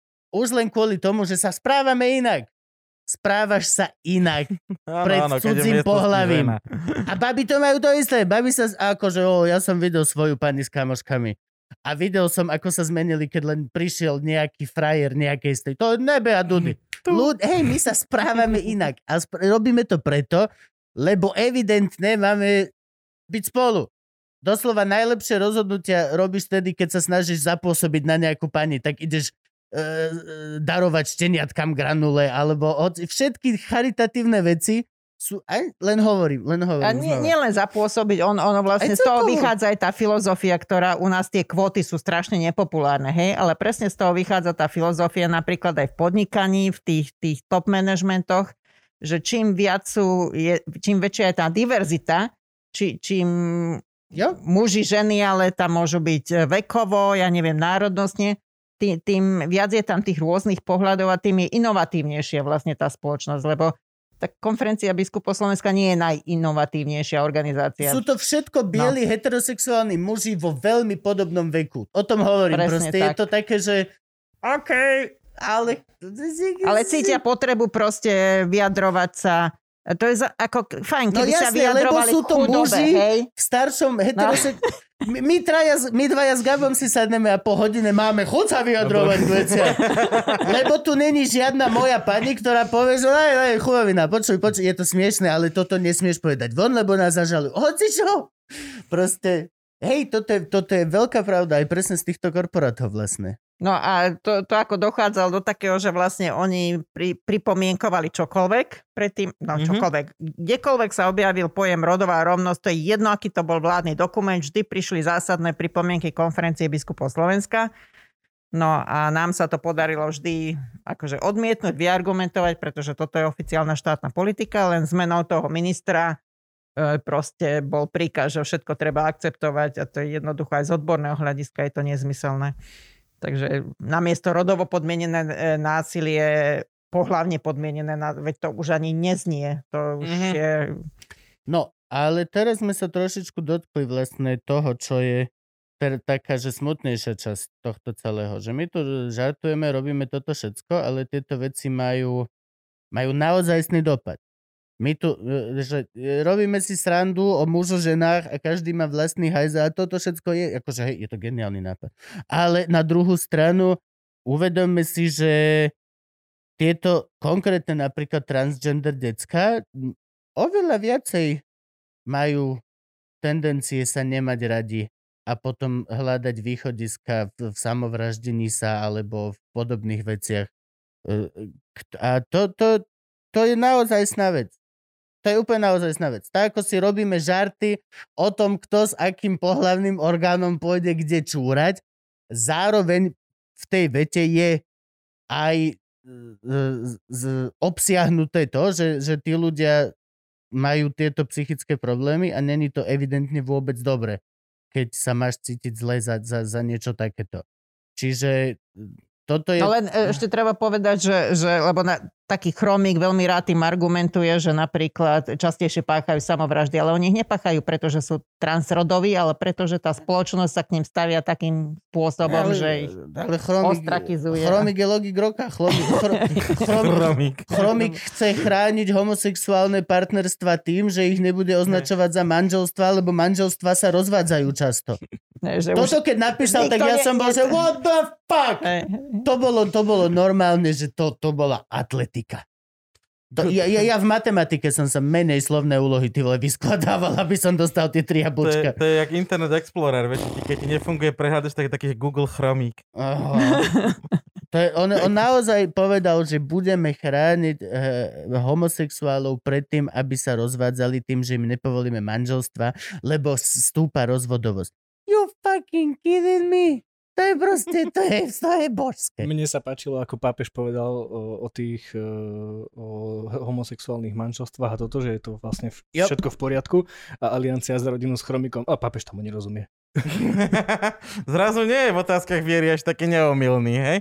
Už len kvôli tomu, že sa správame inak. Správaš sa inak. Áno, Pred áno, keď je cudzím miestnosti pohlavím. žena. A baby to majú to isté. Baby sa, akože, o, ja som videl svoju pani s kamoškami. A videl som, ako sa zmenili, keď len prišiel nejaký frajer nejakej z tej. To nebe a dudy. Ľud, hej, my sa správame inak. A sp- robíme to preto, lebo evidentne máme byť spolu. Doslova najlepšie rozhodnutia robíš tedy, keď sa snažíš zapôsobiť na nejakú pani. Tak ideš e, e, darovať šteniatkam granule, alebo od, všetky charitatívne veci sú, aj len hovorím, len hovorím. A nie, znova. nie len zapôsobiť, on, ono vlastne Aj z toho celkovo. vychádza aj tá filozofia, ktorá u nás tie kvóty sú strašne nepopulárne, hej, ale presne z toho vychádza tá filozofia napríklad aj v podnikaní, v tých, tých top managementoch, že čím viac sú, je, čím väčšia je tá diverzita, či, čím Jo? muži, ženy, ale tam môžu byť vekovo, ja neviem, národnostne, tým, tým viac je tam tých rôznych pohľadov a tým je inovatívnejšia vlastne tá spoločnosť, lebo tak konferencia biskupov Slovenska nie je najinovatívnejšia organizácia. Sú to všetko bieli no. heterosexuálni muži vo veľmi podobnom veku. O tom hovorím. Presne Proste tak. je to také, že OK, ale... Ale cítia potrebu proste vyjadrovať sa. To je za, ako fajn, No keby sa jasne, lebo vyjadrovali sú k to chudobe, muži hej. v staršom heterosex... No. My, my, traja, s- my dvaja s Gabom si sadneme a po hodine máme chuť sa vyjadrovať k veciam. Lebo tu není žiadna moja pani, ktorá povie, že aj, aj, chujovina, počuj, počuj, je to smiešné, ale toto nesmieš povedať von, lebo nás zažalujú. Hoci čo? Proste, hej, toto je, toto je veľká pravda aj presne z týchto korporátov vlastne. No a to, to ako dochádzalo do takého, že vlastne oni pri, pripomienkovali čokoľvek predtým, no čokoľvek. Mm-hmm. Kdekoľvek sa objavil pojem rodová rovnosť, to je jedno, aký to bol vládny dokument, vždy prišli zásadné pripomienky konferencie biskupov Slovenska. No a nám sa to podarilo vždy akože odmietnúť, vyargumentovať, pretože toto je oficiálna štátna politika, len zmenou toho ministra e, proste bol príkaz, že všetko treba akceptovať a to je jednoducho aj z odborného hľadiska je to nezmyselné. Takže namiesto rodovo podmienené e, násilie, pohlavne podmienené, ná... veď to už ani neznie. To už mm-hmm. je... No, ale teraz sme sa trošičku dotkli vlastne toho, čo je ter- taká, že smutnejšia časť tohto celého. Že my tu žartujeme, robíme toto všetko, ale tieto veci majú, majú naozajstný dopad. My tu, e, že e, robíme si srandu o mužo, ženách a každý má vlastný hajza a toto všetko je, akože hej, je to geniálny nápad. Ale na druhú stranu uvedomme si, že tieto konkrétne napríklad transgender decka m, oveľa viacej majú tendencie sa nemať radi a potom hľadať východiska v, v samovraždení sa alebo v podobných veciach. E, k- A to, to, to je naozajstná vec. To je úplne naozajstná vec. Tak ako si robíme žarty o tom, kto s akým pohlavným orgánom pôjde kde čúrať, zároveň v tej vete je aj z, z, obsiahnuté to, že, že tí ľudia majú tieto psychické problémy a není to evidentne vôbec dobre, keď sa máš cítiť zle za, za, za niečo takéto. Čiže toto je... No len ešte treba povedať, že, že lebo na, taký chromík veľmi rád tým argumentuje, že napríklad častejšie páchajú samovraždy, ale oni ich nepáchajú, pretože sú transrodoví, ale pretože tá spoločnosť sa k ním stavia takým spôsobom, ale, že ich ale chromík, ostrakizuje. Chromík je logik roka. Chromík, chromík, chromík, chromík chce chrániť homosexuálne partnerstva tým, že ich nebude označovať za manželstva, lebo manželstva sa rozvádzajú často. Ne, že Toto už... keď napísal, tak ja ne, som bol, ne, že what the fuck? Ne. To bolo, to bolo normálne, že to, to bola atletika. To, ja, ja, ja v matematike som sa menej slovné úlohy ty vole vyskladával, aby som dostal tie tri To je, jablčka. to je jak Internet Explorer, vieš, keď ti nefunguje prehľadač, tak je taký Google Chromík. Aha. To je, on, on naozaj povedal, že budeme chrániť eh, homosexuálov pred tým, aby sa rozvádzali tým, že im nepovolíme manželstva, lebo stúpa rozvodovosť. You fucking kidding me? To je proste, to je, to je božské. Mne sa páčilo, ako pápež povedal o, o tých o homosexuálnych manželstvách a toto, že je to vlastne Yep. všetko v poriadku a aliancia za rodinu s chromikom. A pápež tomu nerozumie. Zrazu nie je v otázkach viery až taký neomylný, hej?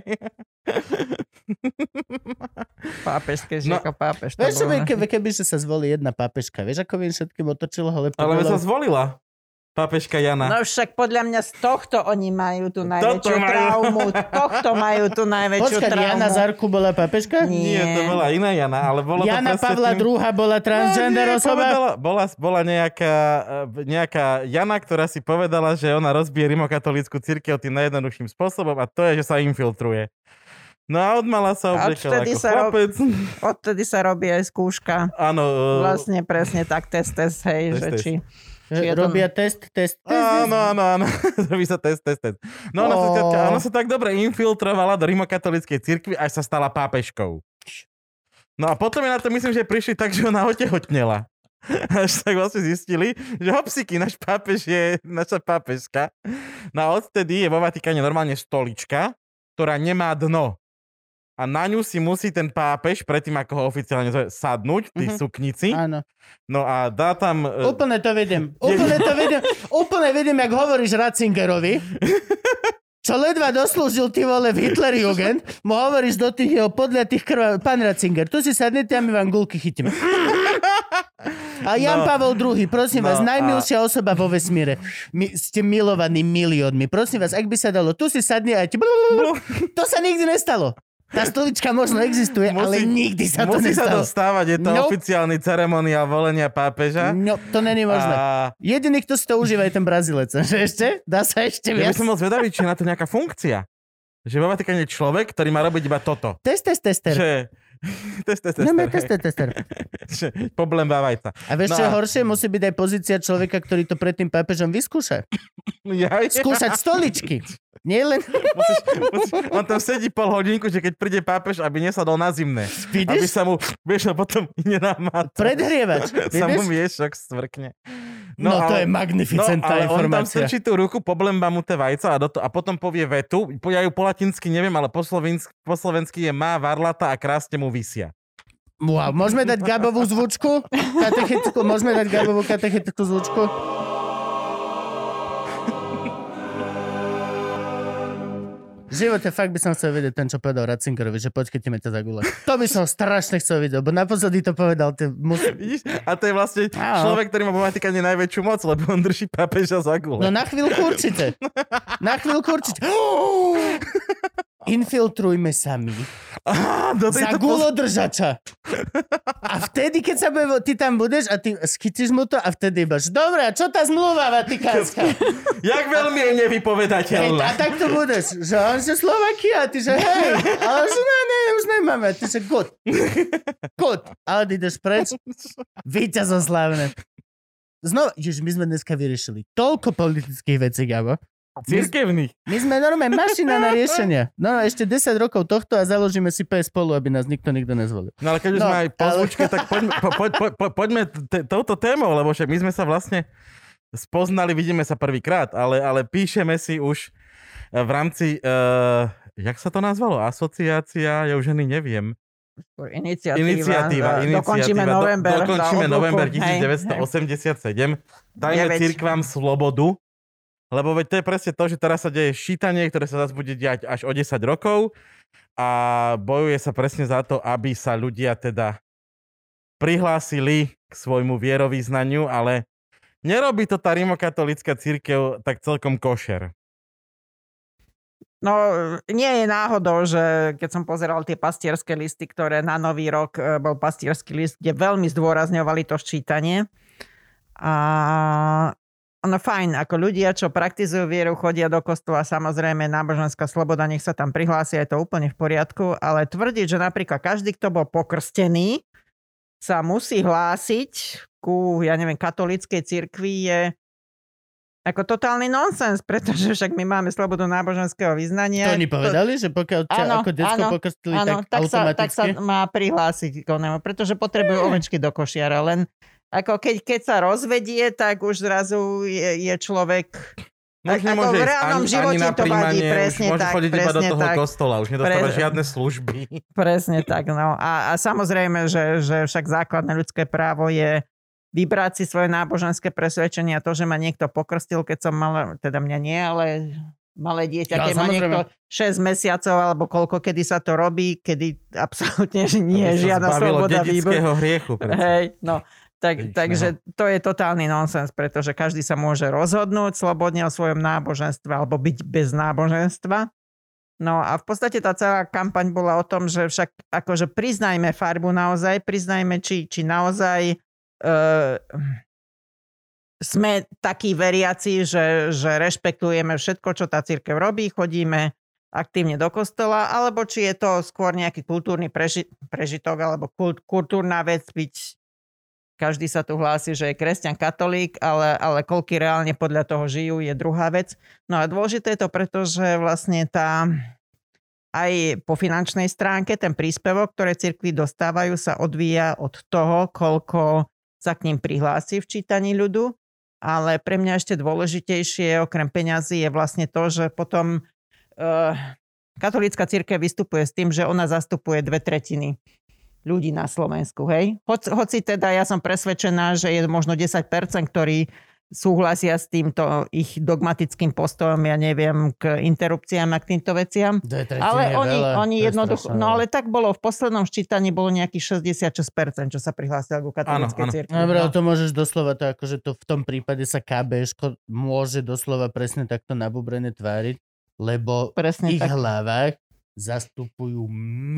Pápežské, že No. ako pápež. to Vieš, bolo, ne? keby, keby že sa zvolí jedna pápežka, vieš, ako by im všetkým otočilo ho lepšie. Ale sa zvolila pápežka Jana. No však podľa mňa z tohto oni majú tú najväčšiu majú. traumu. Tohto majú tú najväčšiu Počkaj, traumu. Jana Zarku bola pápežka? Nie. Nie, to bola iná Jana, ale bola Jana to presne Pavla tým- druhá bola transgender No, nie, osoba? povedala- Bola, bola nejaká, eh, nejaká Jana, ktorá si povedala, že ona rozbije rimokatolícku cirkev tým najjednoduchším spôsobom a to je, že sa infiltruje. No a odmala sa A obliekala odvtedy ako sa rob- chlapec. Odtedy sa robí aj skúška. Áno. eh, Vlastne presne tak, test, test, hej, Test, že test. či... Či je to- Robia test, test, test. Áno, áno, áno. Robí sa test, test, test. No ona, sa, Ó. ona sa tak dobre infiltrovala do rimokatolíckej cirkvi, až sa stala pápežkou. No a potom je na to, myslím, že prišli tak, že ona otehotnela. Až tak vlastne zistili, že hopsiky, náš pápež je naša pápežka. No a odtedy je vo Vatikáne normálne stolička, ktorá nemá dno. A na ňu si musí ten pápež, predtým ako ho oficiálne zove, sadnúť v tej Mhm. suknici. Áno. No a dá tam... e, Úplne to vedem. Úplne to vedem. Úplne vedem, jak hovoríš Ratzingerovi. Čo ledva doslúžil ty vole v Hitlerjugend, mu hovoríš do tých jeho podľatých krv... Pán Ratzinger, tu si sadnete a my vám gulky chytíme. A Jan No. Pavel druhý, prosím No vás, a- najmilšia osoba vo vesmíre. My ste milovaní miliónmi. Prosím vás, ak by sa dalo, tu si sadne a ti... To sa nikdy nestalo. Tá stolička možno existuje, Musí- ale nikdy sa to Musí sa nestalo. to stávať, je to Nope. oficiálny ceremoniál volenia pápeža. No, to není možné. A Jediný, kto si to užíva, je ten Brazílec. Že ešte? Dá sa ešte ja by viac? som bol zvedavý, či je na to nejaká funkcia. Že vo Vatikáne je človek, ktorý má robiť iba toto. Test, test, tester. Že... test, test, test. No, test, test, tester. Že Poblembávajca. A vieš, No čo je a- horšie? Musí byť aj pozícia človeka, ktorý to pred tým pápežom vyskúša. Ja, ja. Skúšať stoličky. Nie len... Musíš, musíš, on tam sedí pol hodinku, že keď príde pápež, aby nesadol na zimné. Aby Vidíš? sa mu, vieš, a potom nenamáta. Predhrievač. Sa mu Vidíš? miešok stvrkne. No, to je No, magnificentná ale on tam informácia. strčí tú ruku, poblembá mu tie vajca a, do to, a potom povie vetu. Po- Ja ju po latinsky neviem, ale po, slovensky, po slovensky je má varlata a krásne mu vysia. Wow, môžeme dať Gabovú zvučku? Katechetiku, môžeme dať Gabovú katechetiku zvučku? V živote fakt by som chcel vedieť ten, čo povedal Ratzingerovi, že počkajte mi to za gule. To by som strašne chcel vidieť, lebo naposledy to povedal. Ty mus... Vidíš? A to je vlastne Áno. človek, ktorý má vo Vatikáne najväčšiu moc, lebo on drží pápeža za gule. No na chvíľku určite. Na chvíľku určite. Infiltrujme sa my Á, do za tejto pos- gulodržača. A vtedy, keď sa bude, ty tam budeš a ty schytíš mu to a vtedy ibaš. Dobre, a čo tá zmluva vatikánska? Jak veľmi je Hej, nevypovedateľná. a tak to budeš, že on, že Slovakia, a ty, že hej, ale že ne, ne, už nemáme, a ty, že good, good, ale ty ideš preč, víťazom slávne. Znova, ježiš, my sme dneska vyriešili toľko politických vecí, Gabo. Cirkevných. My sme normálne mašina na riešenia. No ešte desať rokov tohto a založíme si pé es spolu, aby nás nikto nikto nezvolil. No ale keď už No, sme aj po ale- zvučke, tak poďme, po, po, po, po, poďme te, touto témou, lebo však my sme sa vlastne spoznali, vidíme sa prvýkrát, ale, ale píšeme si už v rámci uh, jak sa to nazvalo? Asociácia, ja už ani neviem. Iniciatíva. Iniciatíva, iniciatíva. Dokončíme november. Do, dokončíme odluku, november hej, devätnásťstoosemdesiatsedem. Dajme deväť. cirkvám slobodu, lebo veď to je presne to, že teraz sa deje ščítanie, ktoré sa zase bude diať až o desať rokov a bojuje sa presne za to, aby sa ľudia teda prihlásili k svojmu vierovyznaniu, ale nerobí to tá rimokatolícka cirkev tak celkom košer. No, nie je náhodou, že keď som pozeral tie pastierské listy, ktoré na Nový rok e, bol pastierský list, kde veľmi zdôrazňovali to ščítanie. A no fajn, ako ľudia, čo praktizujú vieru, chodia do kostola, samozrejme náboženská sloboda, nech sa tam prihlásia, je to úplne v poriadku, ale tvrdiť, že napríklad každý, kto bol pokrstený, sa musí hlásiť ku, ja neviem, katolíckej cirkvi je ako totálny nonsens, pretože však my máme slobodu náboženského vyznania. To oni povedali, to... že pokiaľ ťa áno, ako decko áno, pokrstili, áno, tak, tak sa, automaticky? tak sa má prihlásiť k onemu, pretože potrebujú mm. ovečky do košiara. Len ako keď, keď sa rozvedie, tak už zrazu je, je človek... No už nemôže v reálnom ani, živote ani na to vadí, príjmanie, presne už môže tak, chodiť iba do toho tak, kostola, už nedostáva pre... žiadne služby. Presne tak, no. A, a samozrejme, že, že však základné ľudské právo je vybrať si svoje náboženské presvedčenie a to, že ma niekto pokrstil, keď som mal, teda mňa nie, ale malé dieťa, Ja, keď má niekto šesť mesiacov alebo koľko, kedy sa to robí, kedy absolútne nie je žiadna sloboda výboru. Hriechu. Hej, no. Tak, Víš, takže to je totálny nonsens, pretože každý sa môže rozhodnúť slobodne o svojom náboženstve alebo byť bez náboženstva. No a v podstate tá celá kampaň bola o tom, že však akože priznajme farbu naozaj, priznajme, či, či naozaj uh, sme takí veriaci, že, že rešpektujeme všetko, čo tá cirkev robí, chodíme aktívne do kostola, alebo či je to skôr nejaký kultúrny preži- prežitok alebo kult, kultúrna vec byť. Každý sa tu hlási, že je kresťan, katolík, ale, ale koľky reálne podľa toho žijú, je druhá vec. No a dôležité je to preto, že vlastne tá aj po finančnej stránke ten príspevok, ktoré cirkvi dostávajú, sa odvíja od toho, koľko sa k ním prihlási v čítaní ľudu. Ale pre mňa ešte dôležitejšie okrem peňazí je vlastne to, že potom uh, katolícka cirkev vystupuje s tým, že ona zastupuje dve tretiny ľudí na Slovensku, hej. Hoci, hoci teda ja som presvedčená, že je možno desať percent, ktorí súhlasia s týmto ich dogmatickým postojom, ja neviem, k interrupciám a k týmto veciam. Ale oni, veľa, oni jednoducho, no ale tak bolo, v poslednom ščítaní bolo nejakých šesťdesiatšesť percent, čo sa prihlásilo ku katolíckej cirkvi. Dobre, no. To môžeš doslova to, akože to v tom prípade sa ká béško môže doslova presne takto nabubrené tváriť, lebo presne v ich tak. hlavách zastupujú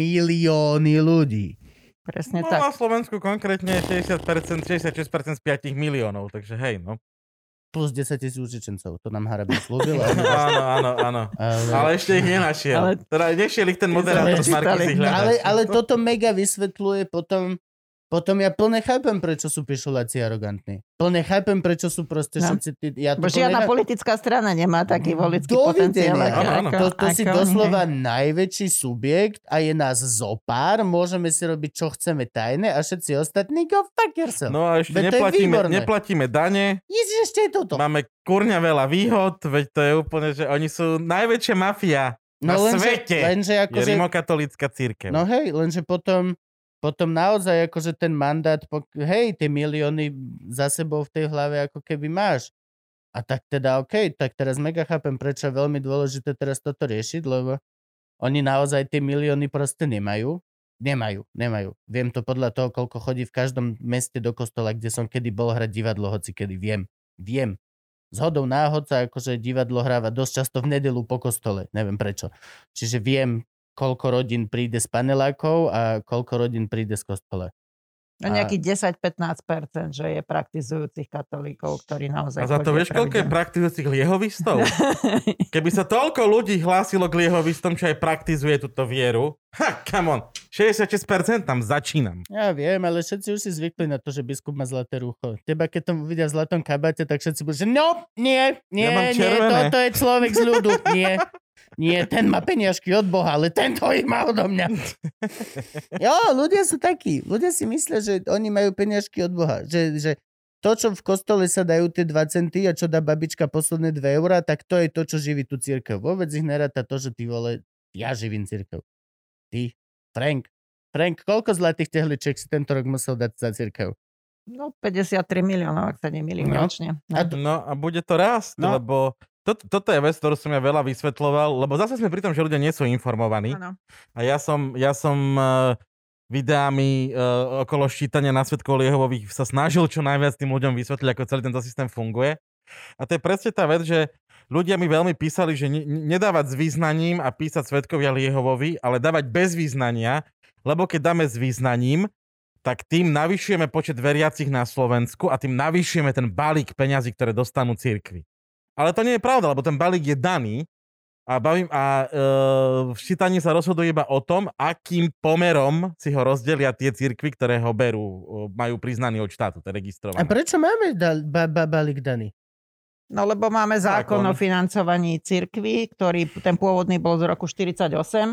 milióny ľudí. Presne no, tak. Na Slovensku konkrétne šesťdesiat percent, šesťdesiatšesť percent z päť miliónov, takže hej, no. Plus desať tisíc utečencov, to nám Harabin slúbil. áno, áno, áno. Ale... ale ešte ich nenašiel. Ale... Teda nešiel ich ten moderátor z Markisy hľadať. Ale, ale toto mega vysvetľuje potom, potom ja plne chápem, prečo sú pišuláci arogantní. Plne chápem, prečo sú proste no. všetci... Tí, ja Bo žiadna chápem. Politická strana nemá taký volický potenciál. Ako, ako, to to ako, si doslova hej. najväčší subjekt a je nás zopár, môžeme si robiť, čo chceme tajné a všetci ostatní go fuck yourself. No a ešte neplatíme, neplatíme dane. Ježiš, ešte je toto. Máme kurňa veľa výhod, veď to je úplne, že oni sú najväčšia mafia no, na lenže, svete. Lenže ako, je rimokatolícka cirkev. No hej, lenže potom Potom naozaj akože ten mandát, hej, tie milióny za sebou v tej hlave ako keby máš. A tak teda okej, okay, tak teraz mega chápem, prečo je veľmi dôležité teraz toto riešiť, lebo oni naozaj tie milióny proste nemajú. Nemajú, nemajú. Viem to podľa toho, koľko chodí v každom meste do kostola, kde som kedy bol hrať divadlo, hoci kedy viem. Viem. Zhodou náhod sa akože divadlo hráva dosť často v nedeľu po kostole. Neviem prečo. Čiže viem, koľko rodín príde z panelákov a koľko rodín príde z kostola. No nejakých desať až pätnásť percent, že je praktizujúcich katolíkov, ktorí naozaj... A za to vieš, koľko je praktizujúcich liehovistov? Keby sa toľko ľudí hlásilo k liehovistom, čo aj praktizuje túto vieru, ha, come on, šesťdesiatšesť percent tam začínam. Ja viem, ale všetci už si zvykli na to, že biskup má zlaté rúcho. Teba, keď to vidia v zlatom kabáte, tak všetci budú, že no, nie, nie, ja nie, toto je človek z ľudu, nie. Nie, ten má peniažky od Boha, ale tento ich má odo mňa. Jo, ľudia sú takí. Ľudia si myslia, že oni majú peniažky od Boha. Že, že to, čo v kostole sa dajú tie dva centy a čo dá babička posledné dve eurá, tak to je to, čo živí tú cirkev. Vôbec ich neráta to, že ty vole, Ja živím cirkev. Ty, Frank. Frank, koľko zlatých tehličiek si tento rok musel dať za cirkev? No, päťdesiattri miliónov, ak sa nemýlim No. ročne. A to- No a bude to rásť, No. lebo to, toto je vec, ktorú som ja veľa vysvetľoval, lebo zase sme pri tom, že ľudia nie sú informovaní. Áno. A ja som, ja som uh, videami uh, okolo ščítania na svedkov Jehovových sa snažil čo najviac tým ľuďom vysvetliť, ako celý tento systém funguje. A to je presne tá vec, že ľudia mi veľmi písali, že ne, nedávať s význaním a písať svedkovia Jehovovi, ale dávať bez význania, lebo keď dáme s význaním, tak tým navyšujeme počet veriacich na Slovensku a tým navyšujeme ten balík peňazí, ktoré dostanú cirkvi. Ale to nie je pravda, lebo ten balík je daný a, bavím, a e, v ščítaní sa rozhoduje iba o tom, akým pomerom si ho rozdelia tie cirkvi, ktoré ho berú, majú priznaný od štátu, to je registrované. A prečo máme dal, ba, ba, balík daný? No lebo máme zákon, Zákon. o financovaní cirkvi, ktorý ten pôvodný bol z roku štyridsaťosem.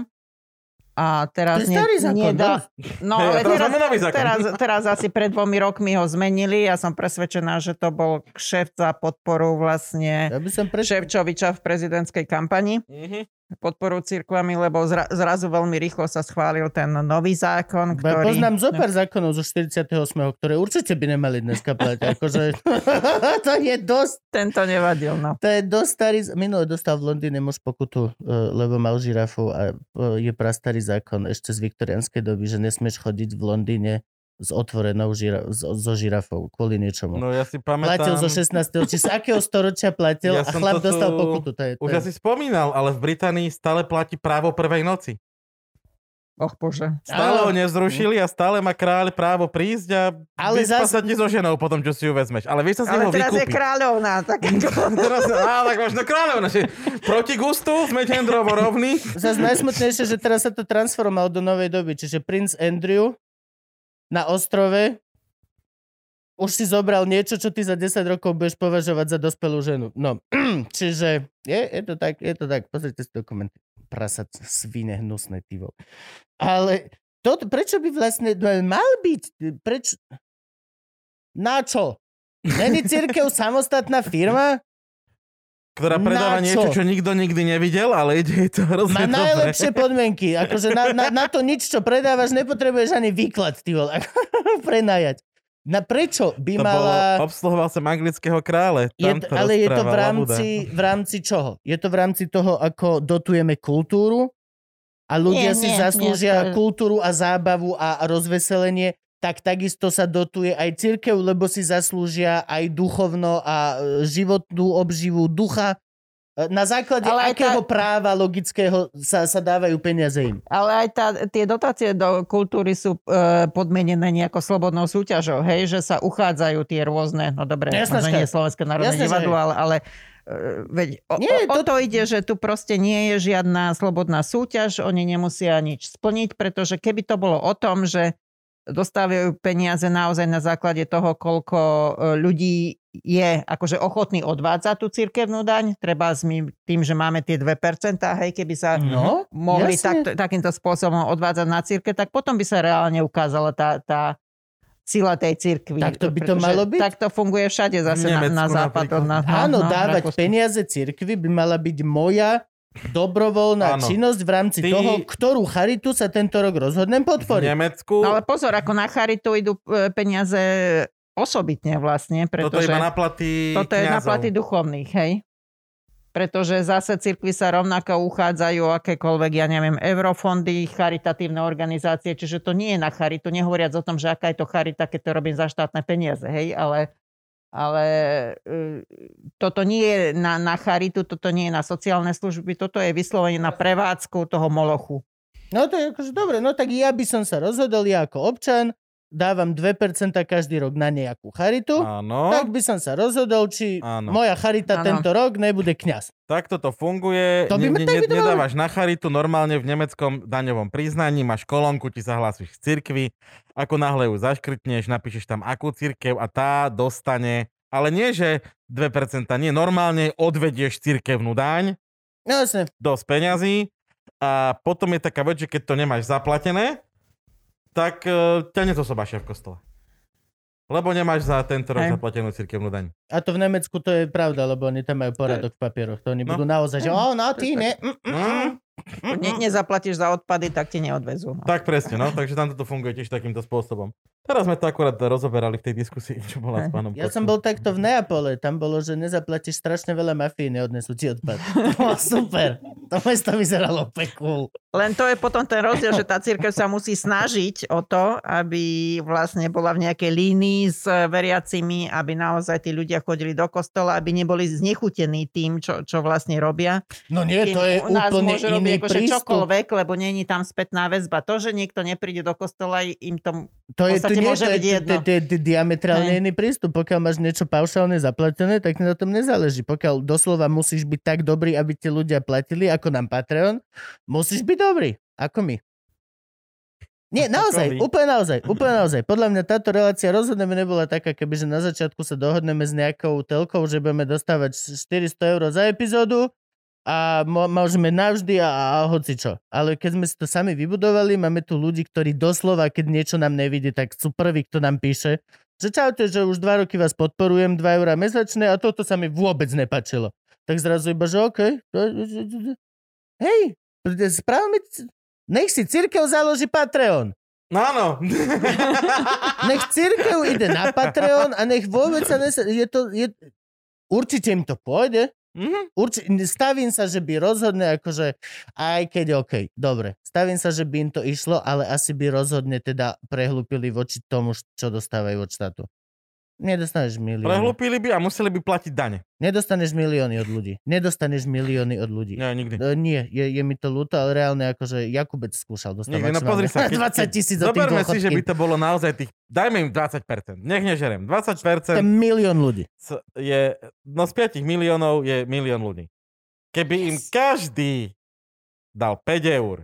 A teraz To je starý zákon, nedá... No Hej, a ale teraz teraz, máme nový zákon. teraz, teraz asi pred dvomi rokmi ho zmenili. Ja som presvedčená, že to bol kšeft za podporu vlastne Ja by som prečo... Ševčoviča v prezidentskej kampani. Mhm. Podporu cirkvami, lebo zra, zrazu veľmi rýchlo sa schválil ten nový zákon, Ja ktorý... poznám zo pár zákonov zo štyridsiateho ôsmeho ktoré určite by nemali dneska platiť. Akože... to je dosť... Tento nevadil, no. To je dosť starý... Minulé dostal v Londýne muž pokutu, uh, lebo mal žirafu a uh, je prastarý zákon ešte z viktoriánskej doby, že nesmieš chodiť v Londýne s otvorenou žira- s, so žirafou kvôli niečomu. No ja si Platil pamätám... zo šestnásteho Či z akého storočia platil Ja a som chlap to tu- dostal pokutu. To je, to Už je... ja si spomínal, ale v Británii stále platí právo prvej noci. Och bože. Stále ho Áno. nezrušili a stále má kráľ právo prísť a Ale vyspať zas- sa ti so ženou potom, čo si ju vezmeš. Ale vieš sa z Ale neho teraz je vykúpiť. kráľovná, tak Teraz, á, tak možno kráľovna. že Proti gustu sme gendrovo rovní. Zas najsmutnejšie, že teraz sa to transformovalo do novej doby. Čiže princ Andrew na ostrove už si zobral niečo, čo ty za desať rokov budeš považovať za dospelú ženu. No, čiže je, je to tak, je to tak. Pozrite si dokumenty. Prasať svine hnusné, ty vole. Ale to, prečo by vlastne mal byť? Prečo? Na čo? Není cirkev samostatná firma? Ktorá predáva Na niečo, čo? čo nikto nikdy nevidel, ale ide jej to hrozne Má dobre. najlepšie podmienky. Akože na, na, na to nič, čo predávaš, nepotrebuješ ani výklad, ty vole. Prenajať. Na prečo by To mala... bolo, obsluhoval som anglického krále. Je, Tam to, to ale je to v rozpráva rámci, v rámci čoho? Je to v rámci toho, ako dotujeme kultúru a ľudia Nie, si nie, zaslúžia nie, to je- kultúru a zábavu a rozveselenie, tak takisto sa dotuje aj cirkev, lebo si zaslúžia aj duchovno a e, životnú obživu ducha. E, Na základe Ale aj akého tá- práva logického sa, sa dávajú peniaze im? Ale aj tá, tie dotácie do kultúry sú e, podmienené nejakou slobodnou súťažou, hej, že sa uchádzajú tie rôzne, no dobre, Jasné, možno že- nie Slovenské národné Jasné, že divadlo, hej. ale, ale e, veď o, Nie, o, o to- to ide, že tu proste nie je žiadna slobodná súťaž, oni nemusia nič splniť, pretože keby to bolo o tom, že dostávajú peniaze naozaj na základe toho, koľko e, ľudí je akože ochotný odvádzať tú cirkevnú daň, treba s my, tým, že máme tie dve percentá, hej, keby sa No, mohli jasne. takto, takýmto spôsobom odvádzať na cirke, tak potom by sa reálne ukázala tá, tá sila tej cirkvi. Tak to by to Pretože malo byť? Tak to funguje všade zase na, Nemecku na západ. napríklad. Na, na, Áno, no, dávať Rakúsku. peniaze cirkvi by mala byť moja dobrovoľná Áno. činnosť v rámci Ty- toho, ktorú charitu sa tento rok rozhodnem V podporiť. Nemecku No ale pozor, ako na charitu idú e, peniaze osobitne vlastne, toto pretože iba na platy toto je na kňazov. platy duchovných, hej? Pretože zase cirkvi sa rovnako uchádzajú o akékoľvek, ja neviem, eurofondy, charitatívne organizácie, čiže to nie je na charitu, nehovoriac o tom, že aká je to charita, keď to robím za štátne peniaze, hej, ale, ale e, toto nie je na, na charitu, toto nie je na sociálne služby, toto je vyslovene na prevádzku toho molochu. No to je akože dobre, no tak ja by som sa rozhodol, ja ako občan, dávam dve percentá každý rok na nejakú charitu, Áno, tak by som sa rozhodol, či Áno. moja charita Áno. tento rok nebude kňaz. takto to funguje. To by Ne- ma- ne- tak by to malo- nedávaš na charitu, normálne v nemeckom daňovom priznaní máš kolónku, ti zahlásiš z cirkvi, ako náhle ju zaškrtneš, napíšeš tam akú cirkev a tá dostane, ale nie, že dve percentá, nie, normálne odvedieš cirkevnú daň, No jasne. dosť peňazí a potom je taká vec, že keď to nemáš zaplatené, tak uh, ťa nezosobášia v kostole. Lebo nemáš za tento rok Hej. zaplatenú cirkevnú daň. A to v Nemecku to je pravda, lebo oni tam majú poradok v papieroch. To oni No. budú naozaj, že o, no ty To je ne. mm, mm, mm. Ne, nezaplatíš za odpady, tak ti neodvezú. No. Tak presne, no, takže tam toto funguje tiež takýmto spôsobom. Teraz sme to akurát rozoberali v tej diskusii, čo bola s pánom Ja Kockom. som bol takto v Neapole, tam bolo, že nezaplatíš strašne veľa mafii, neodnesú ti odpad. To super, to mesto vyzeralo pekul. Len to je potom ten rozdiel, že tá cirkev sa musí snažiť o to, aby vlastne bola v nejakej línii s veriacimi, aby naozaj tí ľudia chodili do kostola, aby neboli znechutení tým, čo, čo vlastne robia. No nie, to je U nás úplne môže iný robiť akože prístup. čokoľvek, lebo není tam spätná väzba. To, že niekto nepríde do kostola, im to To je, v to podstate nie, môže to je, byť to, jedno. to, to je diametrálne Hej. iný prístup. Pokiaľ máš niečo paušálne zaplatené, tak na tom nezáleží. Pokiaľ doslova musíš byť tak dobrý, aby ti ľudia platili, ako nám Patreon, musíš byť dobrý, ako my. Nie, naozaj, vy. úplne naozaj, úplne naozaj. Podľa mňa táto relácia rozhodne by nebola taká, kebyže na začiatku sa dohodneme s nejakou telkou, že budeme dostávať štyristo eur za epizódu a mo- môžeme navždy a, a hocičo. Ale keď sme si to sami vybudovali, máme tu ľudí, ktorí doslova, keď niečo nám nevidí, tak sú prví, kto nám píše, že čaute, že už dva roky vás podporujem, dva eurá mesačné a toto sa mi vôbec nepačilo. Tak zrazu iba, že okej. Hej, správame, nech si cirkev založí Patreon. No áno. Nech cirkev ide na Patreon a nech vôbec sa nesa... Je to, je... Určite im to pôjde. Mhm. Urči... Stavím sa, že by rozhodne akože aj keď OK, dobre. Stavím sa, že by im to išlo, ale asi by rozhodne teda prehlúpili voči tomu, čo dostávajú od štátu. Nedostaneš milióny. Prehlúpili by a museli by platiť dane. Nedostaneš milióny od ľudí. Nedostaneš milióny od ľudí. Nie, nikdy. E, nie, je, je mi to ľúto, ale reálne akože Jakubec skúšal dostať Nikdy, no pozri sa. Keď, dvadsať tisíc od tých zoberme si, že by dôchodkým. to bolo naozaj tých, dajme im dvadsať percent. Nech nežerem. dvadsať To percent je milión ľudí. je, no z piatich miliónov je milión ľudí. Keby im každý dal päť eur,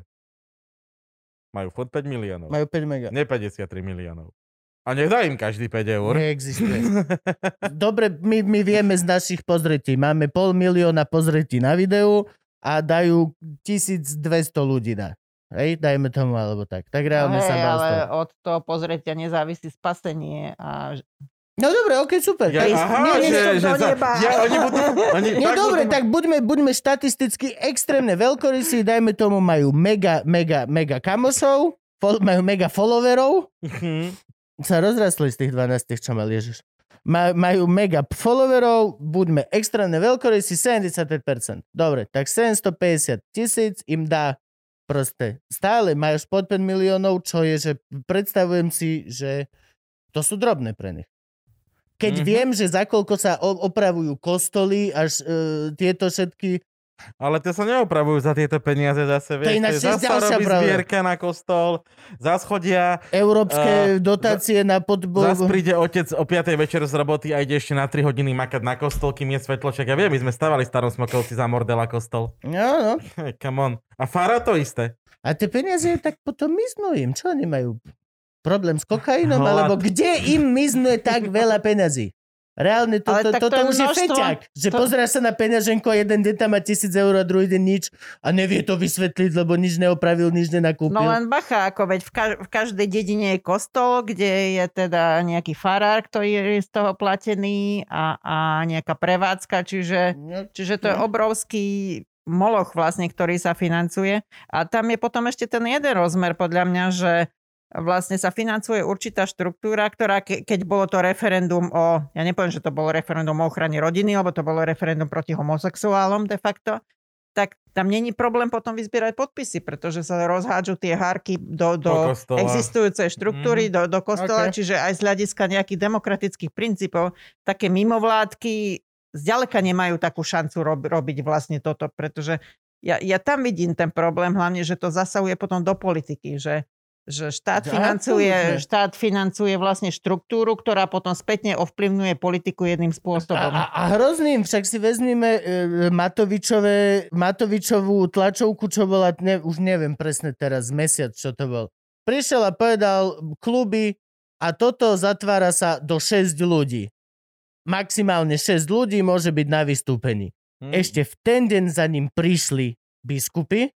majú furt päť miliónov. Majú päť mega. Nie päťdesiattri miliónov. A nech dá im každý päť eur. Neexistuje. Dobre, my, my vieme z našich pozretí. Máme pol milióna pozretí na videu a dajú tisícdvesto ľudí na. Hej, dajme tomu, alebo tak. Tak reálne Hej, sa bál z ale toho. od toho pozretia nezávisí spasenie a No dobre, okej, super. Ja, Tak- aha, nie, nie, že, nie, že do za, neba. ja, oni budú, oni, nie, tak dobre, budú, tak buďme, buďme štatisticky extrémne veľkorysí, dajme tomu, majú mega, mega, mega kamošov, fol, majú mega followerov, Mhm. sa rozrastli z tých dvanásť, čo mal Ježiš. Maj, majú mega followerov, buďme extrémne veľkorysí, sedemdesiatpäť percent. Dobre, tak sedemstopäťdesiat tisíc im dá proste. Stále majú pod päť miliónov, čo je, že predstavujem si, že to sú drobné pre nich. Keď Mhm. viem, že za koľko sa o- opravujú kostoly, až e, tieto všetky... Ale to sa neopravujú za tieto peniaze zase, vieš. ináč to je tiež zasa ďalšia robí pravda. zbierka na kostol, zas chodia, Európske Eh, dotácie na podboru. zas príde otec o piatej večer z roboty a ide ešte na tri hodiny makať na kostol, kým je svetlo. Čak ja viem, my sme stavali v Starom Smokovci za Mordela kostol. No, no. Hey, come on. A fara to isté. A tie peniaze tak potom miznú im. Čo oni majú? Problém s kokainom? Hlad. Alebo kde im miznú tak veľa peňazí? Reálne to, Ale to, tak toto to je už je množstvo. feťák. Že To- pozráš sa na peňaženku a jeden deň tam má tisíc eur a druhý deň nič a nevie to vysvetliť, lebo nič neopravil, nič nenakúpil. No len bacha, ako veď v, kaž- v každej dedine je kostol, kde je teda nejaký farár, ktorý je z toho platený a, a nejaká prevádzka, čiže, No, čiže to je no. obrovský moloch vlastne, ktorý sa financuje. A tam je potom ešte ten jeden rozmer podľa mňa, že vlastne sa financuje určitá štruktúra, ktorá ke, keď bolo to referendum o, ja nepoviem, že to bolo referendum o ochrane rodiny, lebo to bolo referendum proti homosexuálom de facto, tak tam není problém potom vyzbierať podpisy, pretože sa rozhádžu tie hárky do, do Do kostola. existujúcej štruktúry, do, do kostola, Okay. čiže aj z hľadiska nejakých demokratických princípov, také mimovládky zďaleka nemajú takú šancu rob, robiť vlastne toto, pretože ja, ja tam vidím ten problém, hlavne, že to zasahuje potom do politiky, že že štát Ja, financuje, absolútne. štát financuje vlastne štruktúru, ktorá potom spätne ovplyvňuje politiku jedným A, spôsobom. a, a hrozným, však si vezmime e, Matovičové, Matovičovú tlačovku, čo bola, ne, už neviem presne teraz, mesiac, čo to bol. Prišiel a povedal kluby a toto zatvára sa do šesť ľudí. Maximálne šesť ľudí môže byť na vystúpení. Hm. Ešte v ten deň za ním prišli biskupy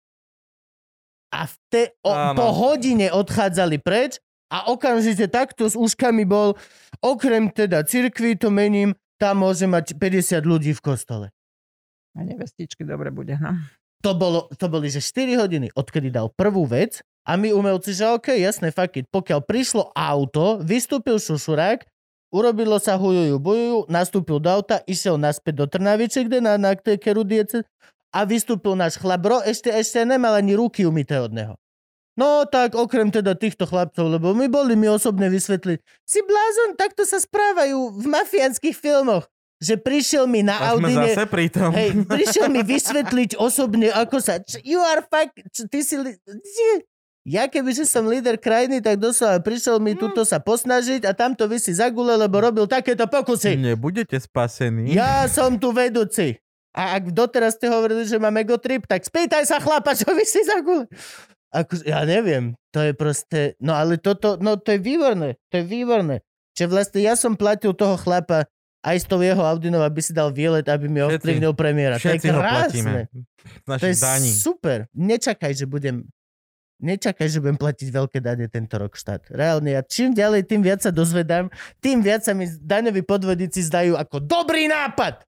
a v te, o, Áno. po hodine odchádzali preč a okamžite takto s uškami bol, okrem teda cirkvi, to mením, tam môže mať päťdesiat ľudí v kostole. A nevestičky dobre bude, no. To, bolo, to boli, že štyri hodiny, odkedy dal prvú vec a my umelci, že OK, jasné, fuck it. Pokiaľ prišlo auto, vystúpil šušurák, urobilo sa hujujú bujujú, nastúpil do auta, išiel naspäť do Trnaviče, kde na, na keru diece a vystúpil náš chlap. Bro, ešte, ešte nemal ani ruky umyté od neho. No tak, okrem teda týchto chlapcov, lebo my boli mi osobne vysvetliť. Si blázon, takto sa správajú v mafiánskych filmoch. Že prišiel mi na a Audine... sme zase pri tom. Hej, prišiel mi vysvetliť osobne, ako sa... You are fuck... Ty si... Li... Ja kebyže som líder krajiny, tak doslova prišiel mi tuto sa posnažiť a tamto vy si zagule, lebo robil takéto pokusy. Nebudete spasení. Ja som tu vedúci. A ak doteraz ste hovorili, že mám egotrip, tak spýtaj sa chlapa, čo vy si zagule. Ako, ja neviem, to je proste... No ale toto... No to je výborné. To je výborné. Čiže vlastne ja som platil toho chlapa aj s tou jeho Audinou, aby si dal výlet, aby mi ovplyvnil premiéra. To je krásne. To je daní. Super. Nečakaj, že budem nečakaj, že budem platiť veľké dane tento rok štát. Reálne, ja čím ďalej, tým viac sa dozvedám, tým viac sa mi daňoví podvodníci zdajú ako dobrý nápad.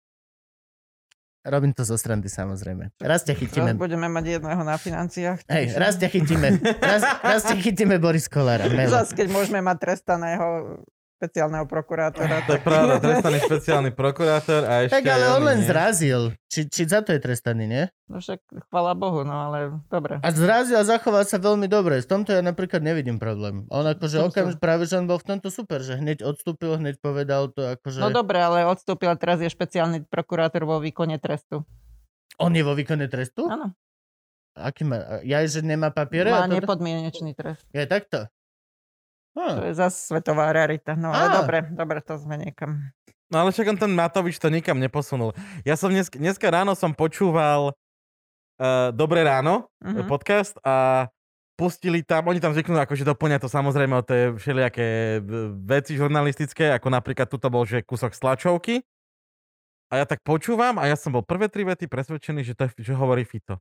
Robím to zo srandy, samozrejme. Raz ťa chytíme. Raz budeme mať jedného na financiách. Hej, raz ťa chytíme. Raz, raz ťa chytíme Boris Kolára. Zas, keď môžeme mať trestaného špeciálneho prokurátora. To je pravda, trestaný špeciálny prokurátor a ešte... Tak ale on len nie. zrazil. Či, či za to je trestaný, nie? No však chvála Bohu, no ale dobre. A zrazil a zachoval sa veľmi dobre. V tomto ja napríklad nevidím problém. On akože okamžite práve, že on bol v tomto super, že hneď odstúpil, hneď povedal to akože... No dobre, ale odstúpil a teraz je špeciálny prokurátor vo výkone trestu. On je vo výkone trestu? Áno. Aký má? Ja, že nemá papiere? Má to... nepodmienečný trest. Je takto? To je zase svetová rarita. No ale Á. dobre, dobre, to sme niekam. No ale však on ten Matovič to nikam neposunul. Ja som dnes, dneska ráno som počúval uh, Dobré ráno, Mhm. podcast a pustili tam, oni tam zvyknú akože doplňať to samozrejme o tie všelijaké veci žurnalistické, ako napríklad tuto bol, že kúsok stlačovky. A ja tak počúvam a ja som bol prvé tri vety presvedčený, že to je, že hovorí Fito.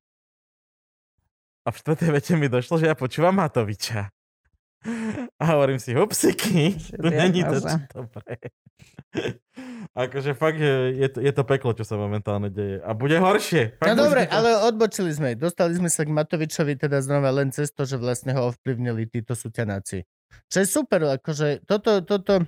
A v štvrtej vete mi došlo, že ja počúvam Matoviča. A hovorím si, hupsiky, tu není to dobré. Akože fakt, je to, je to peklo, čo sa momentálne deje. A bude horšie. Fakt No dobre, to... ale odbočili sme. Dostali sme sa k Matovičovi teda znova len cez to, že vlastne ho ovplyvnili títo suťanáci. Čo je super, akože toto, toto...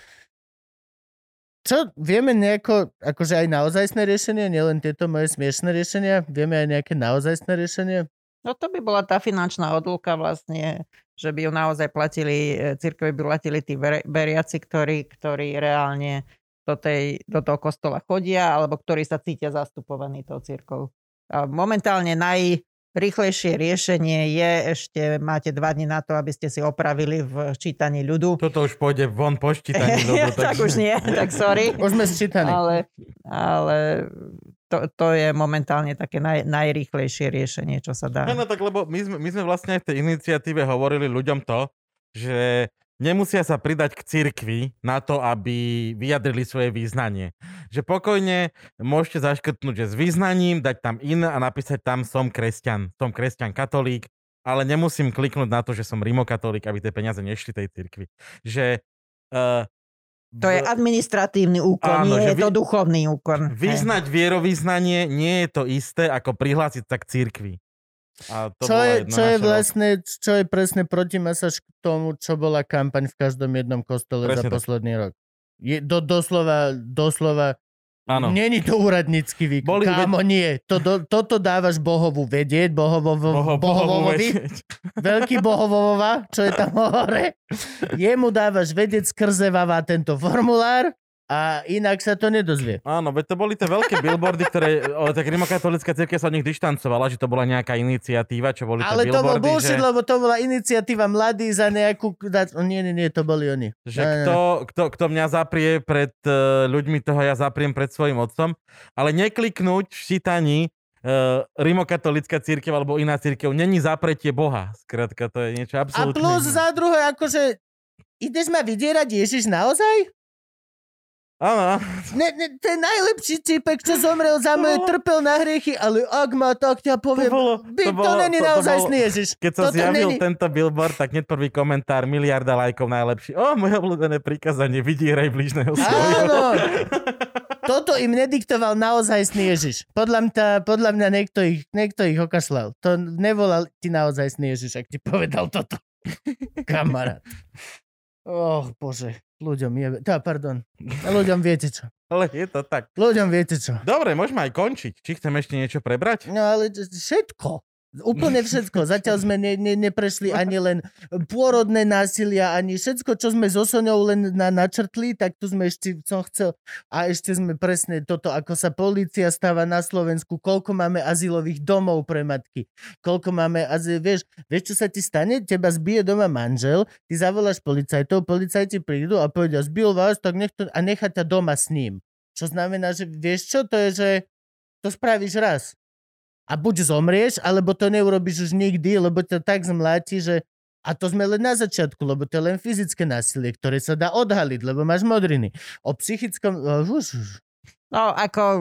Čo, vieme nejako, akože aj naozajstné riešenie, nielen tieto moje smiešné riešenia? Vieme aj nejaké naozajstné riešenie? No to by bola tá finančná odluka vlastne, že by ju naozaj platili, cirkvi by platili tí veriaci, ktorí, ktorí reálne do, tej, do toho kostola chodia, alebo ktorí sa cítia zastupovaní tou cirkvou. A momentálne najrýchlejšie riešenie je, ešte máte dva dni na to, aby ste si opravili v čítaní ľudu. Toto už pôjde von po ščítaní ľudu. tak už nie, tak sorry. Už sme sčítaní. Ale, ale to, to je momentálne také naj, najrýchlejšie riešenie, čo sa dá. No, no tak, lebo my sme, my sme vlastne aj v tej iniciatíve hovorili ľuďom to, že nemusia sa pridať k cirkvi na to, aby vyjadrili svoje význanie. Že pokojne môžete zaškrtnúť, že s význaním, dať tam in a napísať tam som kresťan, som kresťan katolík, ale nemusím kliknúť na to, že som rimokatolík, aby tie peniaze nešli tej cirkvi. Že... Uh, To je administratívny úkon, áno, nie je vy, to duchovný úkon. Vyznať hej. vierovýznanie nie je to isté, ako prihlásiť sa k cirkvi. A to čo je, čo je naša... vlastne, čo je presne protimasáž k tomu, čo bola kampaň v každom jednom kostole presne za posledný tak. rok. Je do, doslova, doslova, áno. Není to úradnícky výkon. Boli, Kámo, ve... nie. To, do, toto dávaš Bohovu vedieť, Bohovovo, Boho, Bohovovi, veľký Bohovova, čo je tam hore. Jemu dávaš vedieť skrze vava tento formulár a inak sa to nedozvie. Áno, veď to boli tie veľké billboardy, ktoré tak rimokatolická cirkev sa od nich dištancovala, že to bola nejaká iniciatíva, čo boli tie ale billboardy. Ale to bol bullshit, že... lebo to bola iniciatíva mladí za nejakú... Nie, nie, nie, to boli oni. Že ne, kto, kto, kto mňa zaprie pred uh, ľuďmi, toho ja zapriem pred svojim otcom, ale nekliknúť v ščítaní uh, rimokatolická cirkev alebo iná cirkev není zapretie Boha. Skrátka, to je niečo absolútne. A plus za druhé, akože ideš ma vydierať Ježiš naozaj? Áno. Ne, ne, to je najlepší typek, čo zomrel za moje, trpel na hriechy, ale ak ma tak ťa poviem, to, bolo, to, bolo, to není naozajstný Ježiš. Keď sa Toto zjavil není... tento billboard, tak hneď prvý komentár, miliarda lajkov najlepší. O, moje obľúbené prikázanie, vydieraj blížneho svojho. Áno. Toto im nediktoval naozajstný Ježiš. Podľa mňa, podľa mňa niekto, ich, niekto ich okašľal. To nevolal ti naozajstný Ježiš, ak ti povedal toto. Kamarát. Oh, bože. Ľuďom je... Tá, pardon. Ľuďom viete čo. Ale je to tak. Ľuďom viete čo. Dobre, môžeme aj končiť. Či chcem ešte niečo prebrať? No ale všetko. Úplne všetko. Zatiaľ sme ne, ne, neprešli ani len pôrodné násilia, ani všetko, čo sme so Soňou len na, načrtli, tak tu sme ešte, som chcel. A ešte sme presne toto, ako sa polícia stáva na Slovensku, koľko máme azylových domov pre matky, koľko máme azyl, vieš, vieš, čo sa ti stane? Teba zbije doma manžel, ty zavoláš policajtov, policajti prídu a povedia, zbil vás, tak nech to, a nechá ťa doma s ním. Čo znamená, že vieš čo, to je, že to spravíš raz. A buď zomrieš, alebo to neurobiš už nikdy, lebo to tak zmláti, že... A to sme len na začiatku, lebo to je len fyzické násilie, ktoré sa dá odhaliť, lebo máš modriny. O psychickom... No, ako...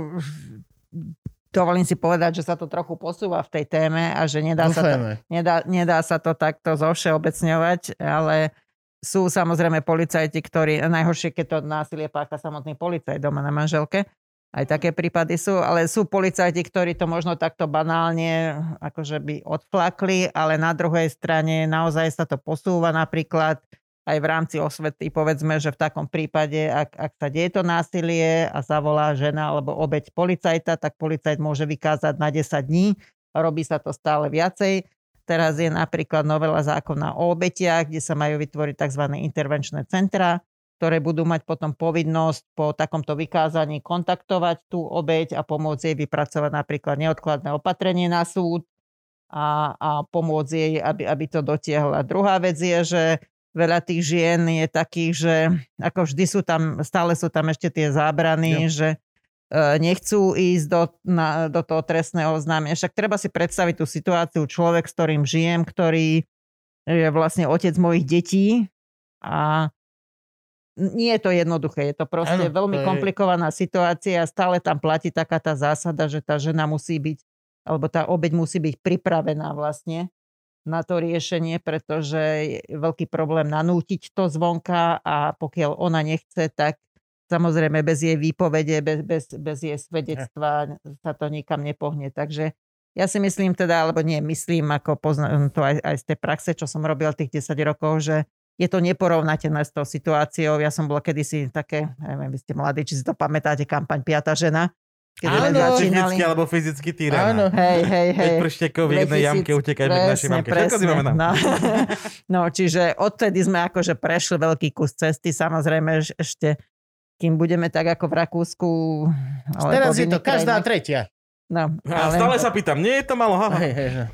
Dovolím si povedať, že sa to trochu posúva v tej téme a že nedá, sa to, nedá, nedá sa to takto zovšeobecňovať, ale sú samozrejme policajti, ktorí... Najhoršie, keď to násilie pácha samotný policajt doma na manželke. Aj také prípady sú, ale sú policajti, ktorí to možno takto banálne akože by odflakli, ale na druhej strane naozaj sa to posúva napríklad aj v rámci osvety. Povedzme, že v takom prípade, ak, ak sa deje to násilie a zavolá žena alebo obeť policajta, tak policajt môže vykázať na desať dní a robí sa to stále viacej. Teraz je napríklad novela zákona o obetiach, kde sa majú vytvoriť tzv. Intervenčné centra, ktoré budú mať potom povinnosť po takomto vykázaní kontaktovať tú obeť a pomôcť jej vypracovať napríklad neodkladné opatrenie na súd a, a pomôcť jej, aby, aby to dotiahla. Druhá vec je, že veľa tých žien je takých, že ako vždy sú tam, stále sú tam ešte tie zábrany, jo. že e, nechcú ísť do, na, do toho trestného oznámenia. Však treba si predstaviť tú situáciu, človek, s ktorým žijem, ktorý je vlastne otec mojich detí a nie je to jednoduché, je to proste ano, veľmi to je... komplikovaná situácia a stále tam platí taká tá zásada, že tá žena musí byť, alebo tá obeť musí byť pripravená vlastne na to riešenie, pretože je veľký problém nanútiť to zvonka a pokiaľ ona nechce, tak samozrejme bez jej výpovede, bez, bez, bez jej svedectva sa to nikam nepohne. Takže ja si myslím teda, alebo nie, myslím, ako poznám to aj, aj z tej praxe, čo som robil tých desať rokov, že je to neporovnateľné s tou situáciou. Ja som bola kedysi také, neviem, vy ste mladí, či si to pamätáte, kampaň Piata žena. Áno, fyzicky alebo fyzicky týraná. Áno, hej, hej, hej. Keď prštekov v jednej jamke utekajme k našej mamke. Všetko si máme no. no, čiže odtedy sme akože prešli veľký kus cesty. Samozrejme, ešte kým budeme tak ako v Rakúsku. Ale teraz je to každá tretia. No, ale... A stále sa pýtam, nie je to malo? Hej, hej, hej.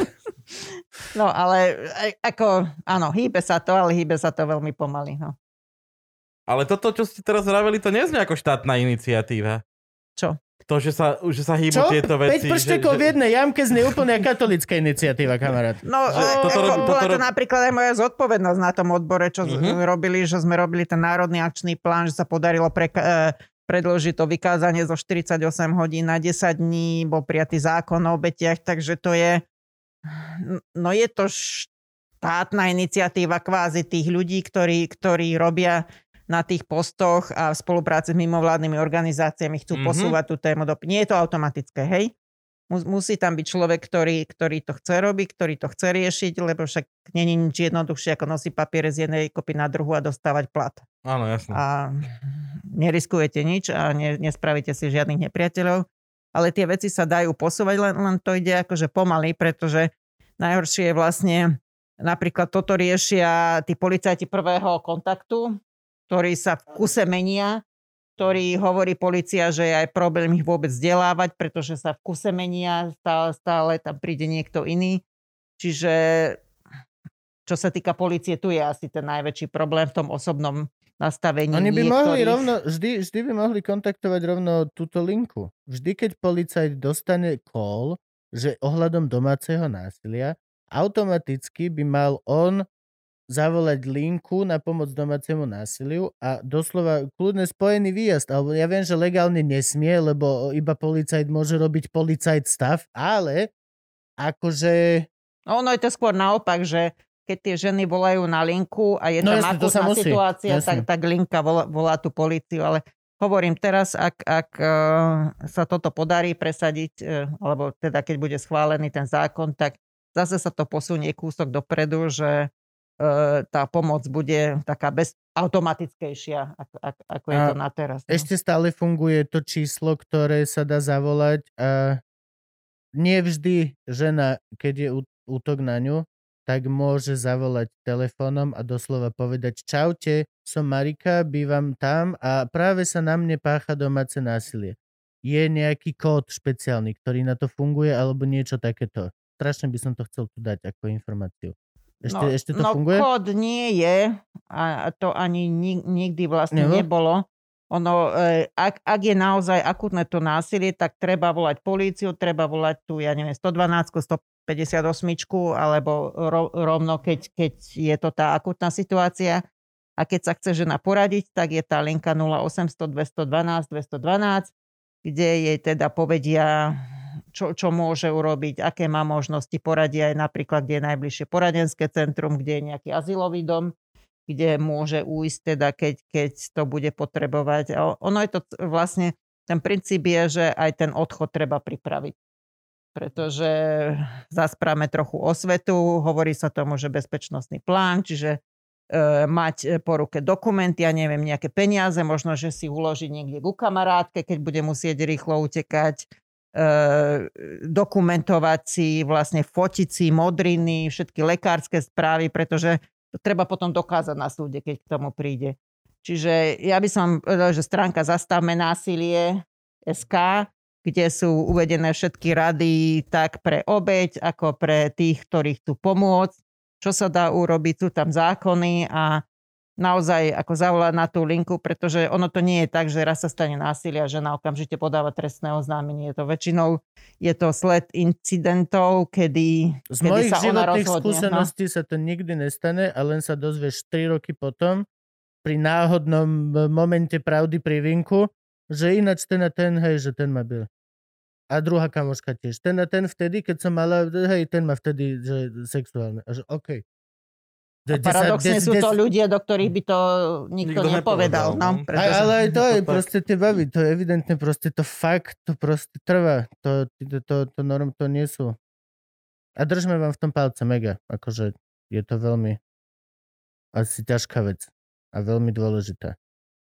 No, ale ako, áno, hýbe sa to, ale hýbe sa to veľmi pomaly, no. Ale toto, čo ste teraz vraveli, to nie je ako štátna iniciatíva. Čo? To, že sa, že sa hýbu čo? tieto veci. päť prštekov že, v jednej jamke z neúplne katolická iniciatíva, kamarát. No, že, toto, ako, toto, bola to toto... napríklad aj moja zodpovednosť na tom odbore, čo uh-huh. robili, že sme robili ten národný akčný plán, že sa podarilo pre, eh, predložiť to vykázanie zo štyridsaťosem hodín na desať dní, bol prijatý zákon o obetiach, takže to je no je to štátna iniciatíva kvázi tých ľudí, ktorí, ktorí robia na tých postoch a v spolupráci s mimovládnymi organizáciami chcú mm-hmm. posúvať tú tému do... Nie je to automatické, hej? Musí tam byť človek, ktorý, ktorý to chce robiť, ktorý to chce riešiť, lebo však nie je nič jednoduchšie, ako nosiť papiere z jednej kopy na druhú a dostávať plat. Áno, jasné. A neriskujete nič a ne, nespravíte si žiadnych nepriateľov. Ale tie veci sa dajú posúvať, len, len to ide akože pomaly, pretože najhoršie je vlastne, napríklad toto riešia tí policajti prvého kontaktu, ktorí sa v kuse menia, ktorí hovorí polícia, že je aj problém ich vôbec vzdelávať, pretože sa v kuse menia, stále, stále tam príde niekto iný. Čiže čo sa týka polície, tu je asi ten najväčší problém v tom osobnom nastavení. Oni by niektorých... mohli rovno, vždy, vždy by mohli kontaktovať rovno túto linku. Vždy, keď policajt dostane call, že ohľadom domáceho násilia, automaticky by mal on zavolať linku na pomoc domácemu násiliu a doslova kľudne spojený výjazd. Alebo ja viem, že legálne nesmie, lebo iba policajt môže robiť policajt stav, ale akože... No, ono je to skôr naopak, že keď tie ženy volajú na linku a je no tam jasne, akútna situácia, tak, tak tak linka volá, volá tú políciu, ale hovorím teraz, ak, ak uh, sa toto podarí presadiť, uh, alebo teda keď bude schválený ten zákon, tak zase sa to posunie kúsok dopredu, že uh, tá pomoc bude taká bez automatickejšia, ako, ako, ako je to na teraz. No? Ešte stále funguje to číslo, ktoré sa dá zavolať a nie vždy žena, keď je útok na ňu, tak môže zavolať telefónom a doslova povedať čaute, som Marika, bývam tam a práve sa na mne pácha domáce násilie. Je nejaký kód špeciálny, ktorý na to funguje alebo niečo takéto? Strašne by som to chcel tu dať ako informáciu. Ešte, no, ešte to no, funguje? No kód nie je a to ani nikdy vlastne Nebo? nebolo. Ono, ak, ak je naozaj akútne to násilie, tak treba volať políciu, treba volať tu, ja neviem, sto dvanásť, stopäťdesiatosem, alebo ro, rovno, keď, keď je to tá akútna situácia. A keď sa chce žena poradiť, tak je tá linka nula osemsto dvestodvanásť dvestodvanásť, kde jej teda povedia, čo, čo môže urobiť, aké má možnosti, poradia aj napríklad, kde je najbližšie poradenské centrum, kde je nejaký azylový dom, kde môže újsť teda, keď, keď to bude potrebovať. A ono je to vlastne, ten princíp je, že aj ten odchod treba pripraviť. Pretože zasprávame trochu osvetu, hovorí sa tomu, že bezpečnostný plán, čiže e, mať po ruke dokumenty, ja neviem, nejaké peniaze, možno, že si uložiť niekde ku kamarátke, keď bude musieť rýchlo utekať, e, dokumentovať si, vlastne fotiť si modriny, všetky lekárske správy, pretože to treba potom dokázať na súde, keď k tomu príde. Čiže ja by som povedal, že stránka Zastavme násilie bodka es ká, kde sú uvedené všetky rady tak pre obeť, ako pre tých, ktorí chcú pomôcť, čo sa dá urobiť, sú tam zákony a naozaj ako zavolať na tú linku, pretože ono to nie je tak, že raz sa stane násilie a žena okamžite podáva trestné oznámenie. Je to väčšinou, je to sled incidentov, kedy, Z kedy mojich sa ona životných rozhodne. skúseností no. sa to nikdy nestane a len sa dozvieš tri roky potom pri náhodnom momente pravdy pri vinku, že ináč ten a ten, hej, že ten ma bil. A druhá kamoška tiež. Ten a ten vtedy, keď som mala, hej, ten ma vtedy, že sexuálne. A že okej. A paradoxne sú to ľudia, do ktorých by to nikto, nikto nepovedal. No, pretože... Ale aj to je proste tie baví. To je evidentne proste to fakt, to proste trvá. To, to, to, to norm, to nie sú. A držme vám v tom palce mega. Akože je to veľmi asi ťažká vec. A veľmi dôležitá.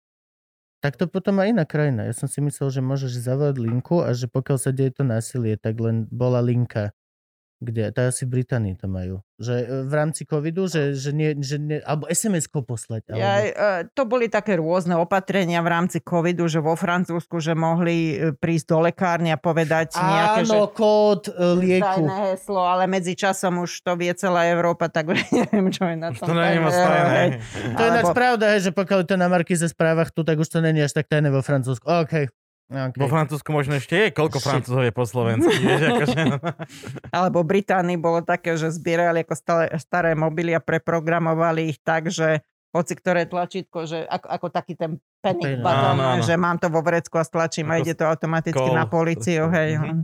Tak to potom aj iná krajina. Ja som si myslel, že môžeš zavolať linku a že pokiaľ sa deje to násilie, tak len bola linka. Kde? To asi v Británii to majú. Že v rámci covidu, že, že nie, že nie, alebo es em es-ko poslať. Alebo... Ja, to boli také rôzne opatrenia v rámci covidu, že vo Francúzsku, že mohli prísť do lekárne a povedať nejaké, áno, že... kód lieku. Tajné heslo, ale medzi časom už to vie celá Európa, tak neviem, čo je na tom. To nie je moc tajné. To je ináč pravda, že pokiaľ to na Markize správach tu, tak už to není až tak tajné vo Francúzsku. OK. Okay. Vo Francúzsku možno ešte je, koľko Francúzov je po slovensky. Vieš, akože... Alebo v Británii bolo také, že zbierali ako staré, staré mobily a preprogramovali ich tak, že hoci ktoré tlačítko, že ako, ako taký ten panic Okay, button, áno, áno. že mám to vo vrecku a stlačím a ide to automaticky call. na políciu. Hej. Mhm.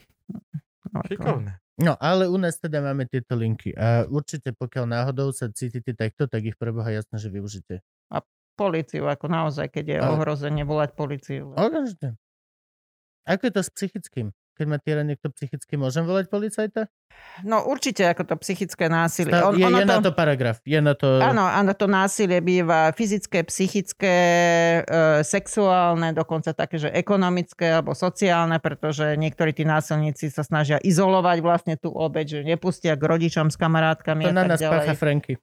No, Šikovné. No, ale u nás teda máme tieto linky. A určite, pokiaľ náhodou sa cítite takto, tak ich preboha jasné, že využite. políciu, ako naozaj, keď je Ale... ohrozenie, volať políciu. Okamžite. Ako je to s psychickým? Keď ma týra niekto psychicky, môžem volať policajta? No určite, ako to psychické násilie. Stav, On, je ono je to... na to paragraf. Je na to... Áno, áno, to násilie býva fyzické, psychické, e, sexuálne, dokonca také, že ekonomické alebo sociálne, pretože niektorí tí násilníci sa snažia izolovať vlastne tú obeť, že nepustia k rodičom s kamarátkami. To na nás ďalej. pácha Franky.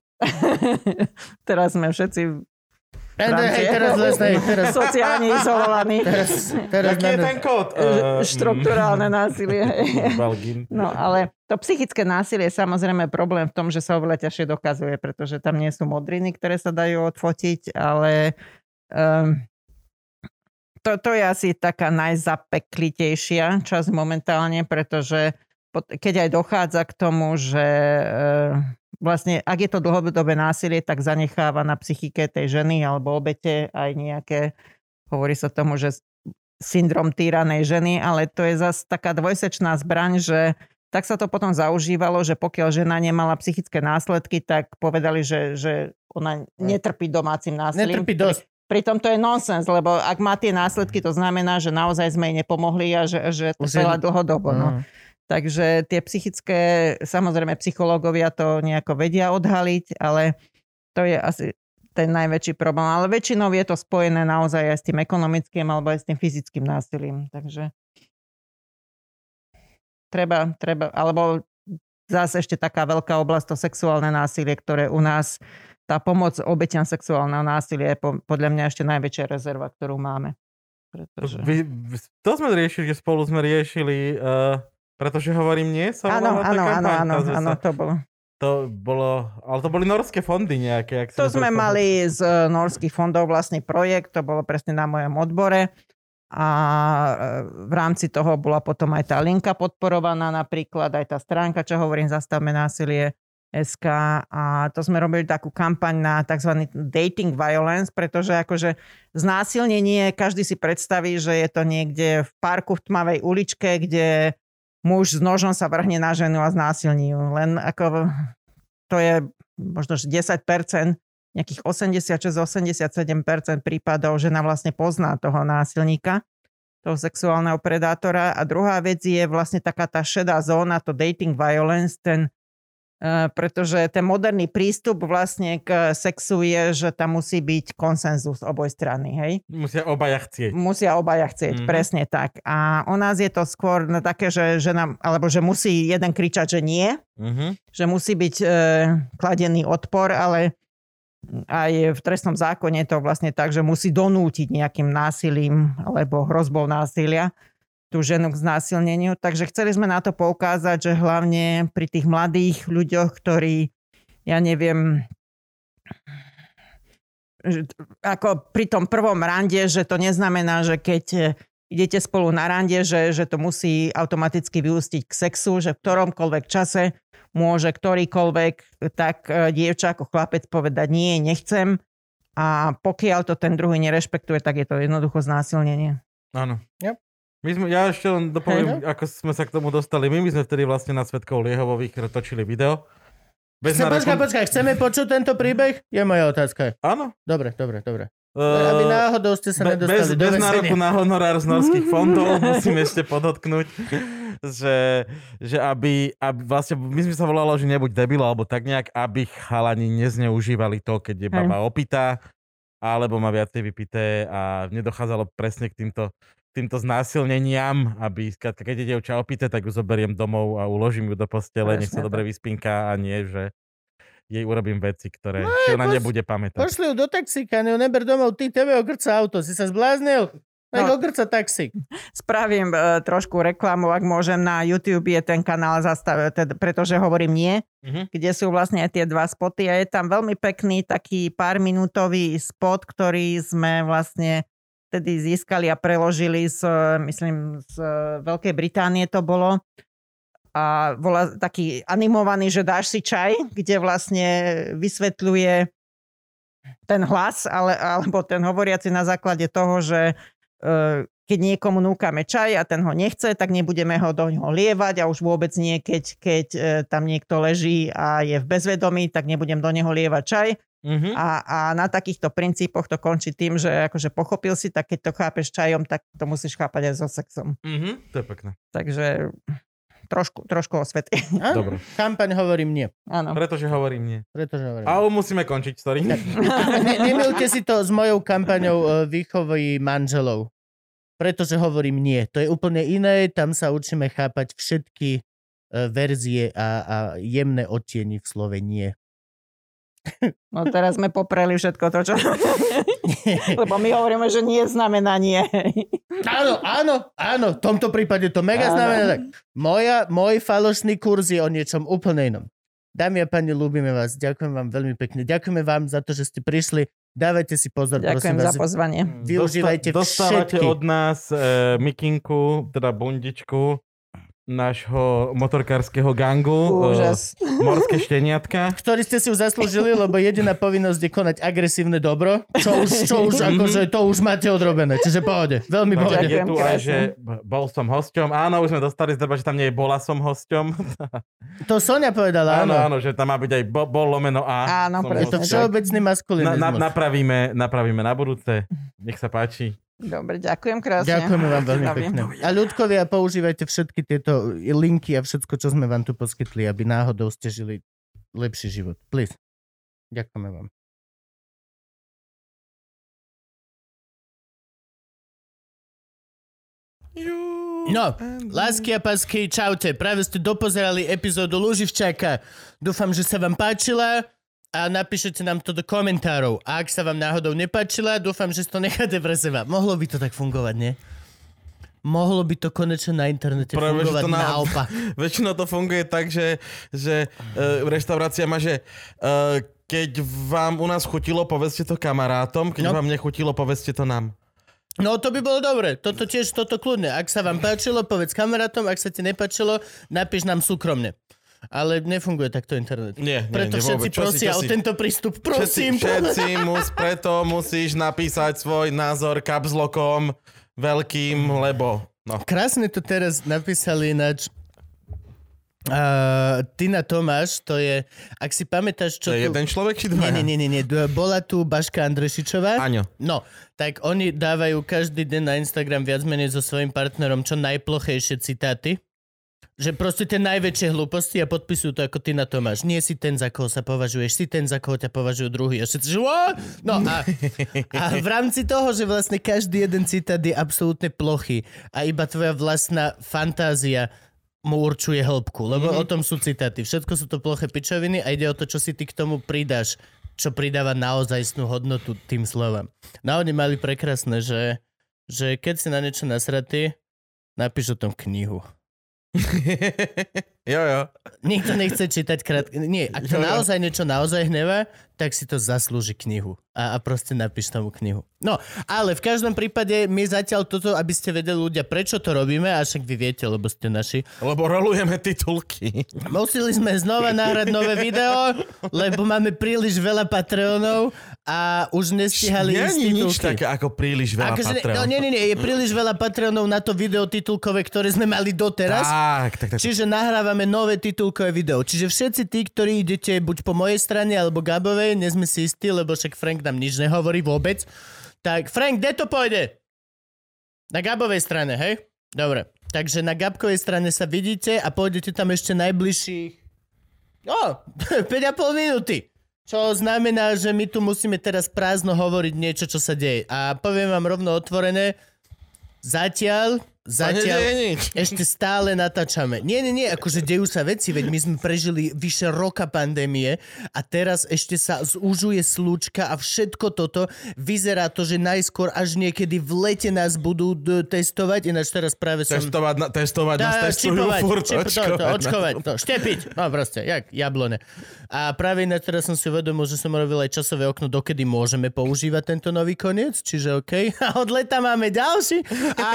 Teraz sme všetci Hej, teraz lesnej, teraz... sociálne izolovaní. Teraz, teraz Aký je na... ten kód? Uh, Štruktúrálne násilie. Balgin. No ale to psychické násilie je samozrejme problém v tom, že sa oveľa ťažšie dokazuje, pretože tam nie sú modriny, ktoré sa dajú odfotiť, ale um, to, to je asi taká najzapeklitejšia časť momentálne, pretože keď aj dochádza k tomu, že uh, vlastne, ak je to dlhodobé násilie, tak zanecháva na psychike tej ženy alebo obete aj nejaké, hovorí sa tomu, že syndrom týranej ženy, ale to je zase taká dvojsečná zbraň, že tak sa to potom zaužívalo, že pokiaľ žena nemala psychické následky, tak povedali, že, že ona netrpí domácim násilím. Netrpí dosť. Pritom to je nonsens, lebo ak má tie následky, to znamená, že naozaj sme jej nepomohli a že, že to trvá dlhodobo. No. Mm. Takže tie psychické, samozrejme psychológovia to nejako vedia odhaliť, ale to je asi ten najväčší problém. Ale väčšinou je to spojené naozaj aj s tým ekonomickým alebo aj s tým fyzickým násilím. Takže treba, treba, alebo zase ešte taká veľká oblasť, to sexuálne násilie, ktoré u nás tá pomoc obeťam sexuálneho násilia je podľa mňa ešte najväčšia rezerva, ktorú máme. Pretože... Vy, to sme riešili, že spolu sme riešili, uh, pretože hovorím nie? Áno, áno, áno, áno, áno, to bolo. To bolo, ale to boli norské fondy nejaké. To sme mali z norských fondov vlastný projekt, to bolo presne na mojom odbore a v rámci toho bola potom aj tá linka podporovaná napríklad, aj tá stránka, čo hovorím, Zastavme násilie es ká a to sme robili takú kampaň na tzv. Dating violence, pretože akože znásilnenie, každý si predstaví, že je to niekde v parku v tmavej uličke, kde muž s nožom sa vrhne na ženu a znásilní ju. Len ako to je možno desať percent, nejakých osemdesiatšesť až osemdesiatsedem percent prípadov žena vlastne pozná toho násilníka, toho sexuálneho predátora. A druhá vec je vlastne taká tá šedá zóna, to dating violence, ten Uh, pretože ten moderný prístup vlastne k sexu je, že tam musí byť konsenzus oboj strany, hej? Musia obaja chcieť. Musia obaja chcieť, mm-hmm. presne tak. A u nás je to skôr také, že žena, alebo že musí jeden kričať, že nie, mm-hmm. že musí byť uh, kladený odpor, ale aj v trestnom zákone je to vlastne tak, že musí donútiť nejakým násilím alebo hrozbou násilia tú ženu k znásilneniu. Takže chceli sme na to poukázať, že hlavne pri tých mladých ľuďoch, ktorí, ja neviem, ako pri tom prvom rande, že to neznamená, že keď idete spolu na rande, že, že to musí automaticky vyústiť k sexu, že v ktoromkoľvek čase môže ktorýkoľvek tak dievča ako chlapec povedať nie, nechcem a pokiaľ to ten druhý nerešpektuje, tak je to jednoducho znásilnenie. Áno. Yep. My sme, ja ešte len dopoviem, hey, ako sme sa k tomu dostali. My, my sme vtedy vlastne na Svedkov Liehovových točili video. Bez Chce, nároku... Počkaj, počkaj, chceme počuť tento príbeh? Je moja otázka. Áno. Dobre, dobre, dobre. Uh, Aby náhodou ste sa be, nedostali bez, do Bez nároku na honorár z norských fondov musím ešte podotknúť, že, že aby, aby vlastne, my sme sa volalo, že nebuď debil, alebo tak nejak, aby chalani nezneužívali to, keď je baba opitá, alebo má viacej vypité a nedochádzalo presne k týmto týmto znásilneniam, aby keď je dievča opité, tak ju zoberiem domov a uložím ju do postele, nech sa dobre vyspinká a nie, že jej urobím veci, ktoré no, si ona poš- nebude pamätať. Pošli ju do taxíka, ne neber domov, ty tebe okrca auto, si sa zbláznil? Nech no, okrca taxík. Spravím uh, trošku reklamu, ak môžem, na YouTube je ten kanál zastav, teda, pretože hovorím nie, uh-huh. kde sú vlastne aj tie dva spoty a je tam veľmi pekný taký pár minútový spot, ktorý sme vlastne vtedy získali a preložili z, myslím, z Veľkej Británie to bolo. A bola taký animovaný, že dáš si čaj, kde vlastne vysvetľuje ten hlas, ale, alebo ten hovoriaci na základe toho, že e, keď niekomu núkame čaj a ten ho nechce, tak nebudeme ho do ňoho lievať a už vôbec nie, keď, keď e, tam niekto leží a je v bezvedomí, tak nebudem do neho lievať čaj. Uh-huh. A, a na takýchto princípoch to končí tým, že akože pochopil si, tak keď to chápeš čajom, tak to musíš chápať aj so sexom. Uh-huh. To je pekné. Takže trošku, trošku osvety. Dobre. Kampaň hovorím nie. Áno. Pretože hovorím nie. Pretože hovorím nie. A musíme končiť, sorry. Ne, nemilte si to s mojou kampaňou výchovy manželov. Pretože hovorím nie. To je úplne iné, tam sa učíme chápať všetky verzie a, a jemné odtieny v slove nie. No teraz sme popreli všetko to, čo... Lebo my hovoríme, že nie znamená nie. Áno, áno, áno. V tomto prípade to mega áno. znamená tak. Moja, môj falošný kurz je o niečom úplne inom. Dámy a páni, ľúbime vás. Ďakujem vám veľmi pekne. Ďakujeme vám za to, že ste prišli. Dávajte si pozor, ďakujem prosím vás. Ďakujem za pozvanie. Využívajte Dosta- dostávate všetky. od nás e, mikinku, teda bundičku. nášho motorkárskeho gangu. Úžas. Uh, morské šteniatka. Ktorý ste si už zaslúžili, lebo jediná povinnosť je konať agresívne dobro, čo už, čo už akože to už máte odrobené. Čiže pohode. Veľmi pohode. Je tu aj, že bol som hosťom. Áno, už sme dostali zdrba, že tam nie je bola som hosťom. To Sonia povedala, áno. Áno, áno, že tam má byť aj bo, bol lomeno A. Áno, Je to všeobecný maskulinizmus. Na, na, napravíme, napravíme na budúce. Nech sa páči. Dobre, ďakujem krásne. Ďakujeme vám veľmi pekne. A ľudkovia, používajte všetky tieto linky a všetko, čo sme vám tu poskytli, aby náhodou ste žili lepší život. Please. Ďakujeme vám. No, lásky a pásky, čaute. Práve ste dopozerali epizódu Luživčáka. Dúfam, že sa vám páčila a napíšete nám to do komentárov. A ak sa vám náhodou nepáčila, dúfam, že si to necháte pre seba. Mohlo by to tak fungovať, nie? Mohlo by to konečne na internete Práve, fungovať to na... naopak. Väčšinou to funguje tak, že, že uh, reštaurácia má, že uh, keď vám u nás chutilo, povedzte to kamarátom, keď no. vám nechutilo, povedzte to nám. No to by bolo dobre, toto tiež, toto kľudne. Ak sa vám páčilo, povedz kamarátom, ak sa ti nepáčilo, napíš nám súkromne. Ale nefunguje takto internet. Nie, nie, preto nie, všetci prosia o tento prístup. Prosím. Všetci, všetci mus, preto musíš napísať svoj názor kapslokom veľkým, lebo... No. Krásne to teraz napísali ináč. Uh, Tina Tomáš, to je, ak si pamätáš, čo to je tu... jeden človek, či dva? Nie, nie, nie, nie, bola tu Baška Andrešičová. Áňo. No, tak oni dávajú každý deň na Instagram viac menej so svojím partnerom čo najplochejšie citáty. Že proste tie najväčšie hlúposti a podpisujú to ako Tina Tomáš. Nie si ten, za koho sa považuješ, si ten, za koho ťa považujú druhý. A všetci, že no a, a v rámci toho, že vlastne každý jeden citát je absolútne plochý a iba tvoja vlastná fantázia mu určuje hĺbku, lebo mm-hmm. o tom sú citáty. Všetko sú to ploché pičoviny a ide o to, čo si ty k tomu pridáš, čo pridáva naozajstnú hodnotu tým slovám. No oni mali prekrásne, že, že keď si na niečo nasratý, napíš o tom knihu. jo, jo. Nikto nechce čítať krátke... Nie, ak to jo, jo. naozaj niečo naozaj hnevá, tak si to zaslúži knihu. A, a proste napíš tomu knihu. No, ale v každom prípade my zatiaľ toto, aby ste vedeli ľudia, prečo to robíme, a však vy viete, lebo ste naši. Lebo rolujeme titulky. Museli sme znova nahrať nové video, lebo máme príliš veľa Patreonov a už nestihali ísť titulky. Nie je nič také ako príliš veľa akože, Patreonov. No nie, nie, nie, je príliš veľa Patreonov na to video titulkové, ktoré sme mali doteraz. Tak, tak, tak. Čiže nahrávame nové titulkové video. Čiže všetci tí, ktorí idete buď po mojej strane alebo Gabovej, nie sme si istí, lebo však Frank nám nič nehovorí vôbec. Tak Frank, kde to pôjde? Na Gabovej strane, hej? Dobre. Takže na Gabkovej strane sa vidíte a pôjdete tam ešte najbližších... O, päť a pol minúty. Čo znamená, že my tu musíme teraz prázdno hovoriť niečo, čo sa deje. A poviem vám rovno otvorené, zatiaľ... Zatiaľ ešte stále natáčame. Nie, nie, nie, akože dejú sa veci, veď my sme prežili vyše roka pandémie a teraz ešte sa zúžuje slúčka a všetko toto vyzerá to, že najskôr až niekedy v lete nás budú d- testovať, ináč teraz práve som... Testovať, na, testovať Dá, nás testujú čipovať, furt, čip, očkovať. To, to, očkovať, to, štepiť, no proste, jak jablone. A práve ináč teraz som si uvedomil, že som robil aj časové okno, dokedy môžeme používať tento nový koniec, čiže okej. Okay. A od leta máme ďalší. A...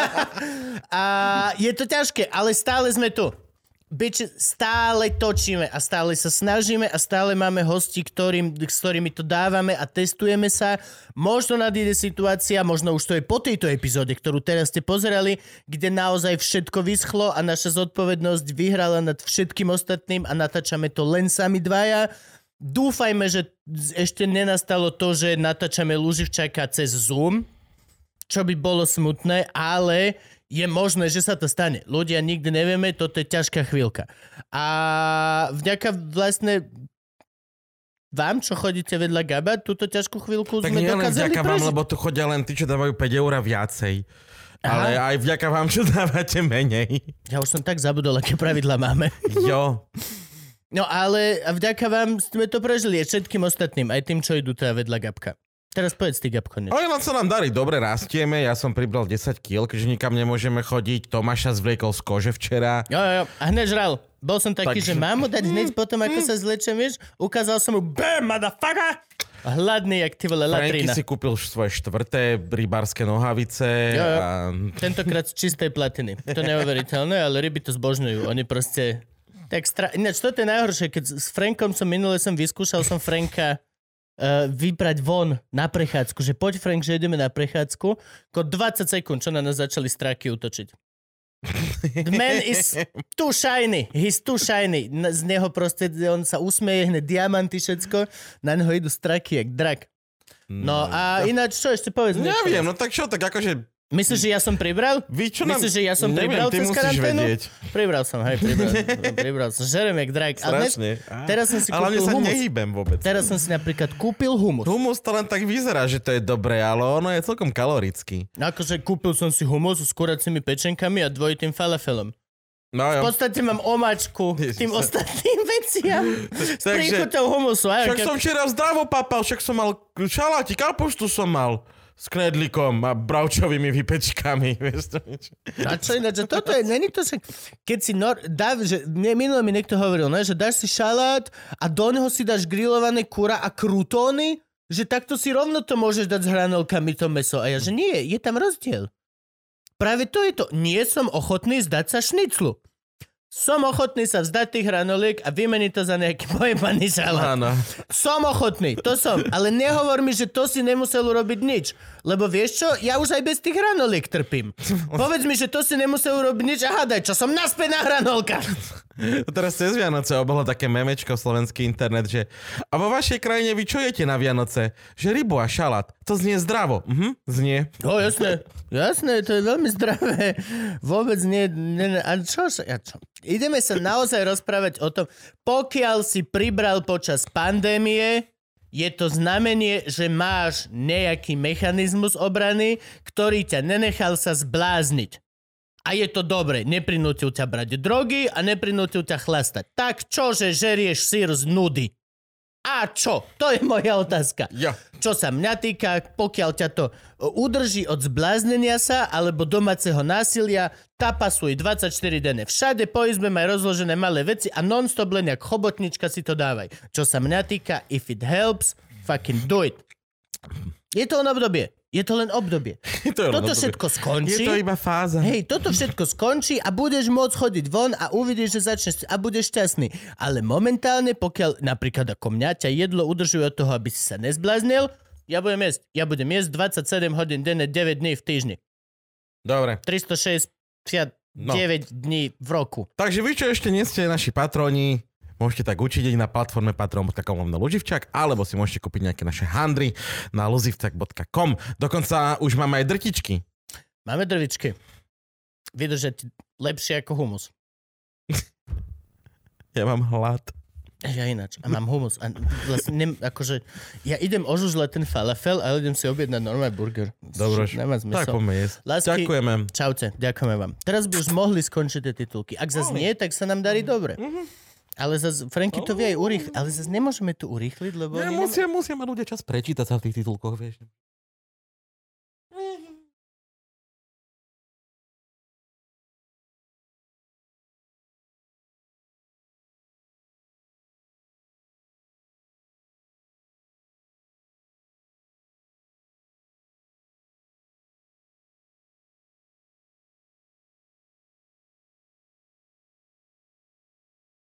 A je to ťažké, ale stále sme tu. Bič, stále točíme a stále sa snažíme a stále máme hosti, ktorým, s ktorými to dávame a testujeme sa. Možno nadíde situácia, možno už to je po tejto epizóde, ktorú teraz ste pozerali, kde naozaj všetko vyschlo a naša zodpovednosť vyhrala nad všetkým ostatným a natáčame to len sami dvaja. Dúfajme, že ešte nenastalo to, že natáčame Luživčáka cez Zoom, čo by bolo smutné, ale... Je možné, že sa to stane. Ľudia nikdy nevieme, toto je ťažká chvíľka. A vďaka vlastne vám, čo chodíte vedľa Gaba, túto ťažkú chvíľku tak sme dokázali prežiť. Tak nie len vďaka vám, lebo tu chodia len tí, čo dávajú päť eur viacej. Aha. Ale aj vďaka vám, čo dávate menej. Ja už som tak zabudol, aké pravidlá máme. Jo. No ale vďaka vám sme to prežili aj všetkým ostatným, aj tým, čo idú teda vedľa Gabka. Teraz povedz ty, Gabko, niečo. Ale sa nám darí, dobre rastieme, ja som pribral desať kíl, keďže nikam nemôžeme chodiť, Tomáša zvliekol z kože včera. Jo, jo, a hneď žral. Bol som taký, tak... že mám mu dať hneď potom, ako sa zlečem, vieš? Ukázal som mu, bam, motherfucker! Hladný, jak ty vole Franky latrina. si kúpil svoje štvrté rybárske nohavice. Jo, jo. A... Tentokrát z čistej platiny. To neuveriteľné, ale ryby to zbožňujú. Oni proste... Tak stra... Ináč, toto je najhoršie, keď s Frankom som minule som vyskúšal som Franka uh, vybrať von na prechádzku, že poď Frank, že ideme na prechádzku. Ko dvadsať sekúnd, čo na nás začali straky útočiť. The man is too shiny. He's too shiny. Z neho proste, on sa usmeje, hneď diamanty, všetko. Na neho idú straky, jak drak. No a ináč, čo ešte povedz? Neviem, no tak čo, tak akože... Myslíš, že ja som pribral? Vy čo nám... Myslíš, že ja som Neviem, pribral ty cez musíš karanténu? vedieť. Pribral som, hej, pribral, pribral som. Žerem jak drak. Strašne. Ale teraz som si ale kúpil sa humus. nehýbem vôbec. Teraz som si napríklad kúpil humus. Humus to len tak vyzerá, že to je dobré, ale ono je celkom kalorický. Akože kúpil som si humus s kuracími pečenkami a dvojitým falafelom. No V jo. podstate mám omačku Ježiš, tým sa- ostatným veciam. S Takže- príchutou humusu. Aj, Však som včera zdravo papal, však som mal šaláti, kapuštu som mal s knedlikom a bravčovými vypečkami. Vieš to niečo? A čo ináč, že toto je, není to však, keď si, nor, dá, že mne minule mi niekto hovoril, ne, že dáš si šalát a do neho si dáš grillované kura a krutóny, že takto si rovno to môžeš dať s hranolkami to meso. A ja, že nie, je tam rozdiel. Práve to je to. Nie som ochotný zdať sa šniclu. Som ochotný sa vzdať tých hranoliek a vymeniť to za nejaký pojebaný šalát. Áno. Som ochotný, to som. Ale nehovor mi, že to si nemusel urobiť nič. Lebo vieš čo, ja už aj bez tých hranoliek trpím. Povedz mi, že to si nemusel urobiť nič a hádaj, čo som naspäť na hranolkách. Teraz cez Vianoce obolo také memečko slovenský internet, že a vo vašej krajine vy čo jete na Vianoce? Že rybu a šalát. To znie zdravo. Mhm, znie. O, jasné, jasné, to je veľmi zdravé. Vôbec nie, nie, nie. A čo, sa- ja čo? Ideme sa naozaj rozprávať o tom, pokiaľ si pribral počas pandémie, je to znamenie, že máš nejaký mechanizmus obrany, ktorý ťa nenechal sa zblázniť. A je to dobre, neprinútil ťa brať drogy a neprinútil ťa chlastať. Tak čože žerieš syr z nudy? A čo? To je moja otázka. Ja. Čo sa mňa týka, pokiaľ ťa to udrží od zbláznenia sa alebo domáceho násilia, tapasuj dvadsaťštyri denne. Všade po izbe maj rozložené malé veci a non-stop len jak chobotnička si to dávaj. Čo sa mňa týka, if it helps, fucking do it. Je to len obdobie. Je to len obdobie. To je len Toto obdobie. všetko skončí. Je to iba fáza. Hej, toto všetko skončí a budeš môcť chodiť von a uvidíš, že začneš a budeš šťastný. Ale momentálne, pokiaľ napríklad ako mňa ťa jedlo udržuje od toho, aby si sa nezbláznil, ja budem jesť. Ja budem jesť dvadsaťsedem hodín denne, deväť dní v týždni. Dobre. tristošesťdesiatdeväť No. dní v roku. Takže vy, čo ešte nie ste naši patroni, môžete tak učiť na platforme patron bodka com na Luživčak, alebo si môžete kúpiť nejaké naše handry na luzivčak bodka com. Dokonca už máme aj drtičky. Máme drvičky. Vydržať lepšie ako humus. Ja mám hlad. Ja ináč. A mám humus. A vlastne, nem, akože, ja idem ožužľať ten falafel, ale idem si objednať normálny burger. Dobroš. Nemá Tak zmysel. poďme jesť. Lásky- Ďakujeme. Čaute, ďakujeme vám. Teraz by už mohli skončiť tie titulky. Ak zase nie, tak sa nám darí dobre. Ale zase, Franky to vie aj urýchliť, ale zase nemôžeme to urýchliť, lebo... Ne, oni musia, musia mať ľudia čas prečítať sa v tých titulkoch, vieš.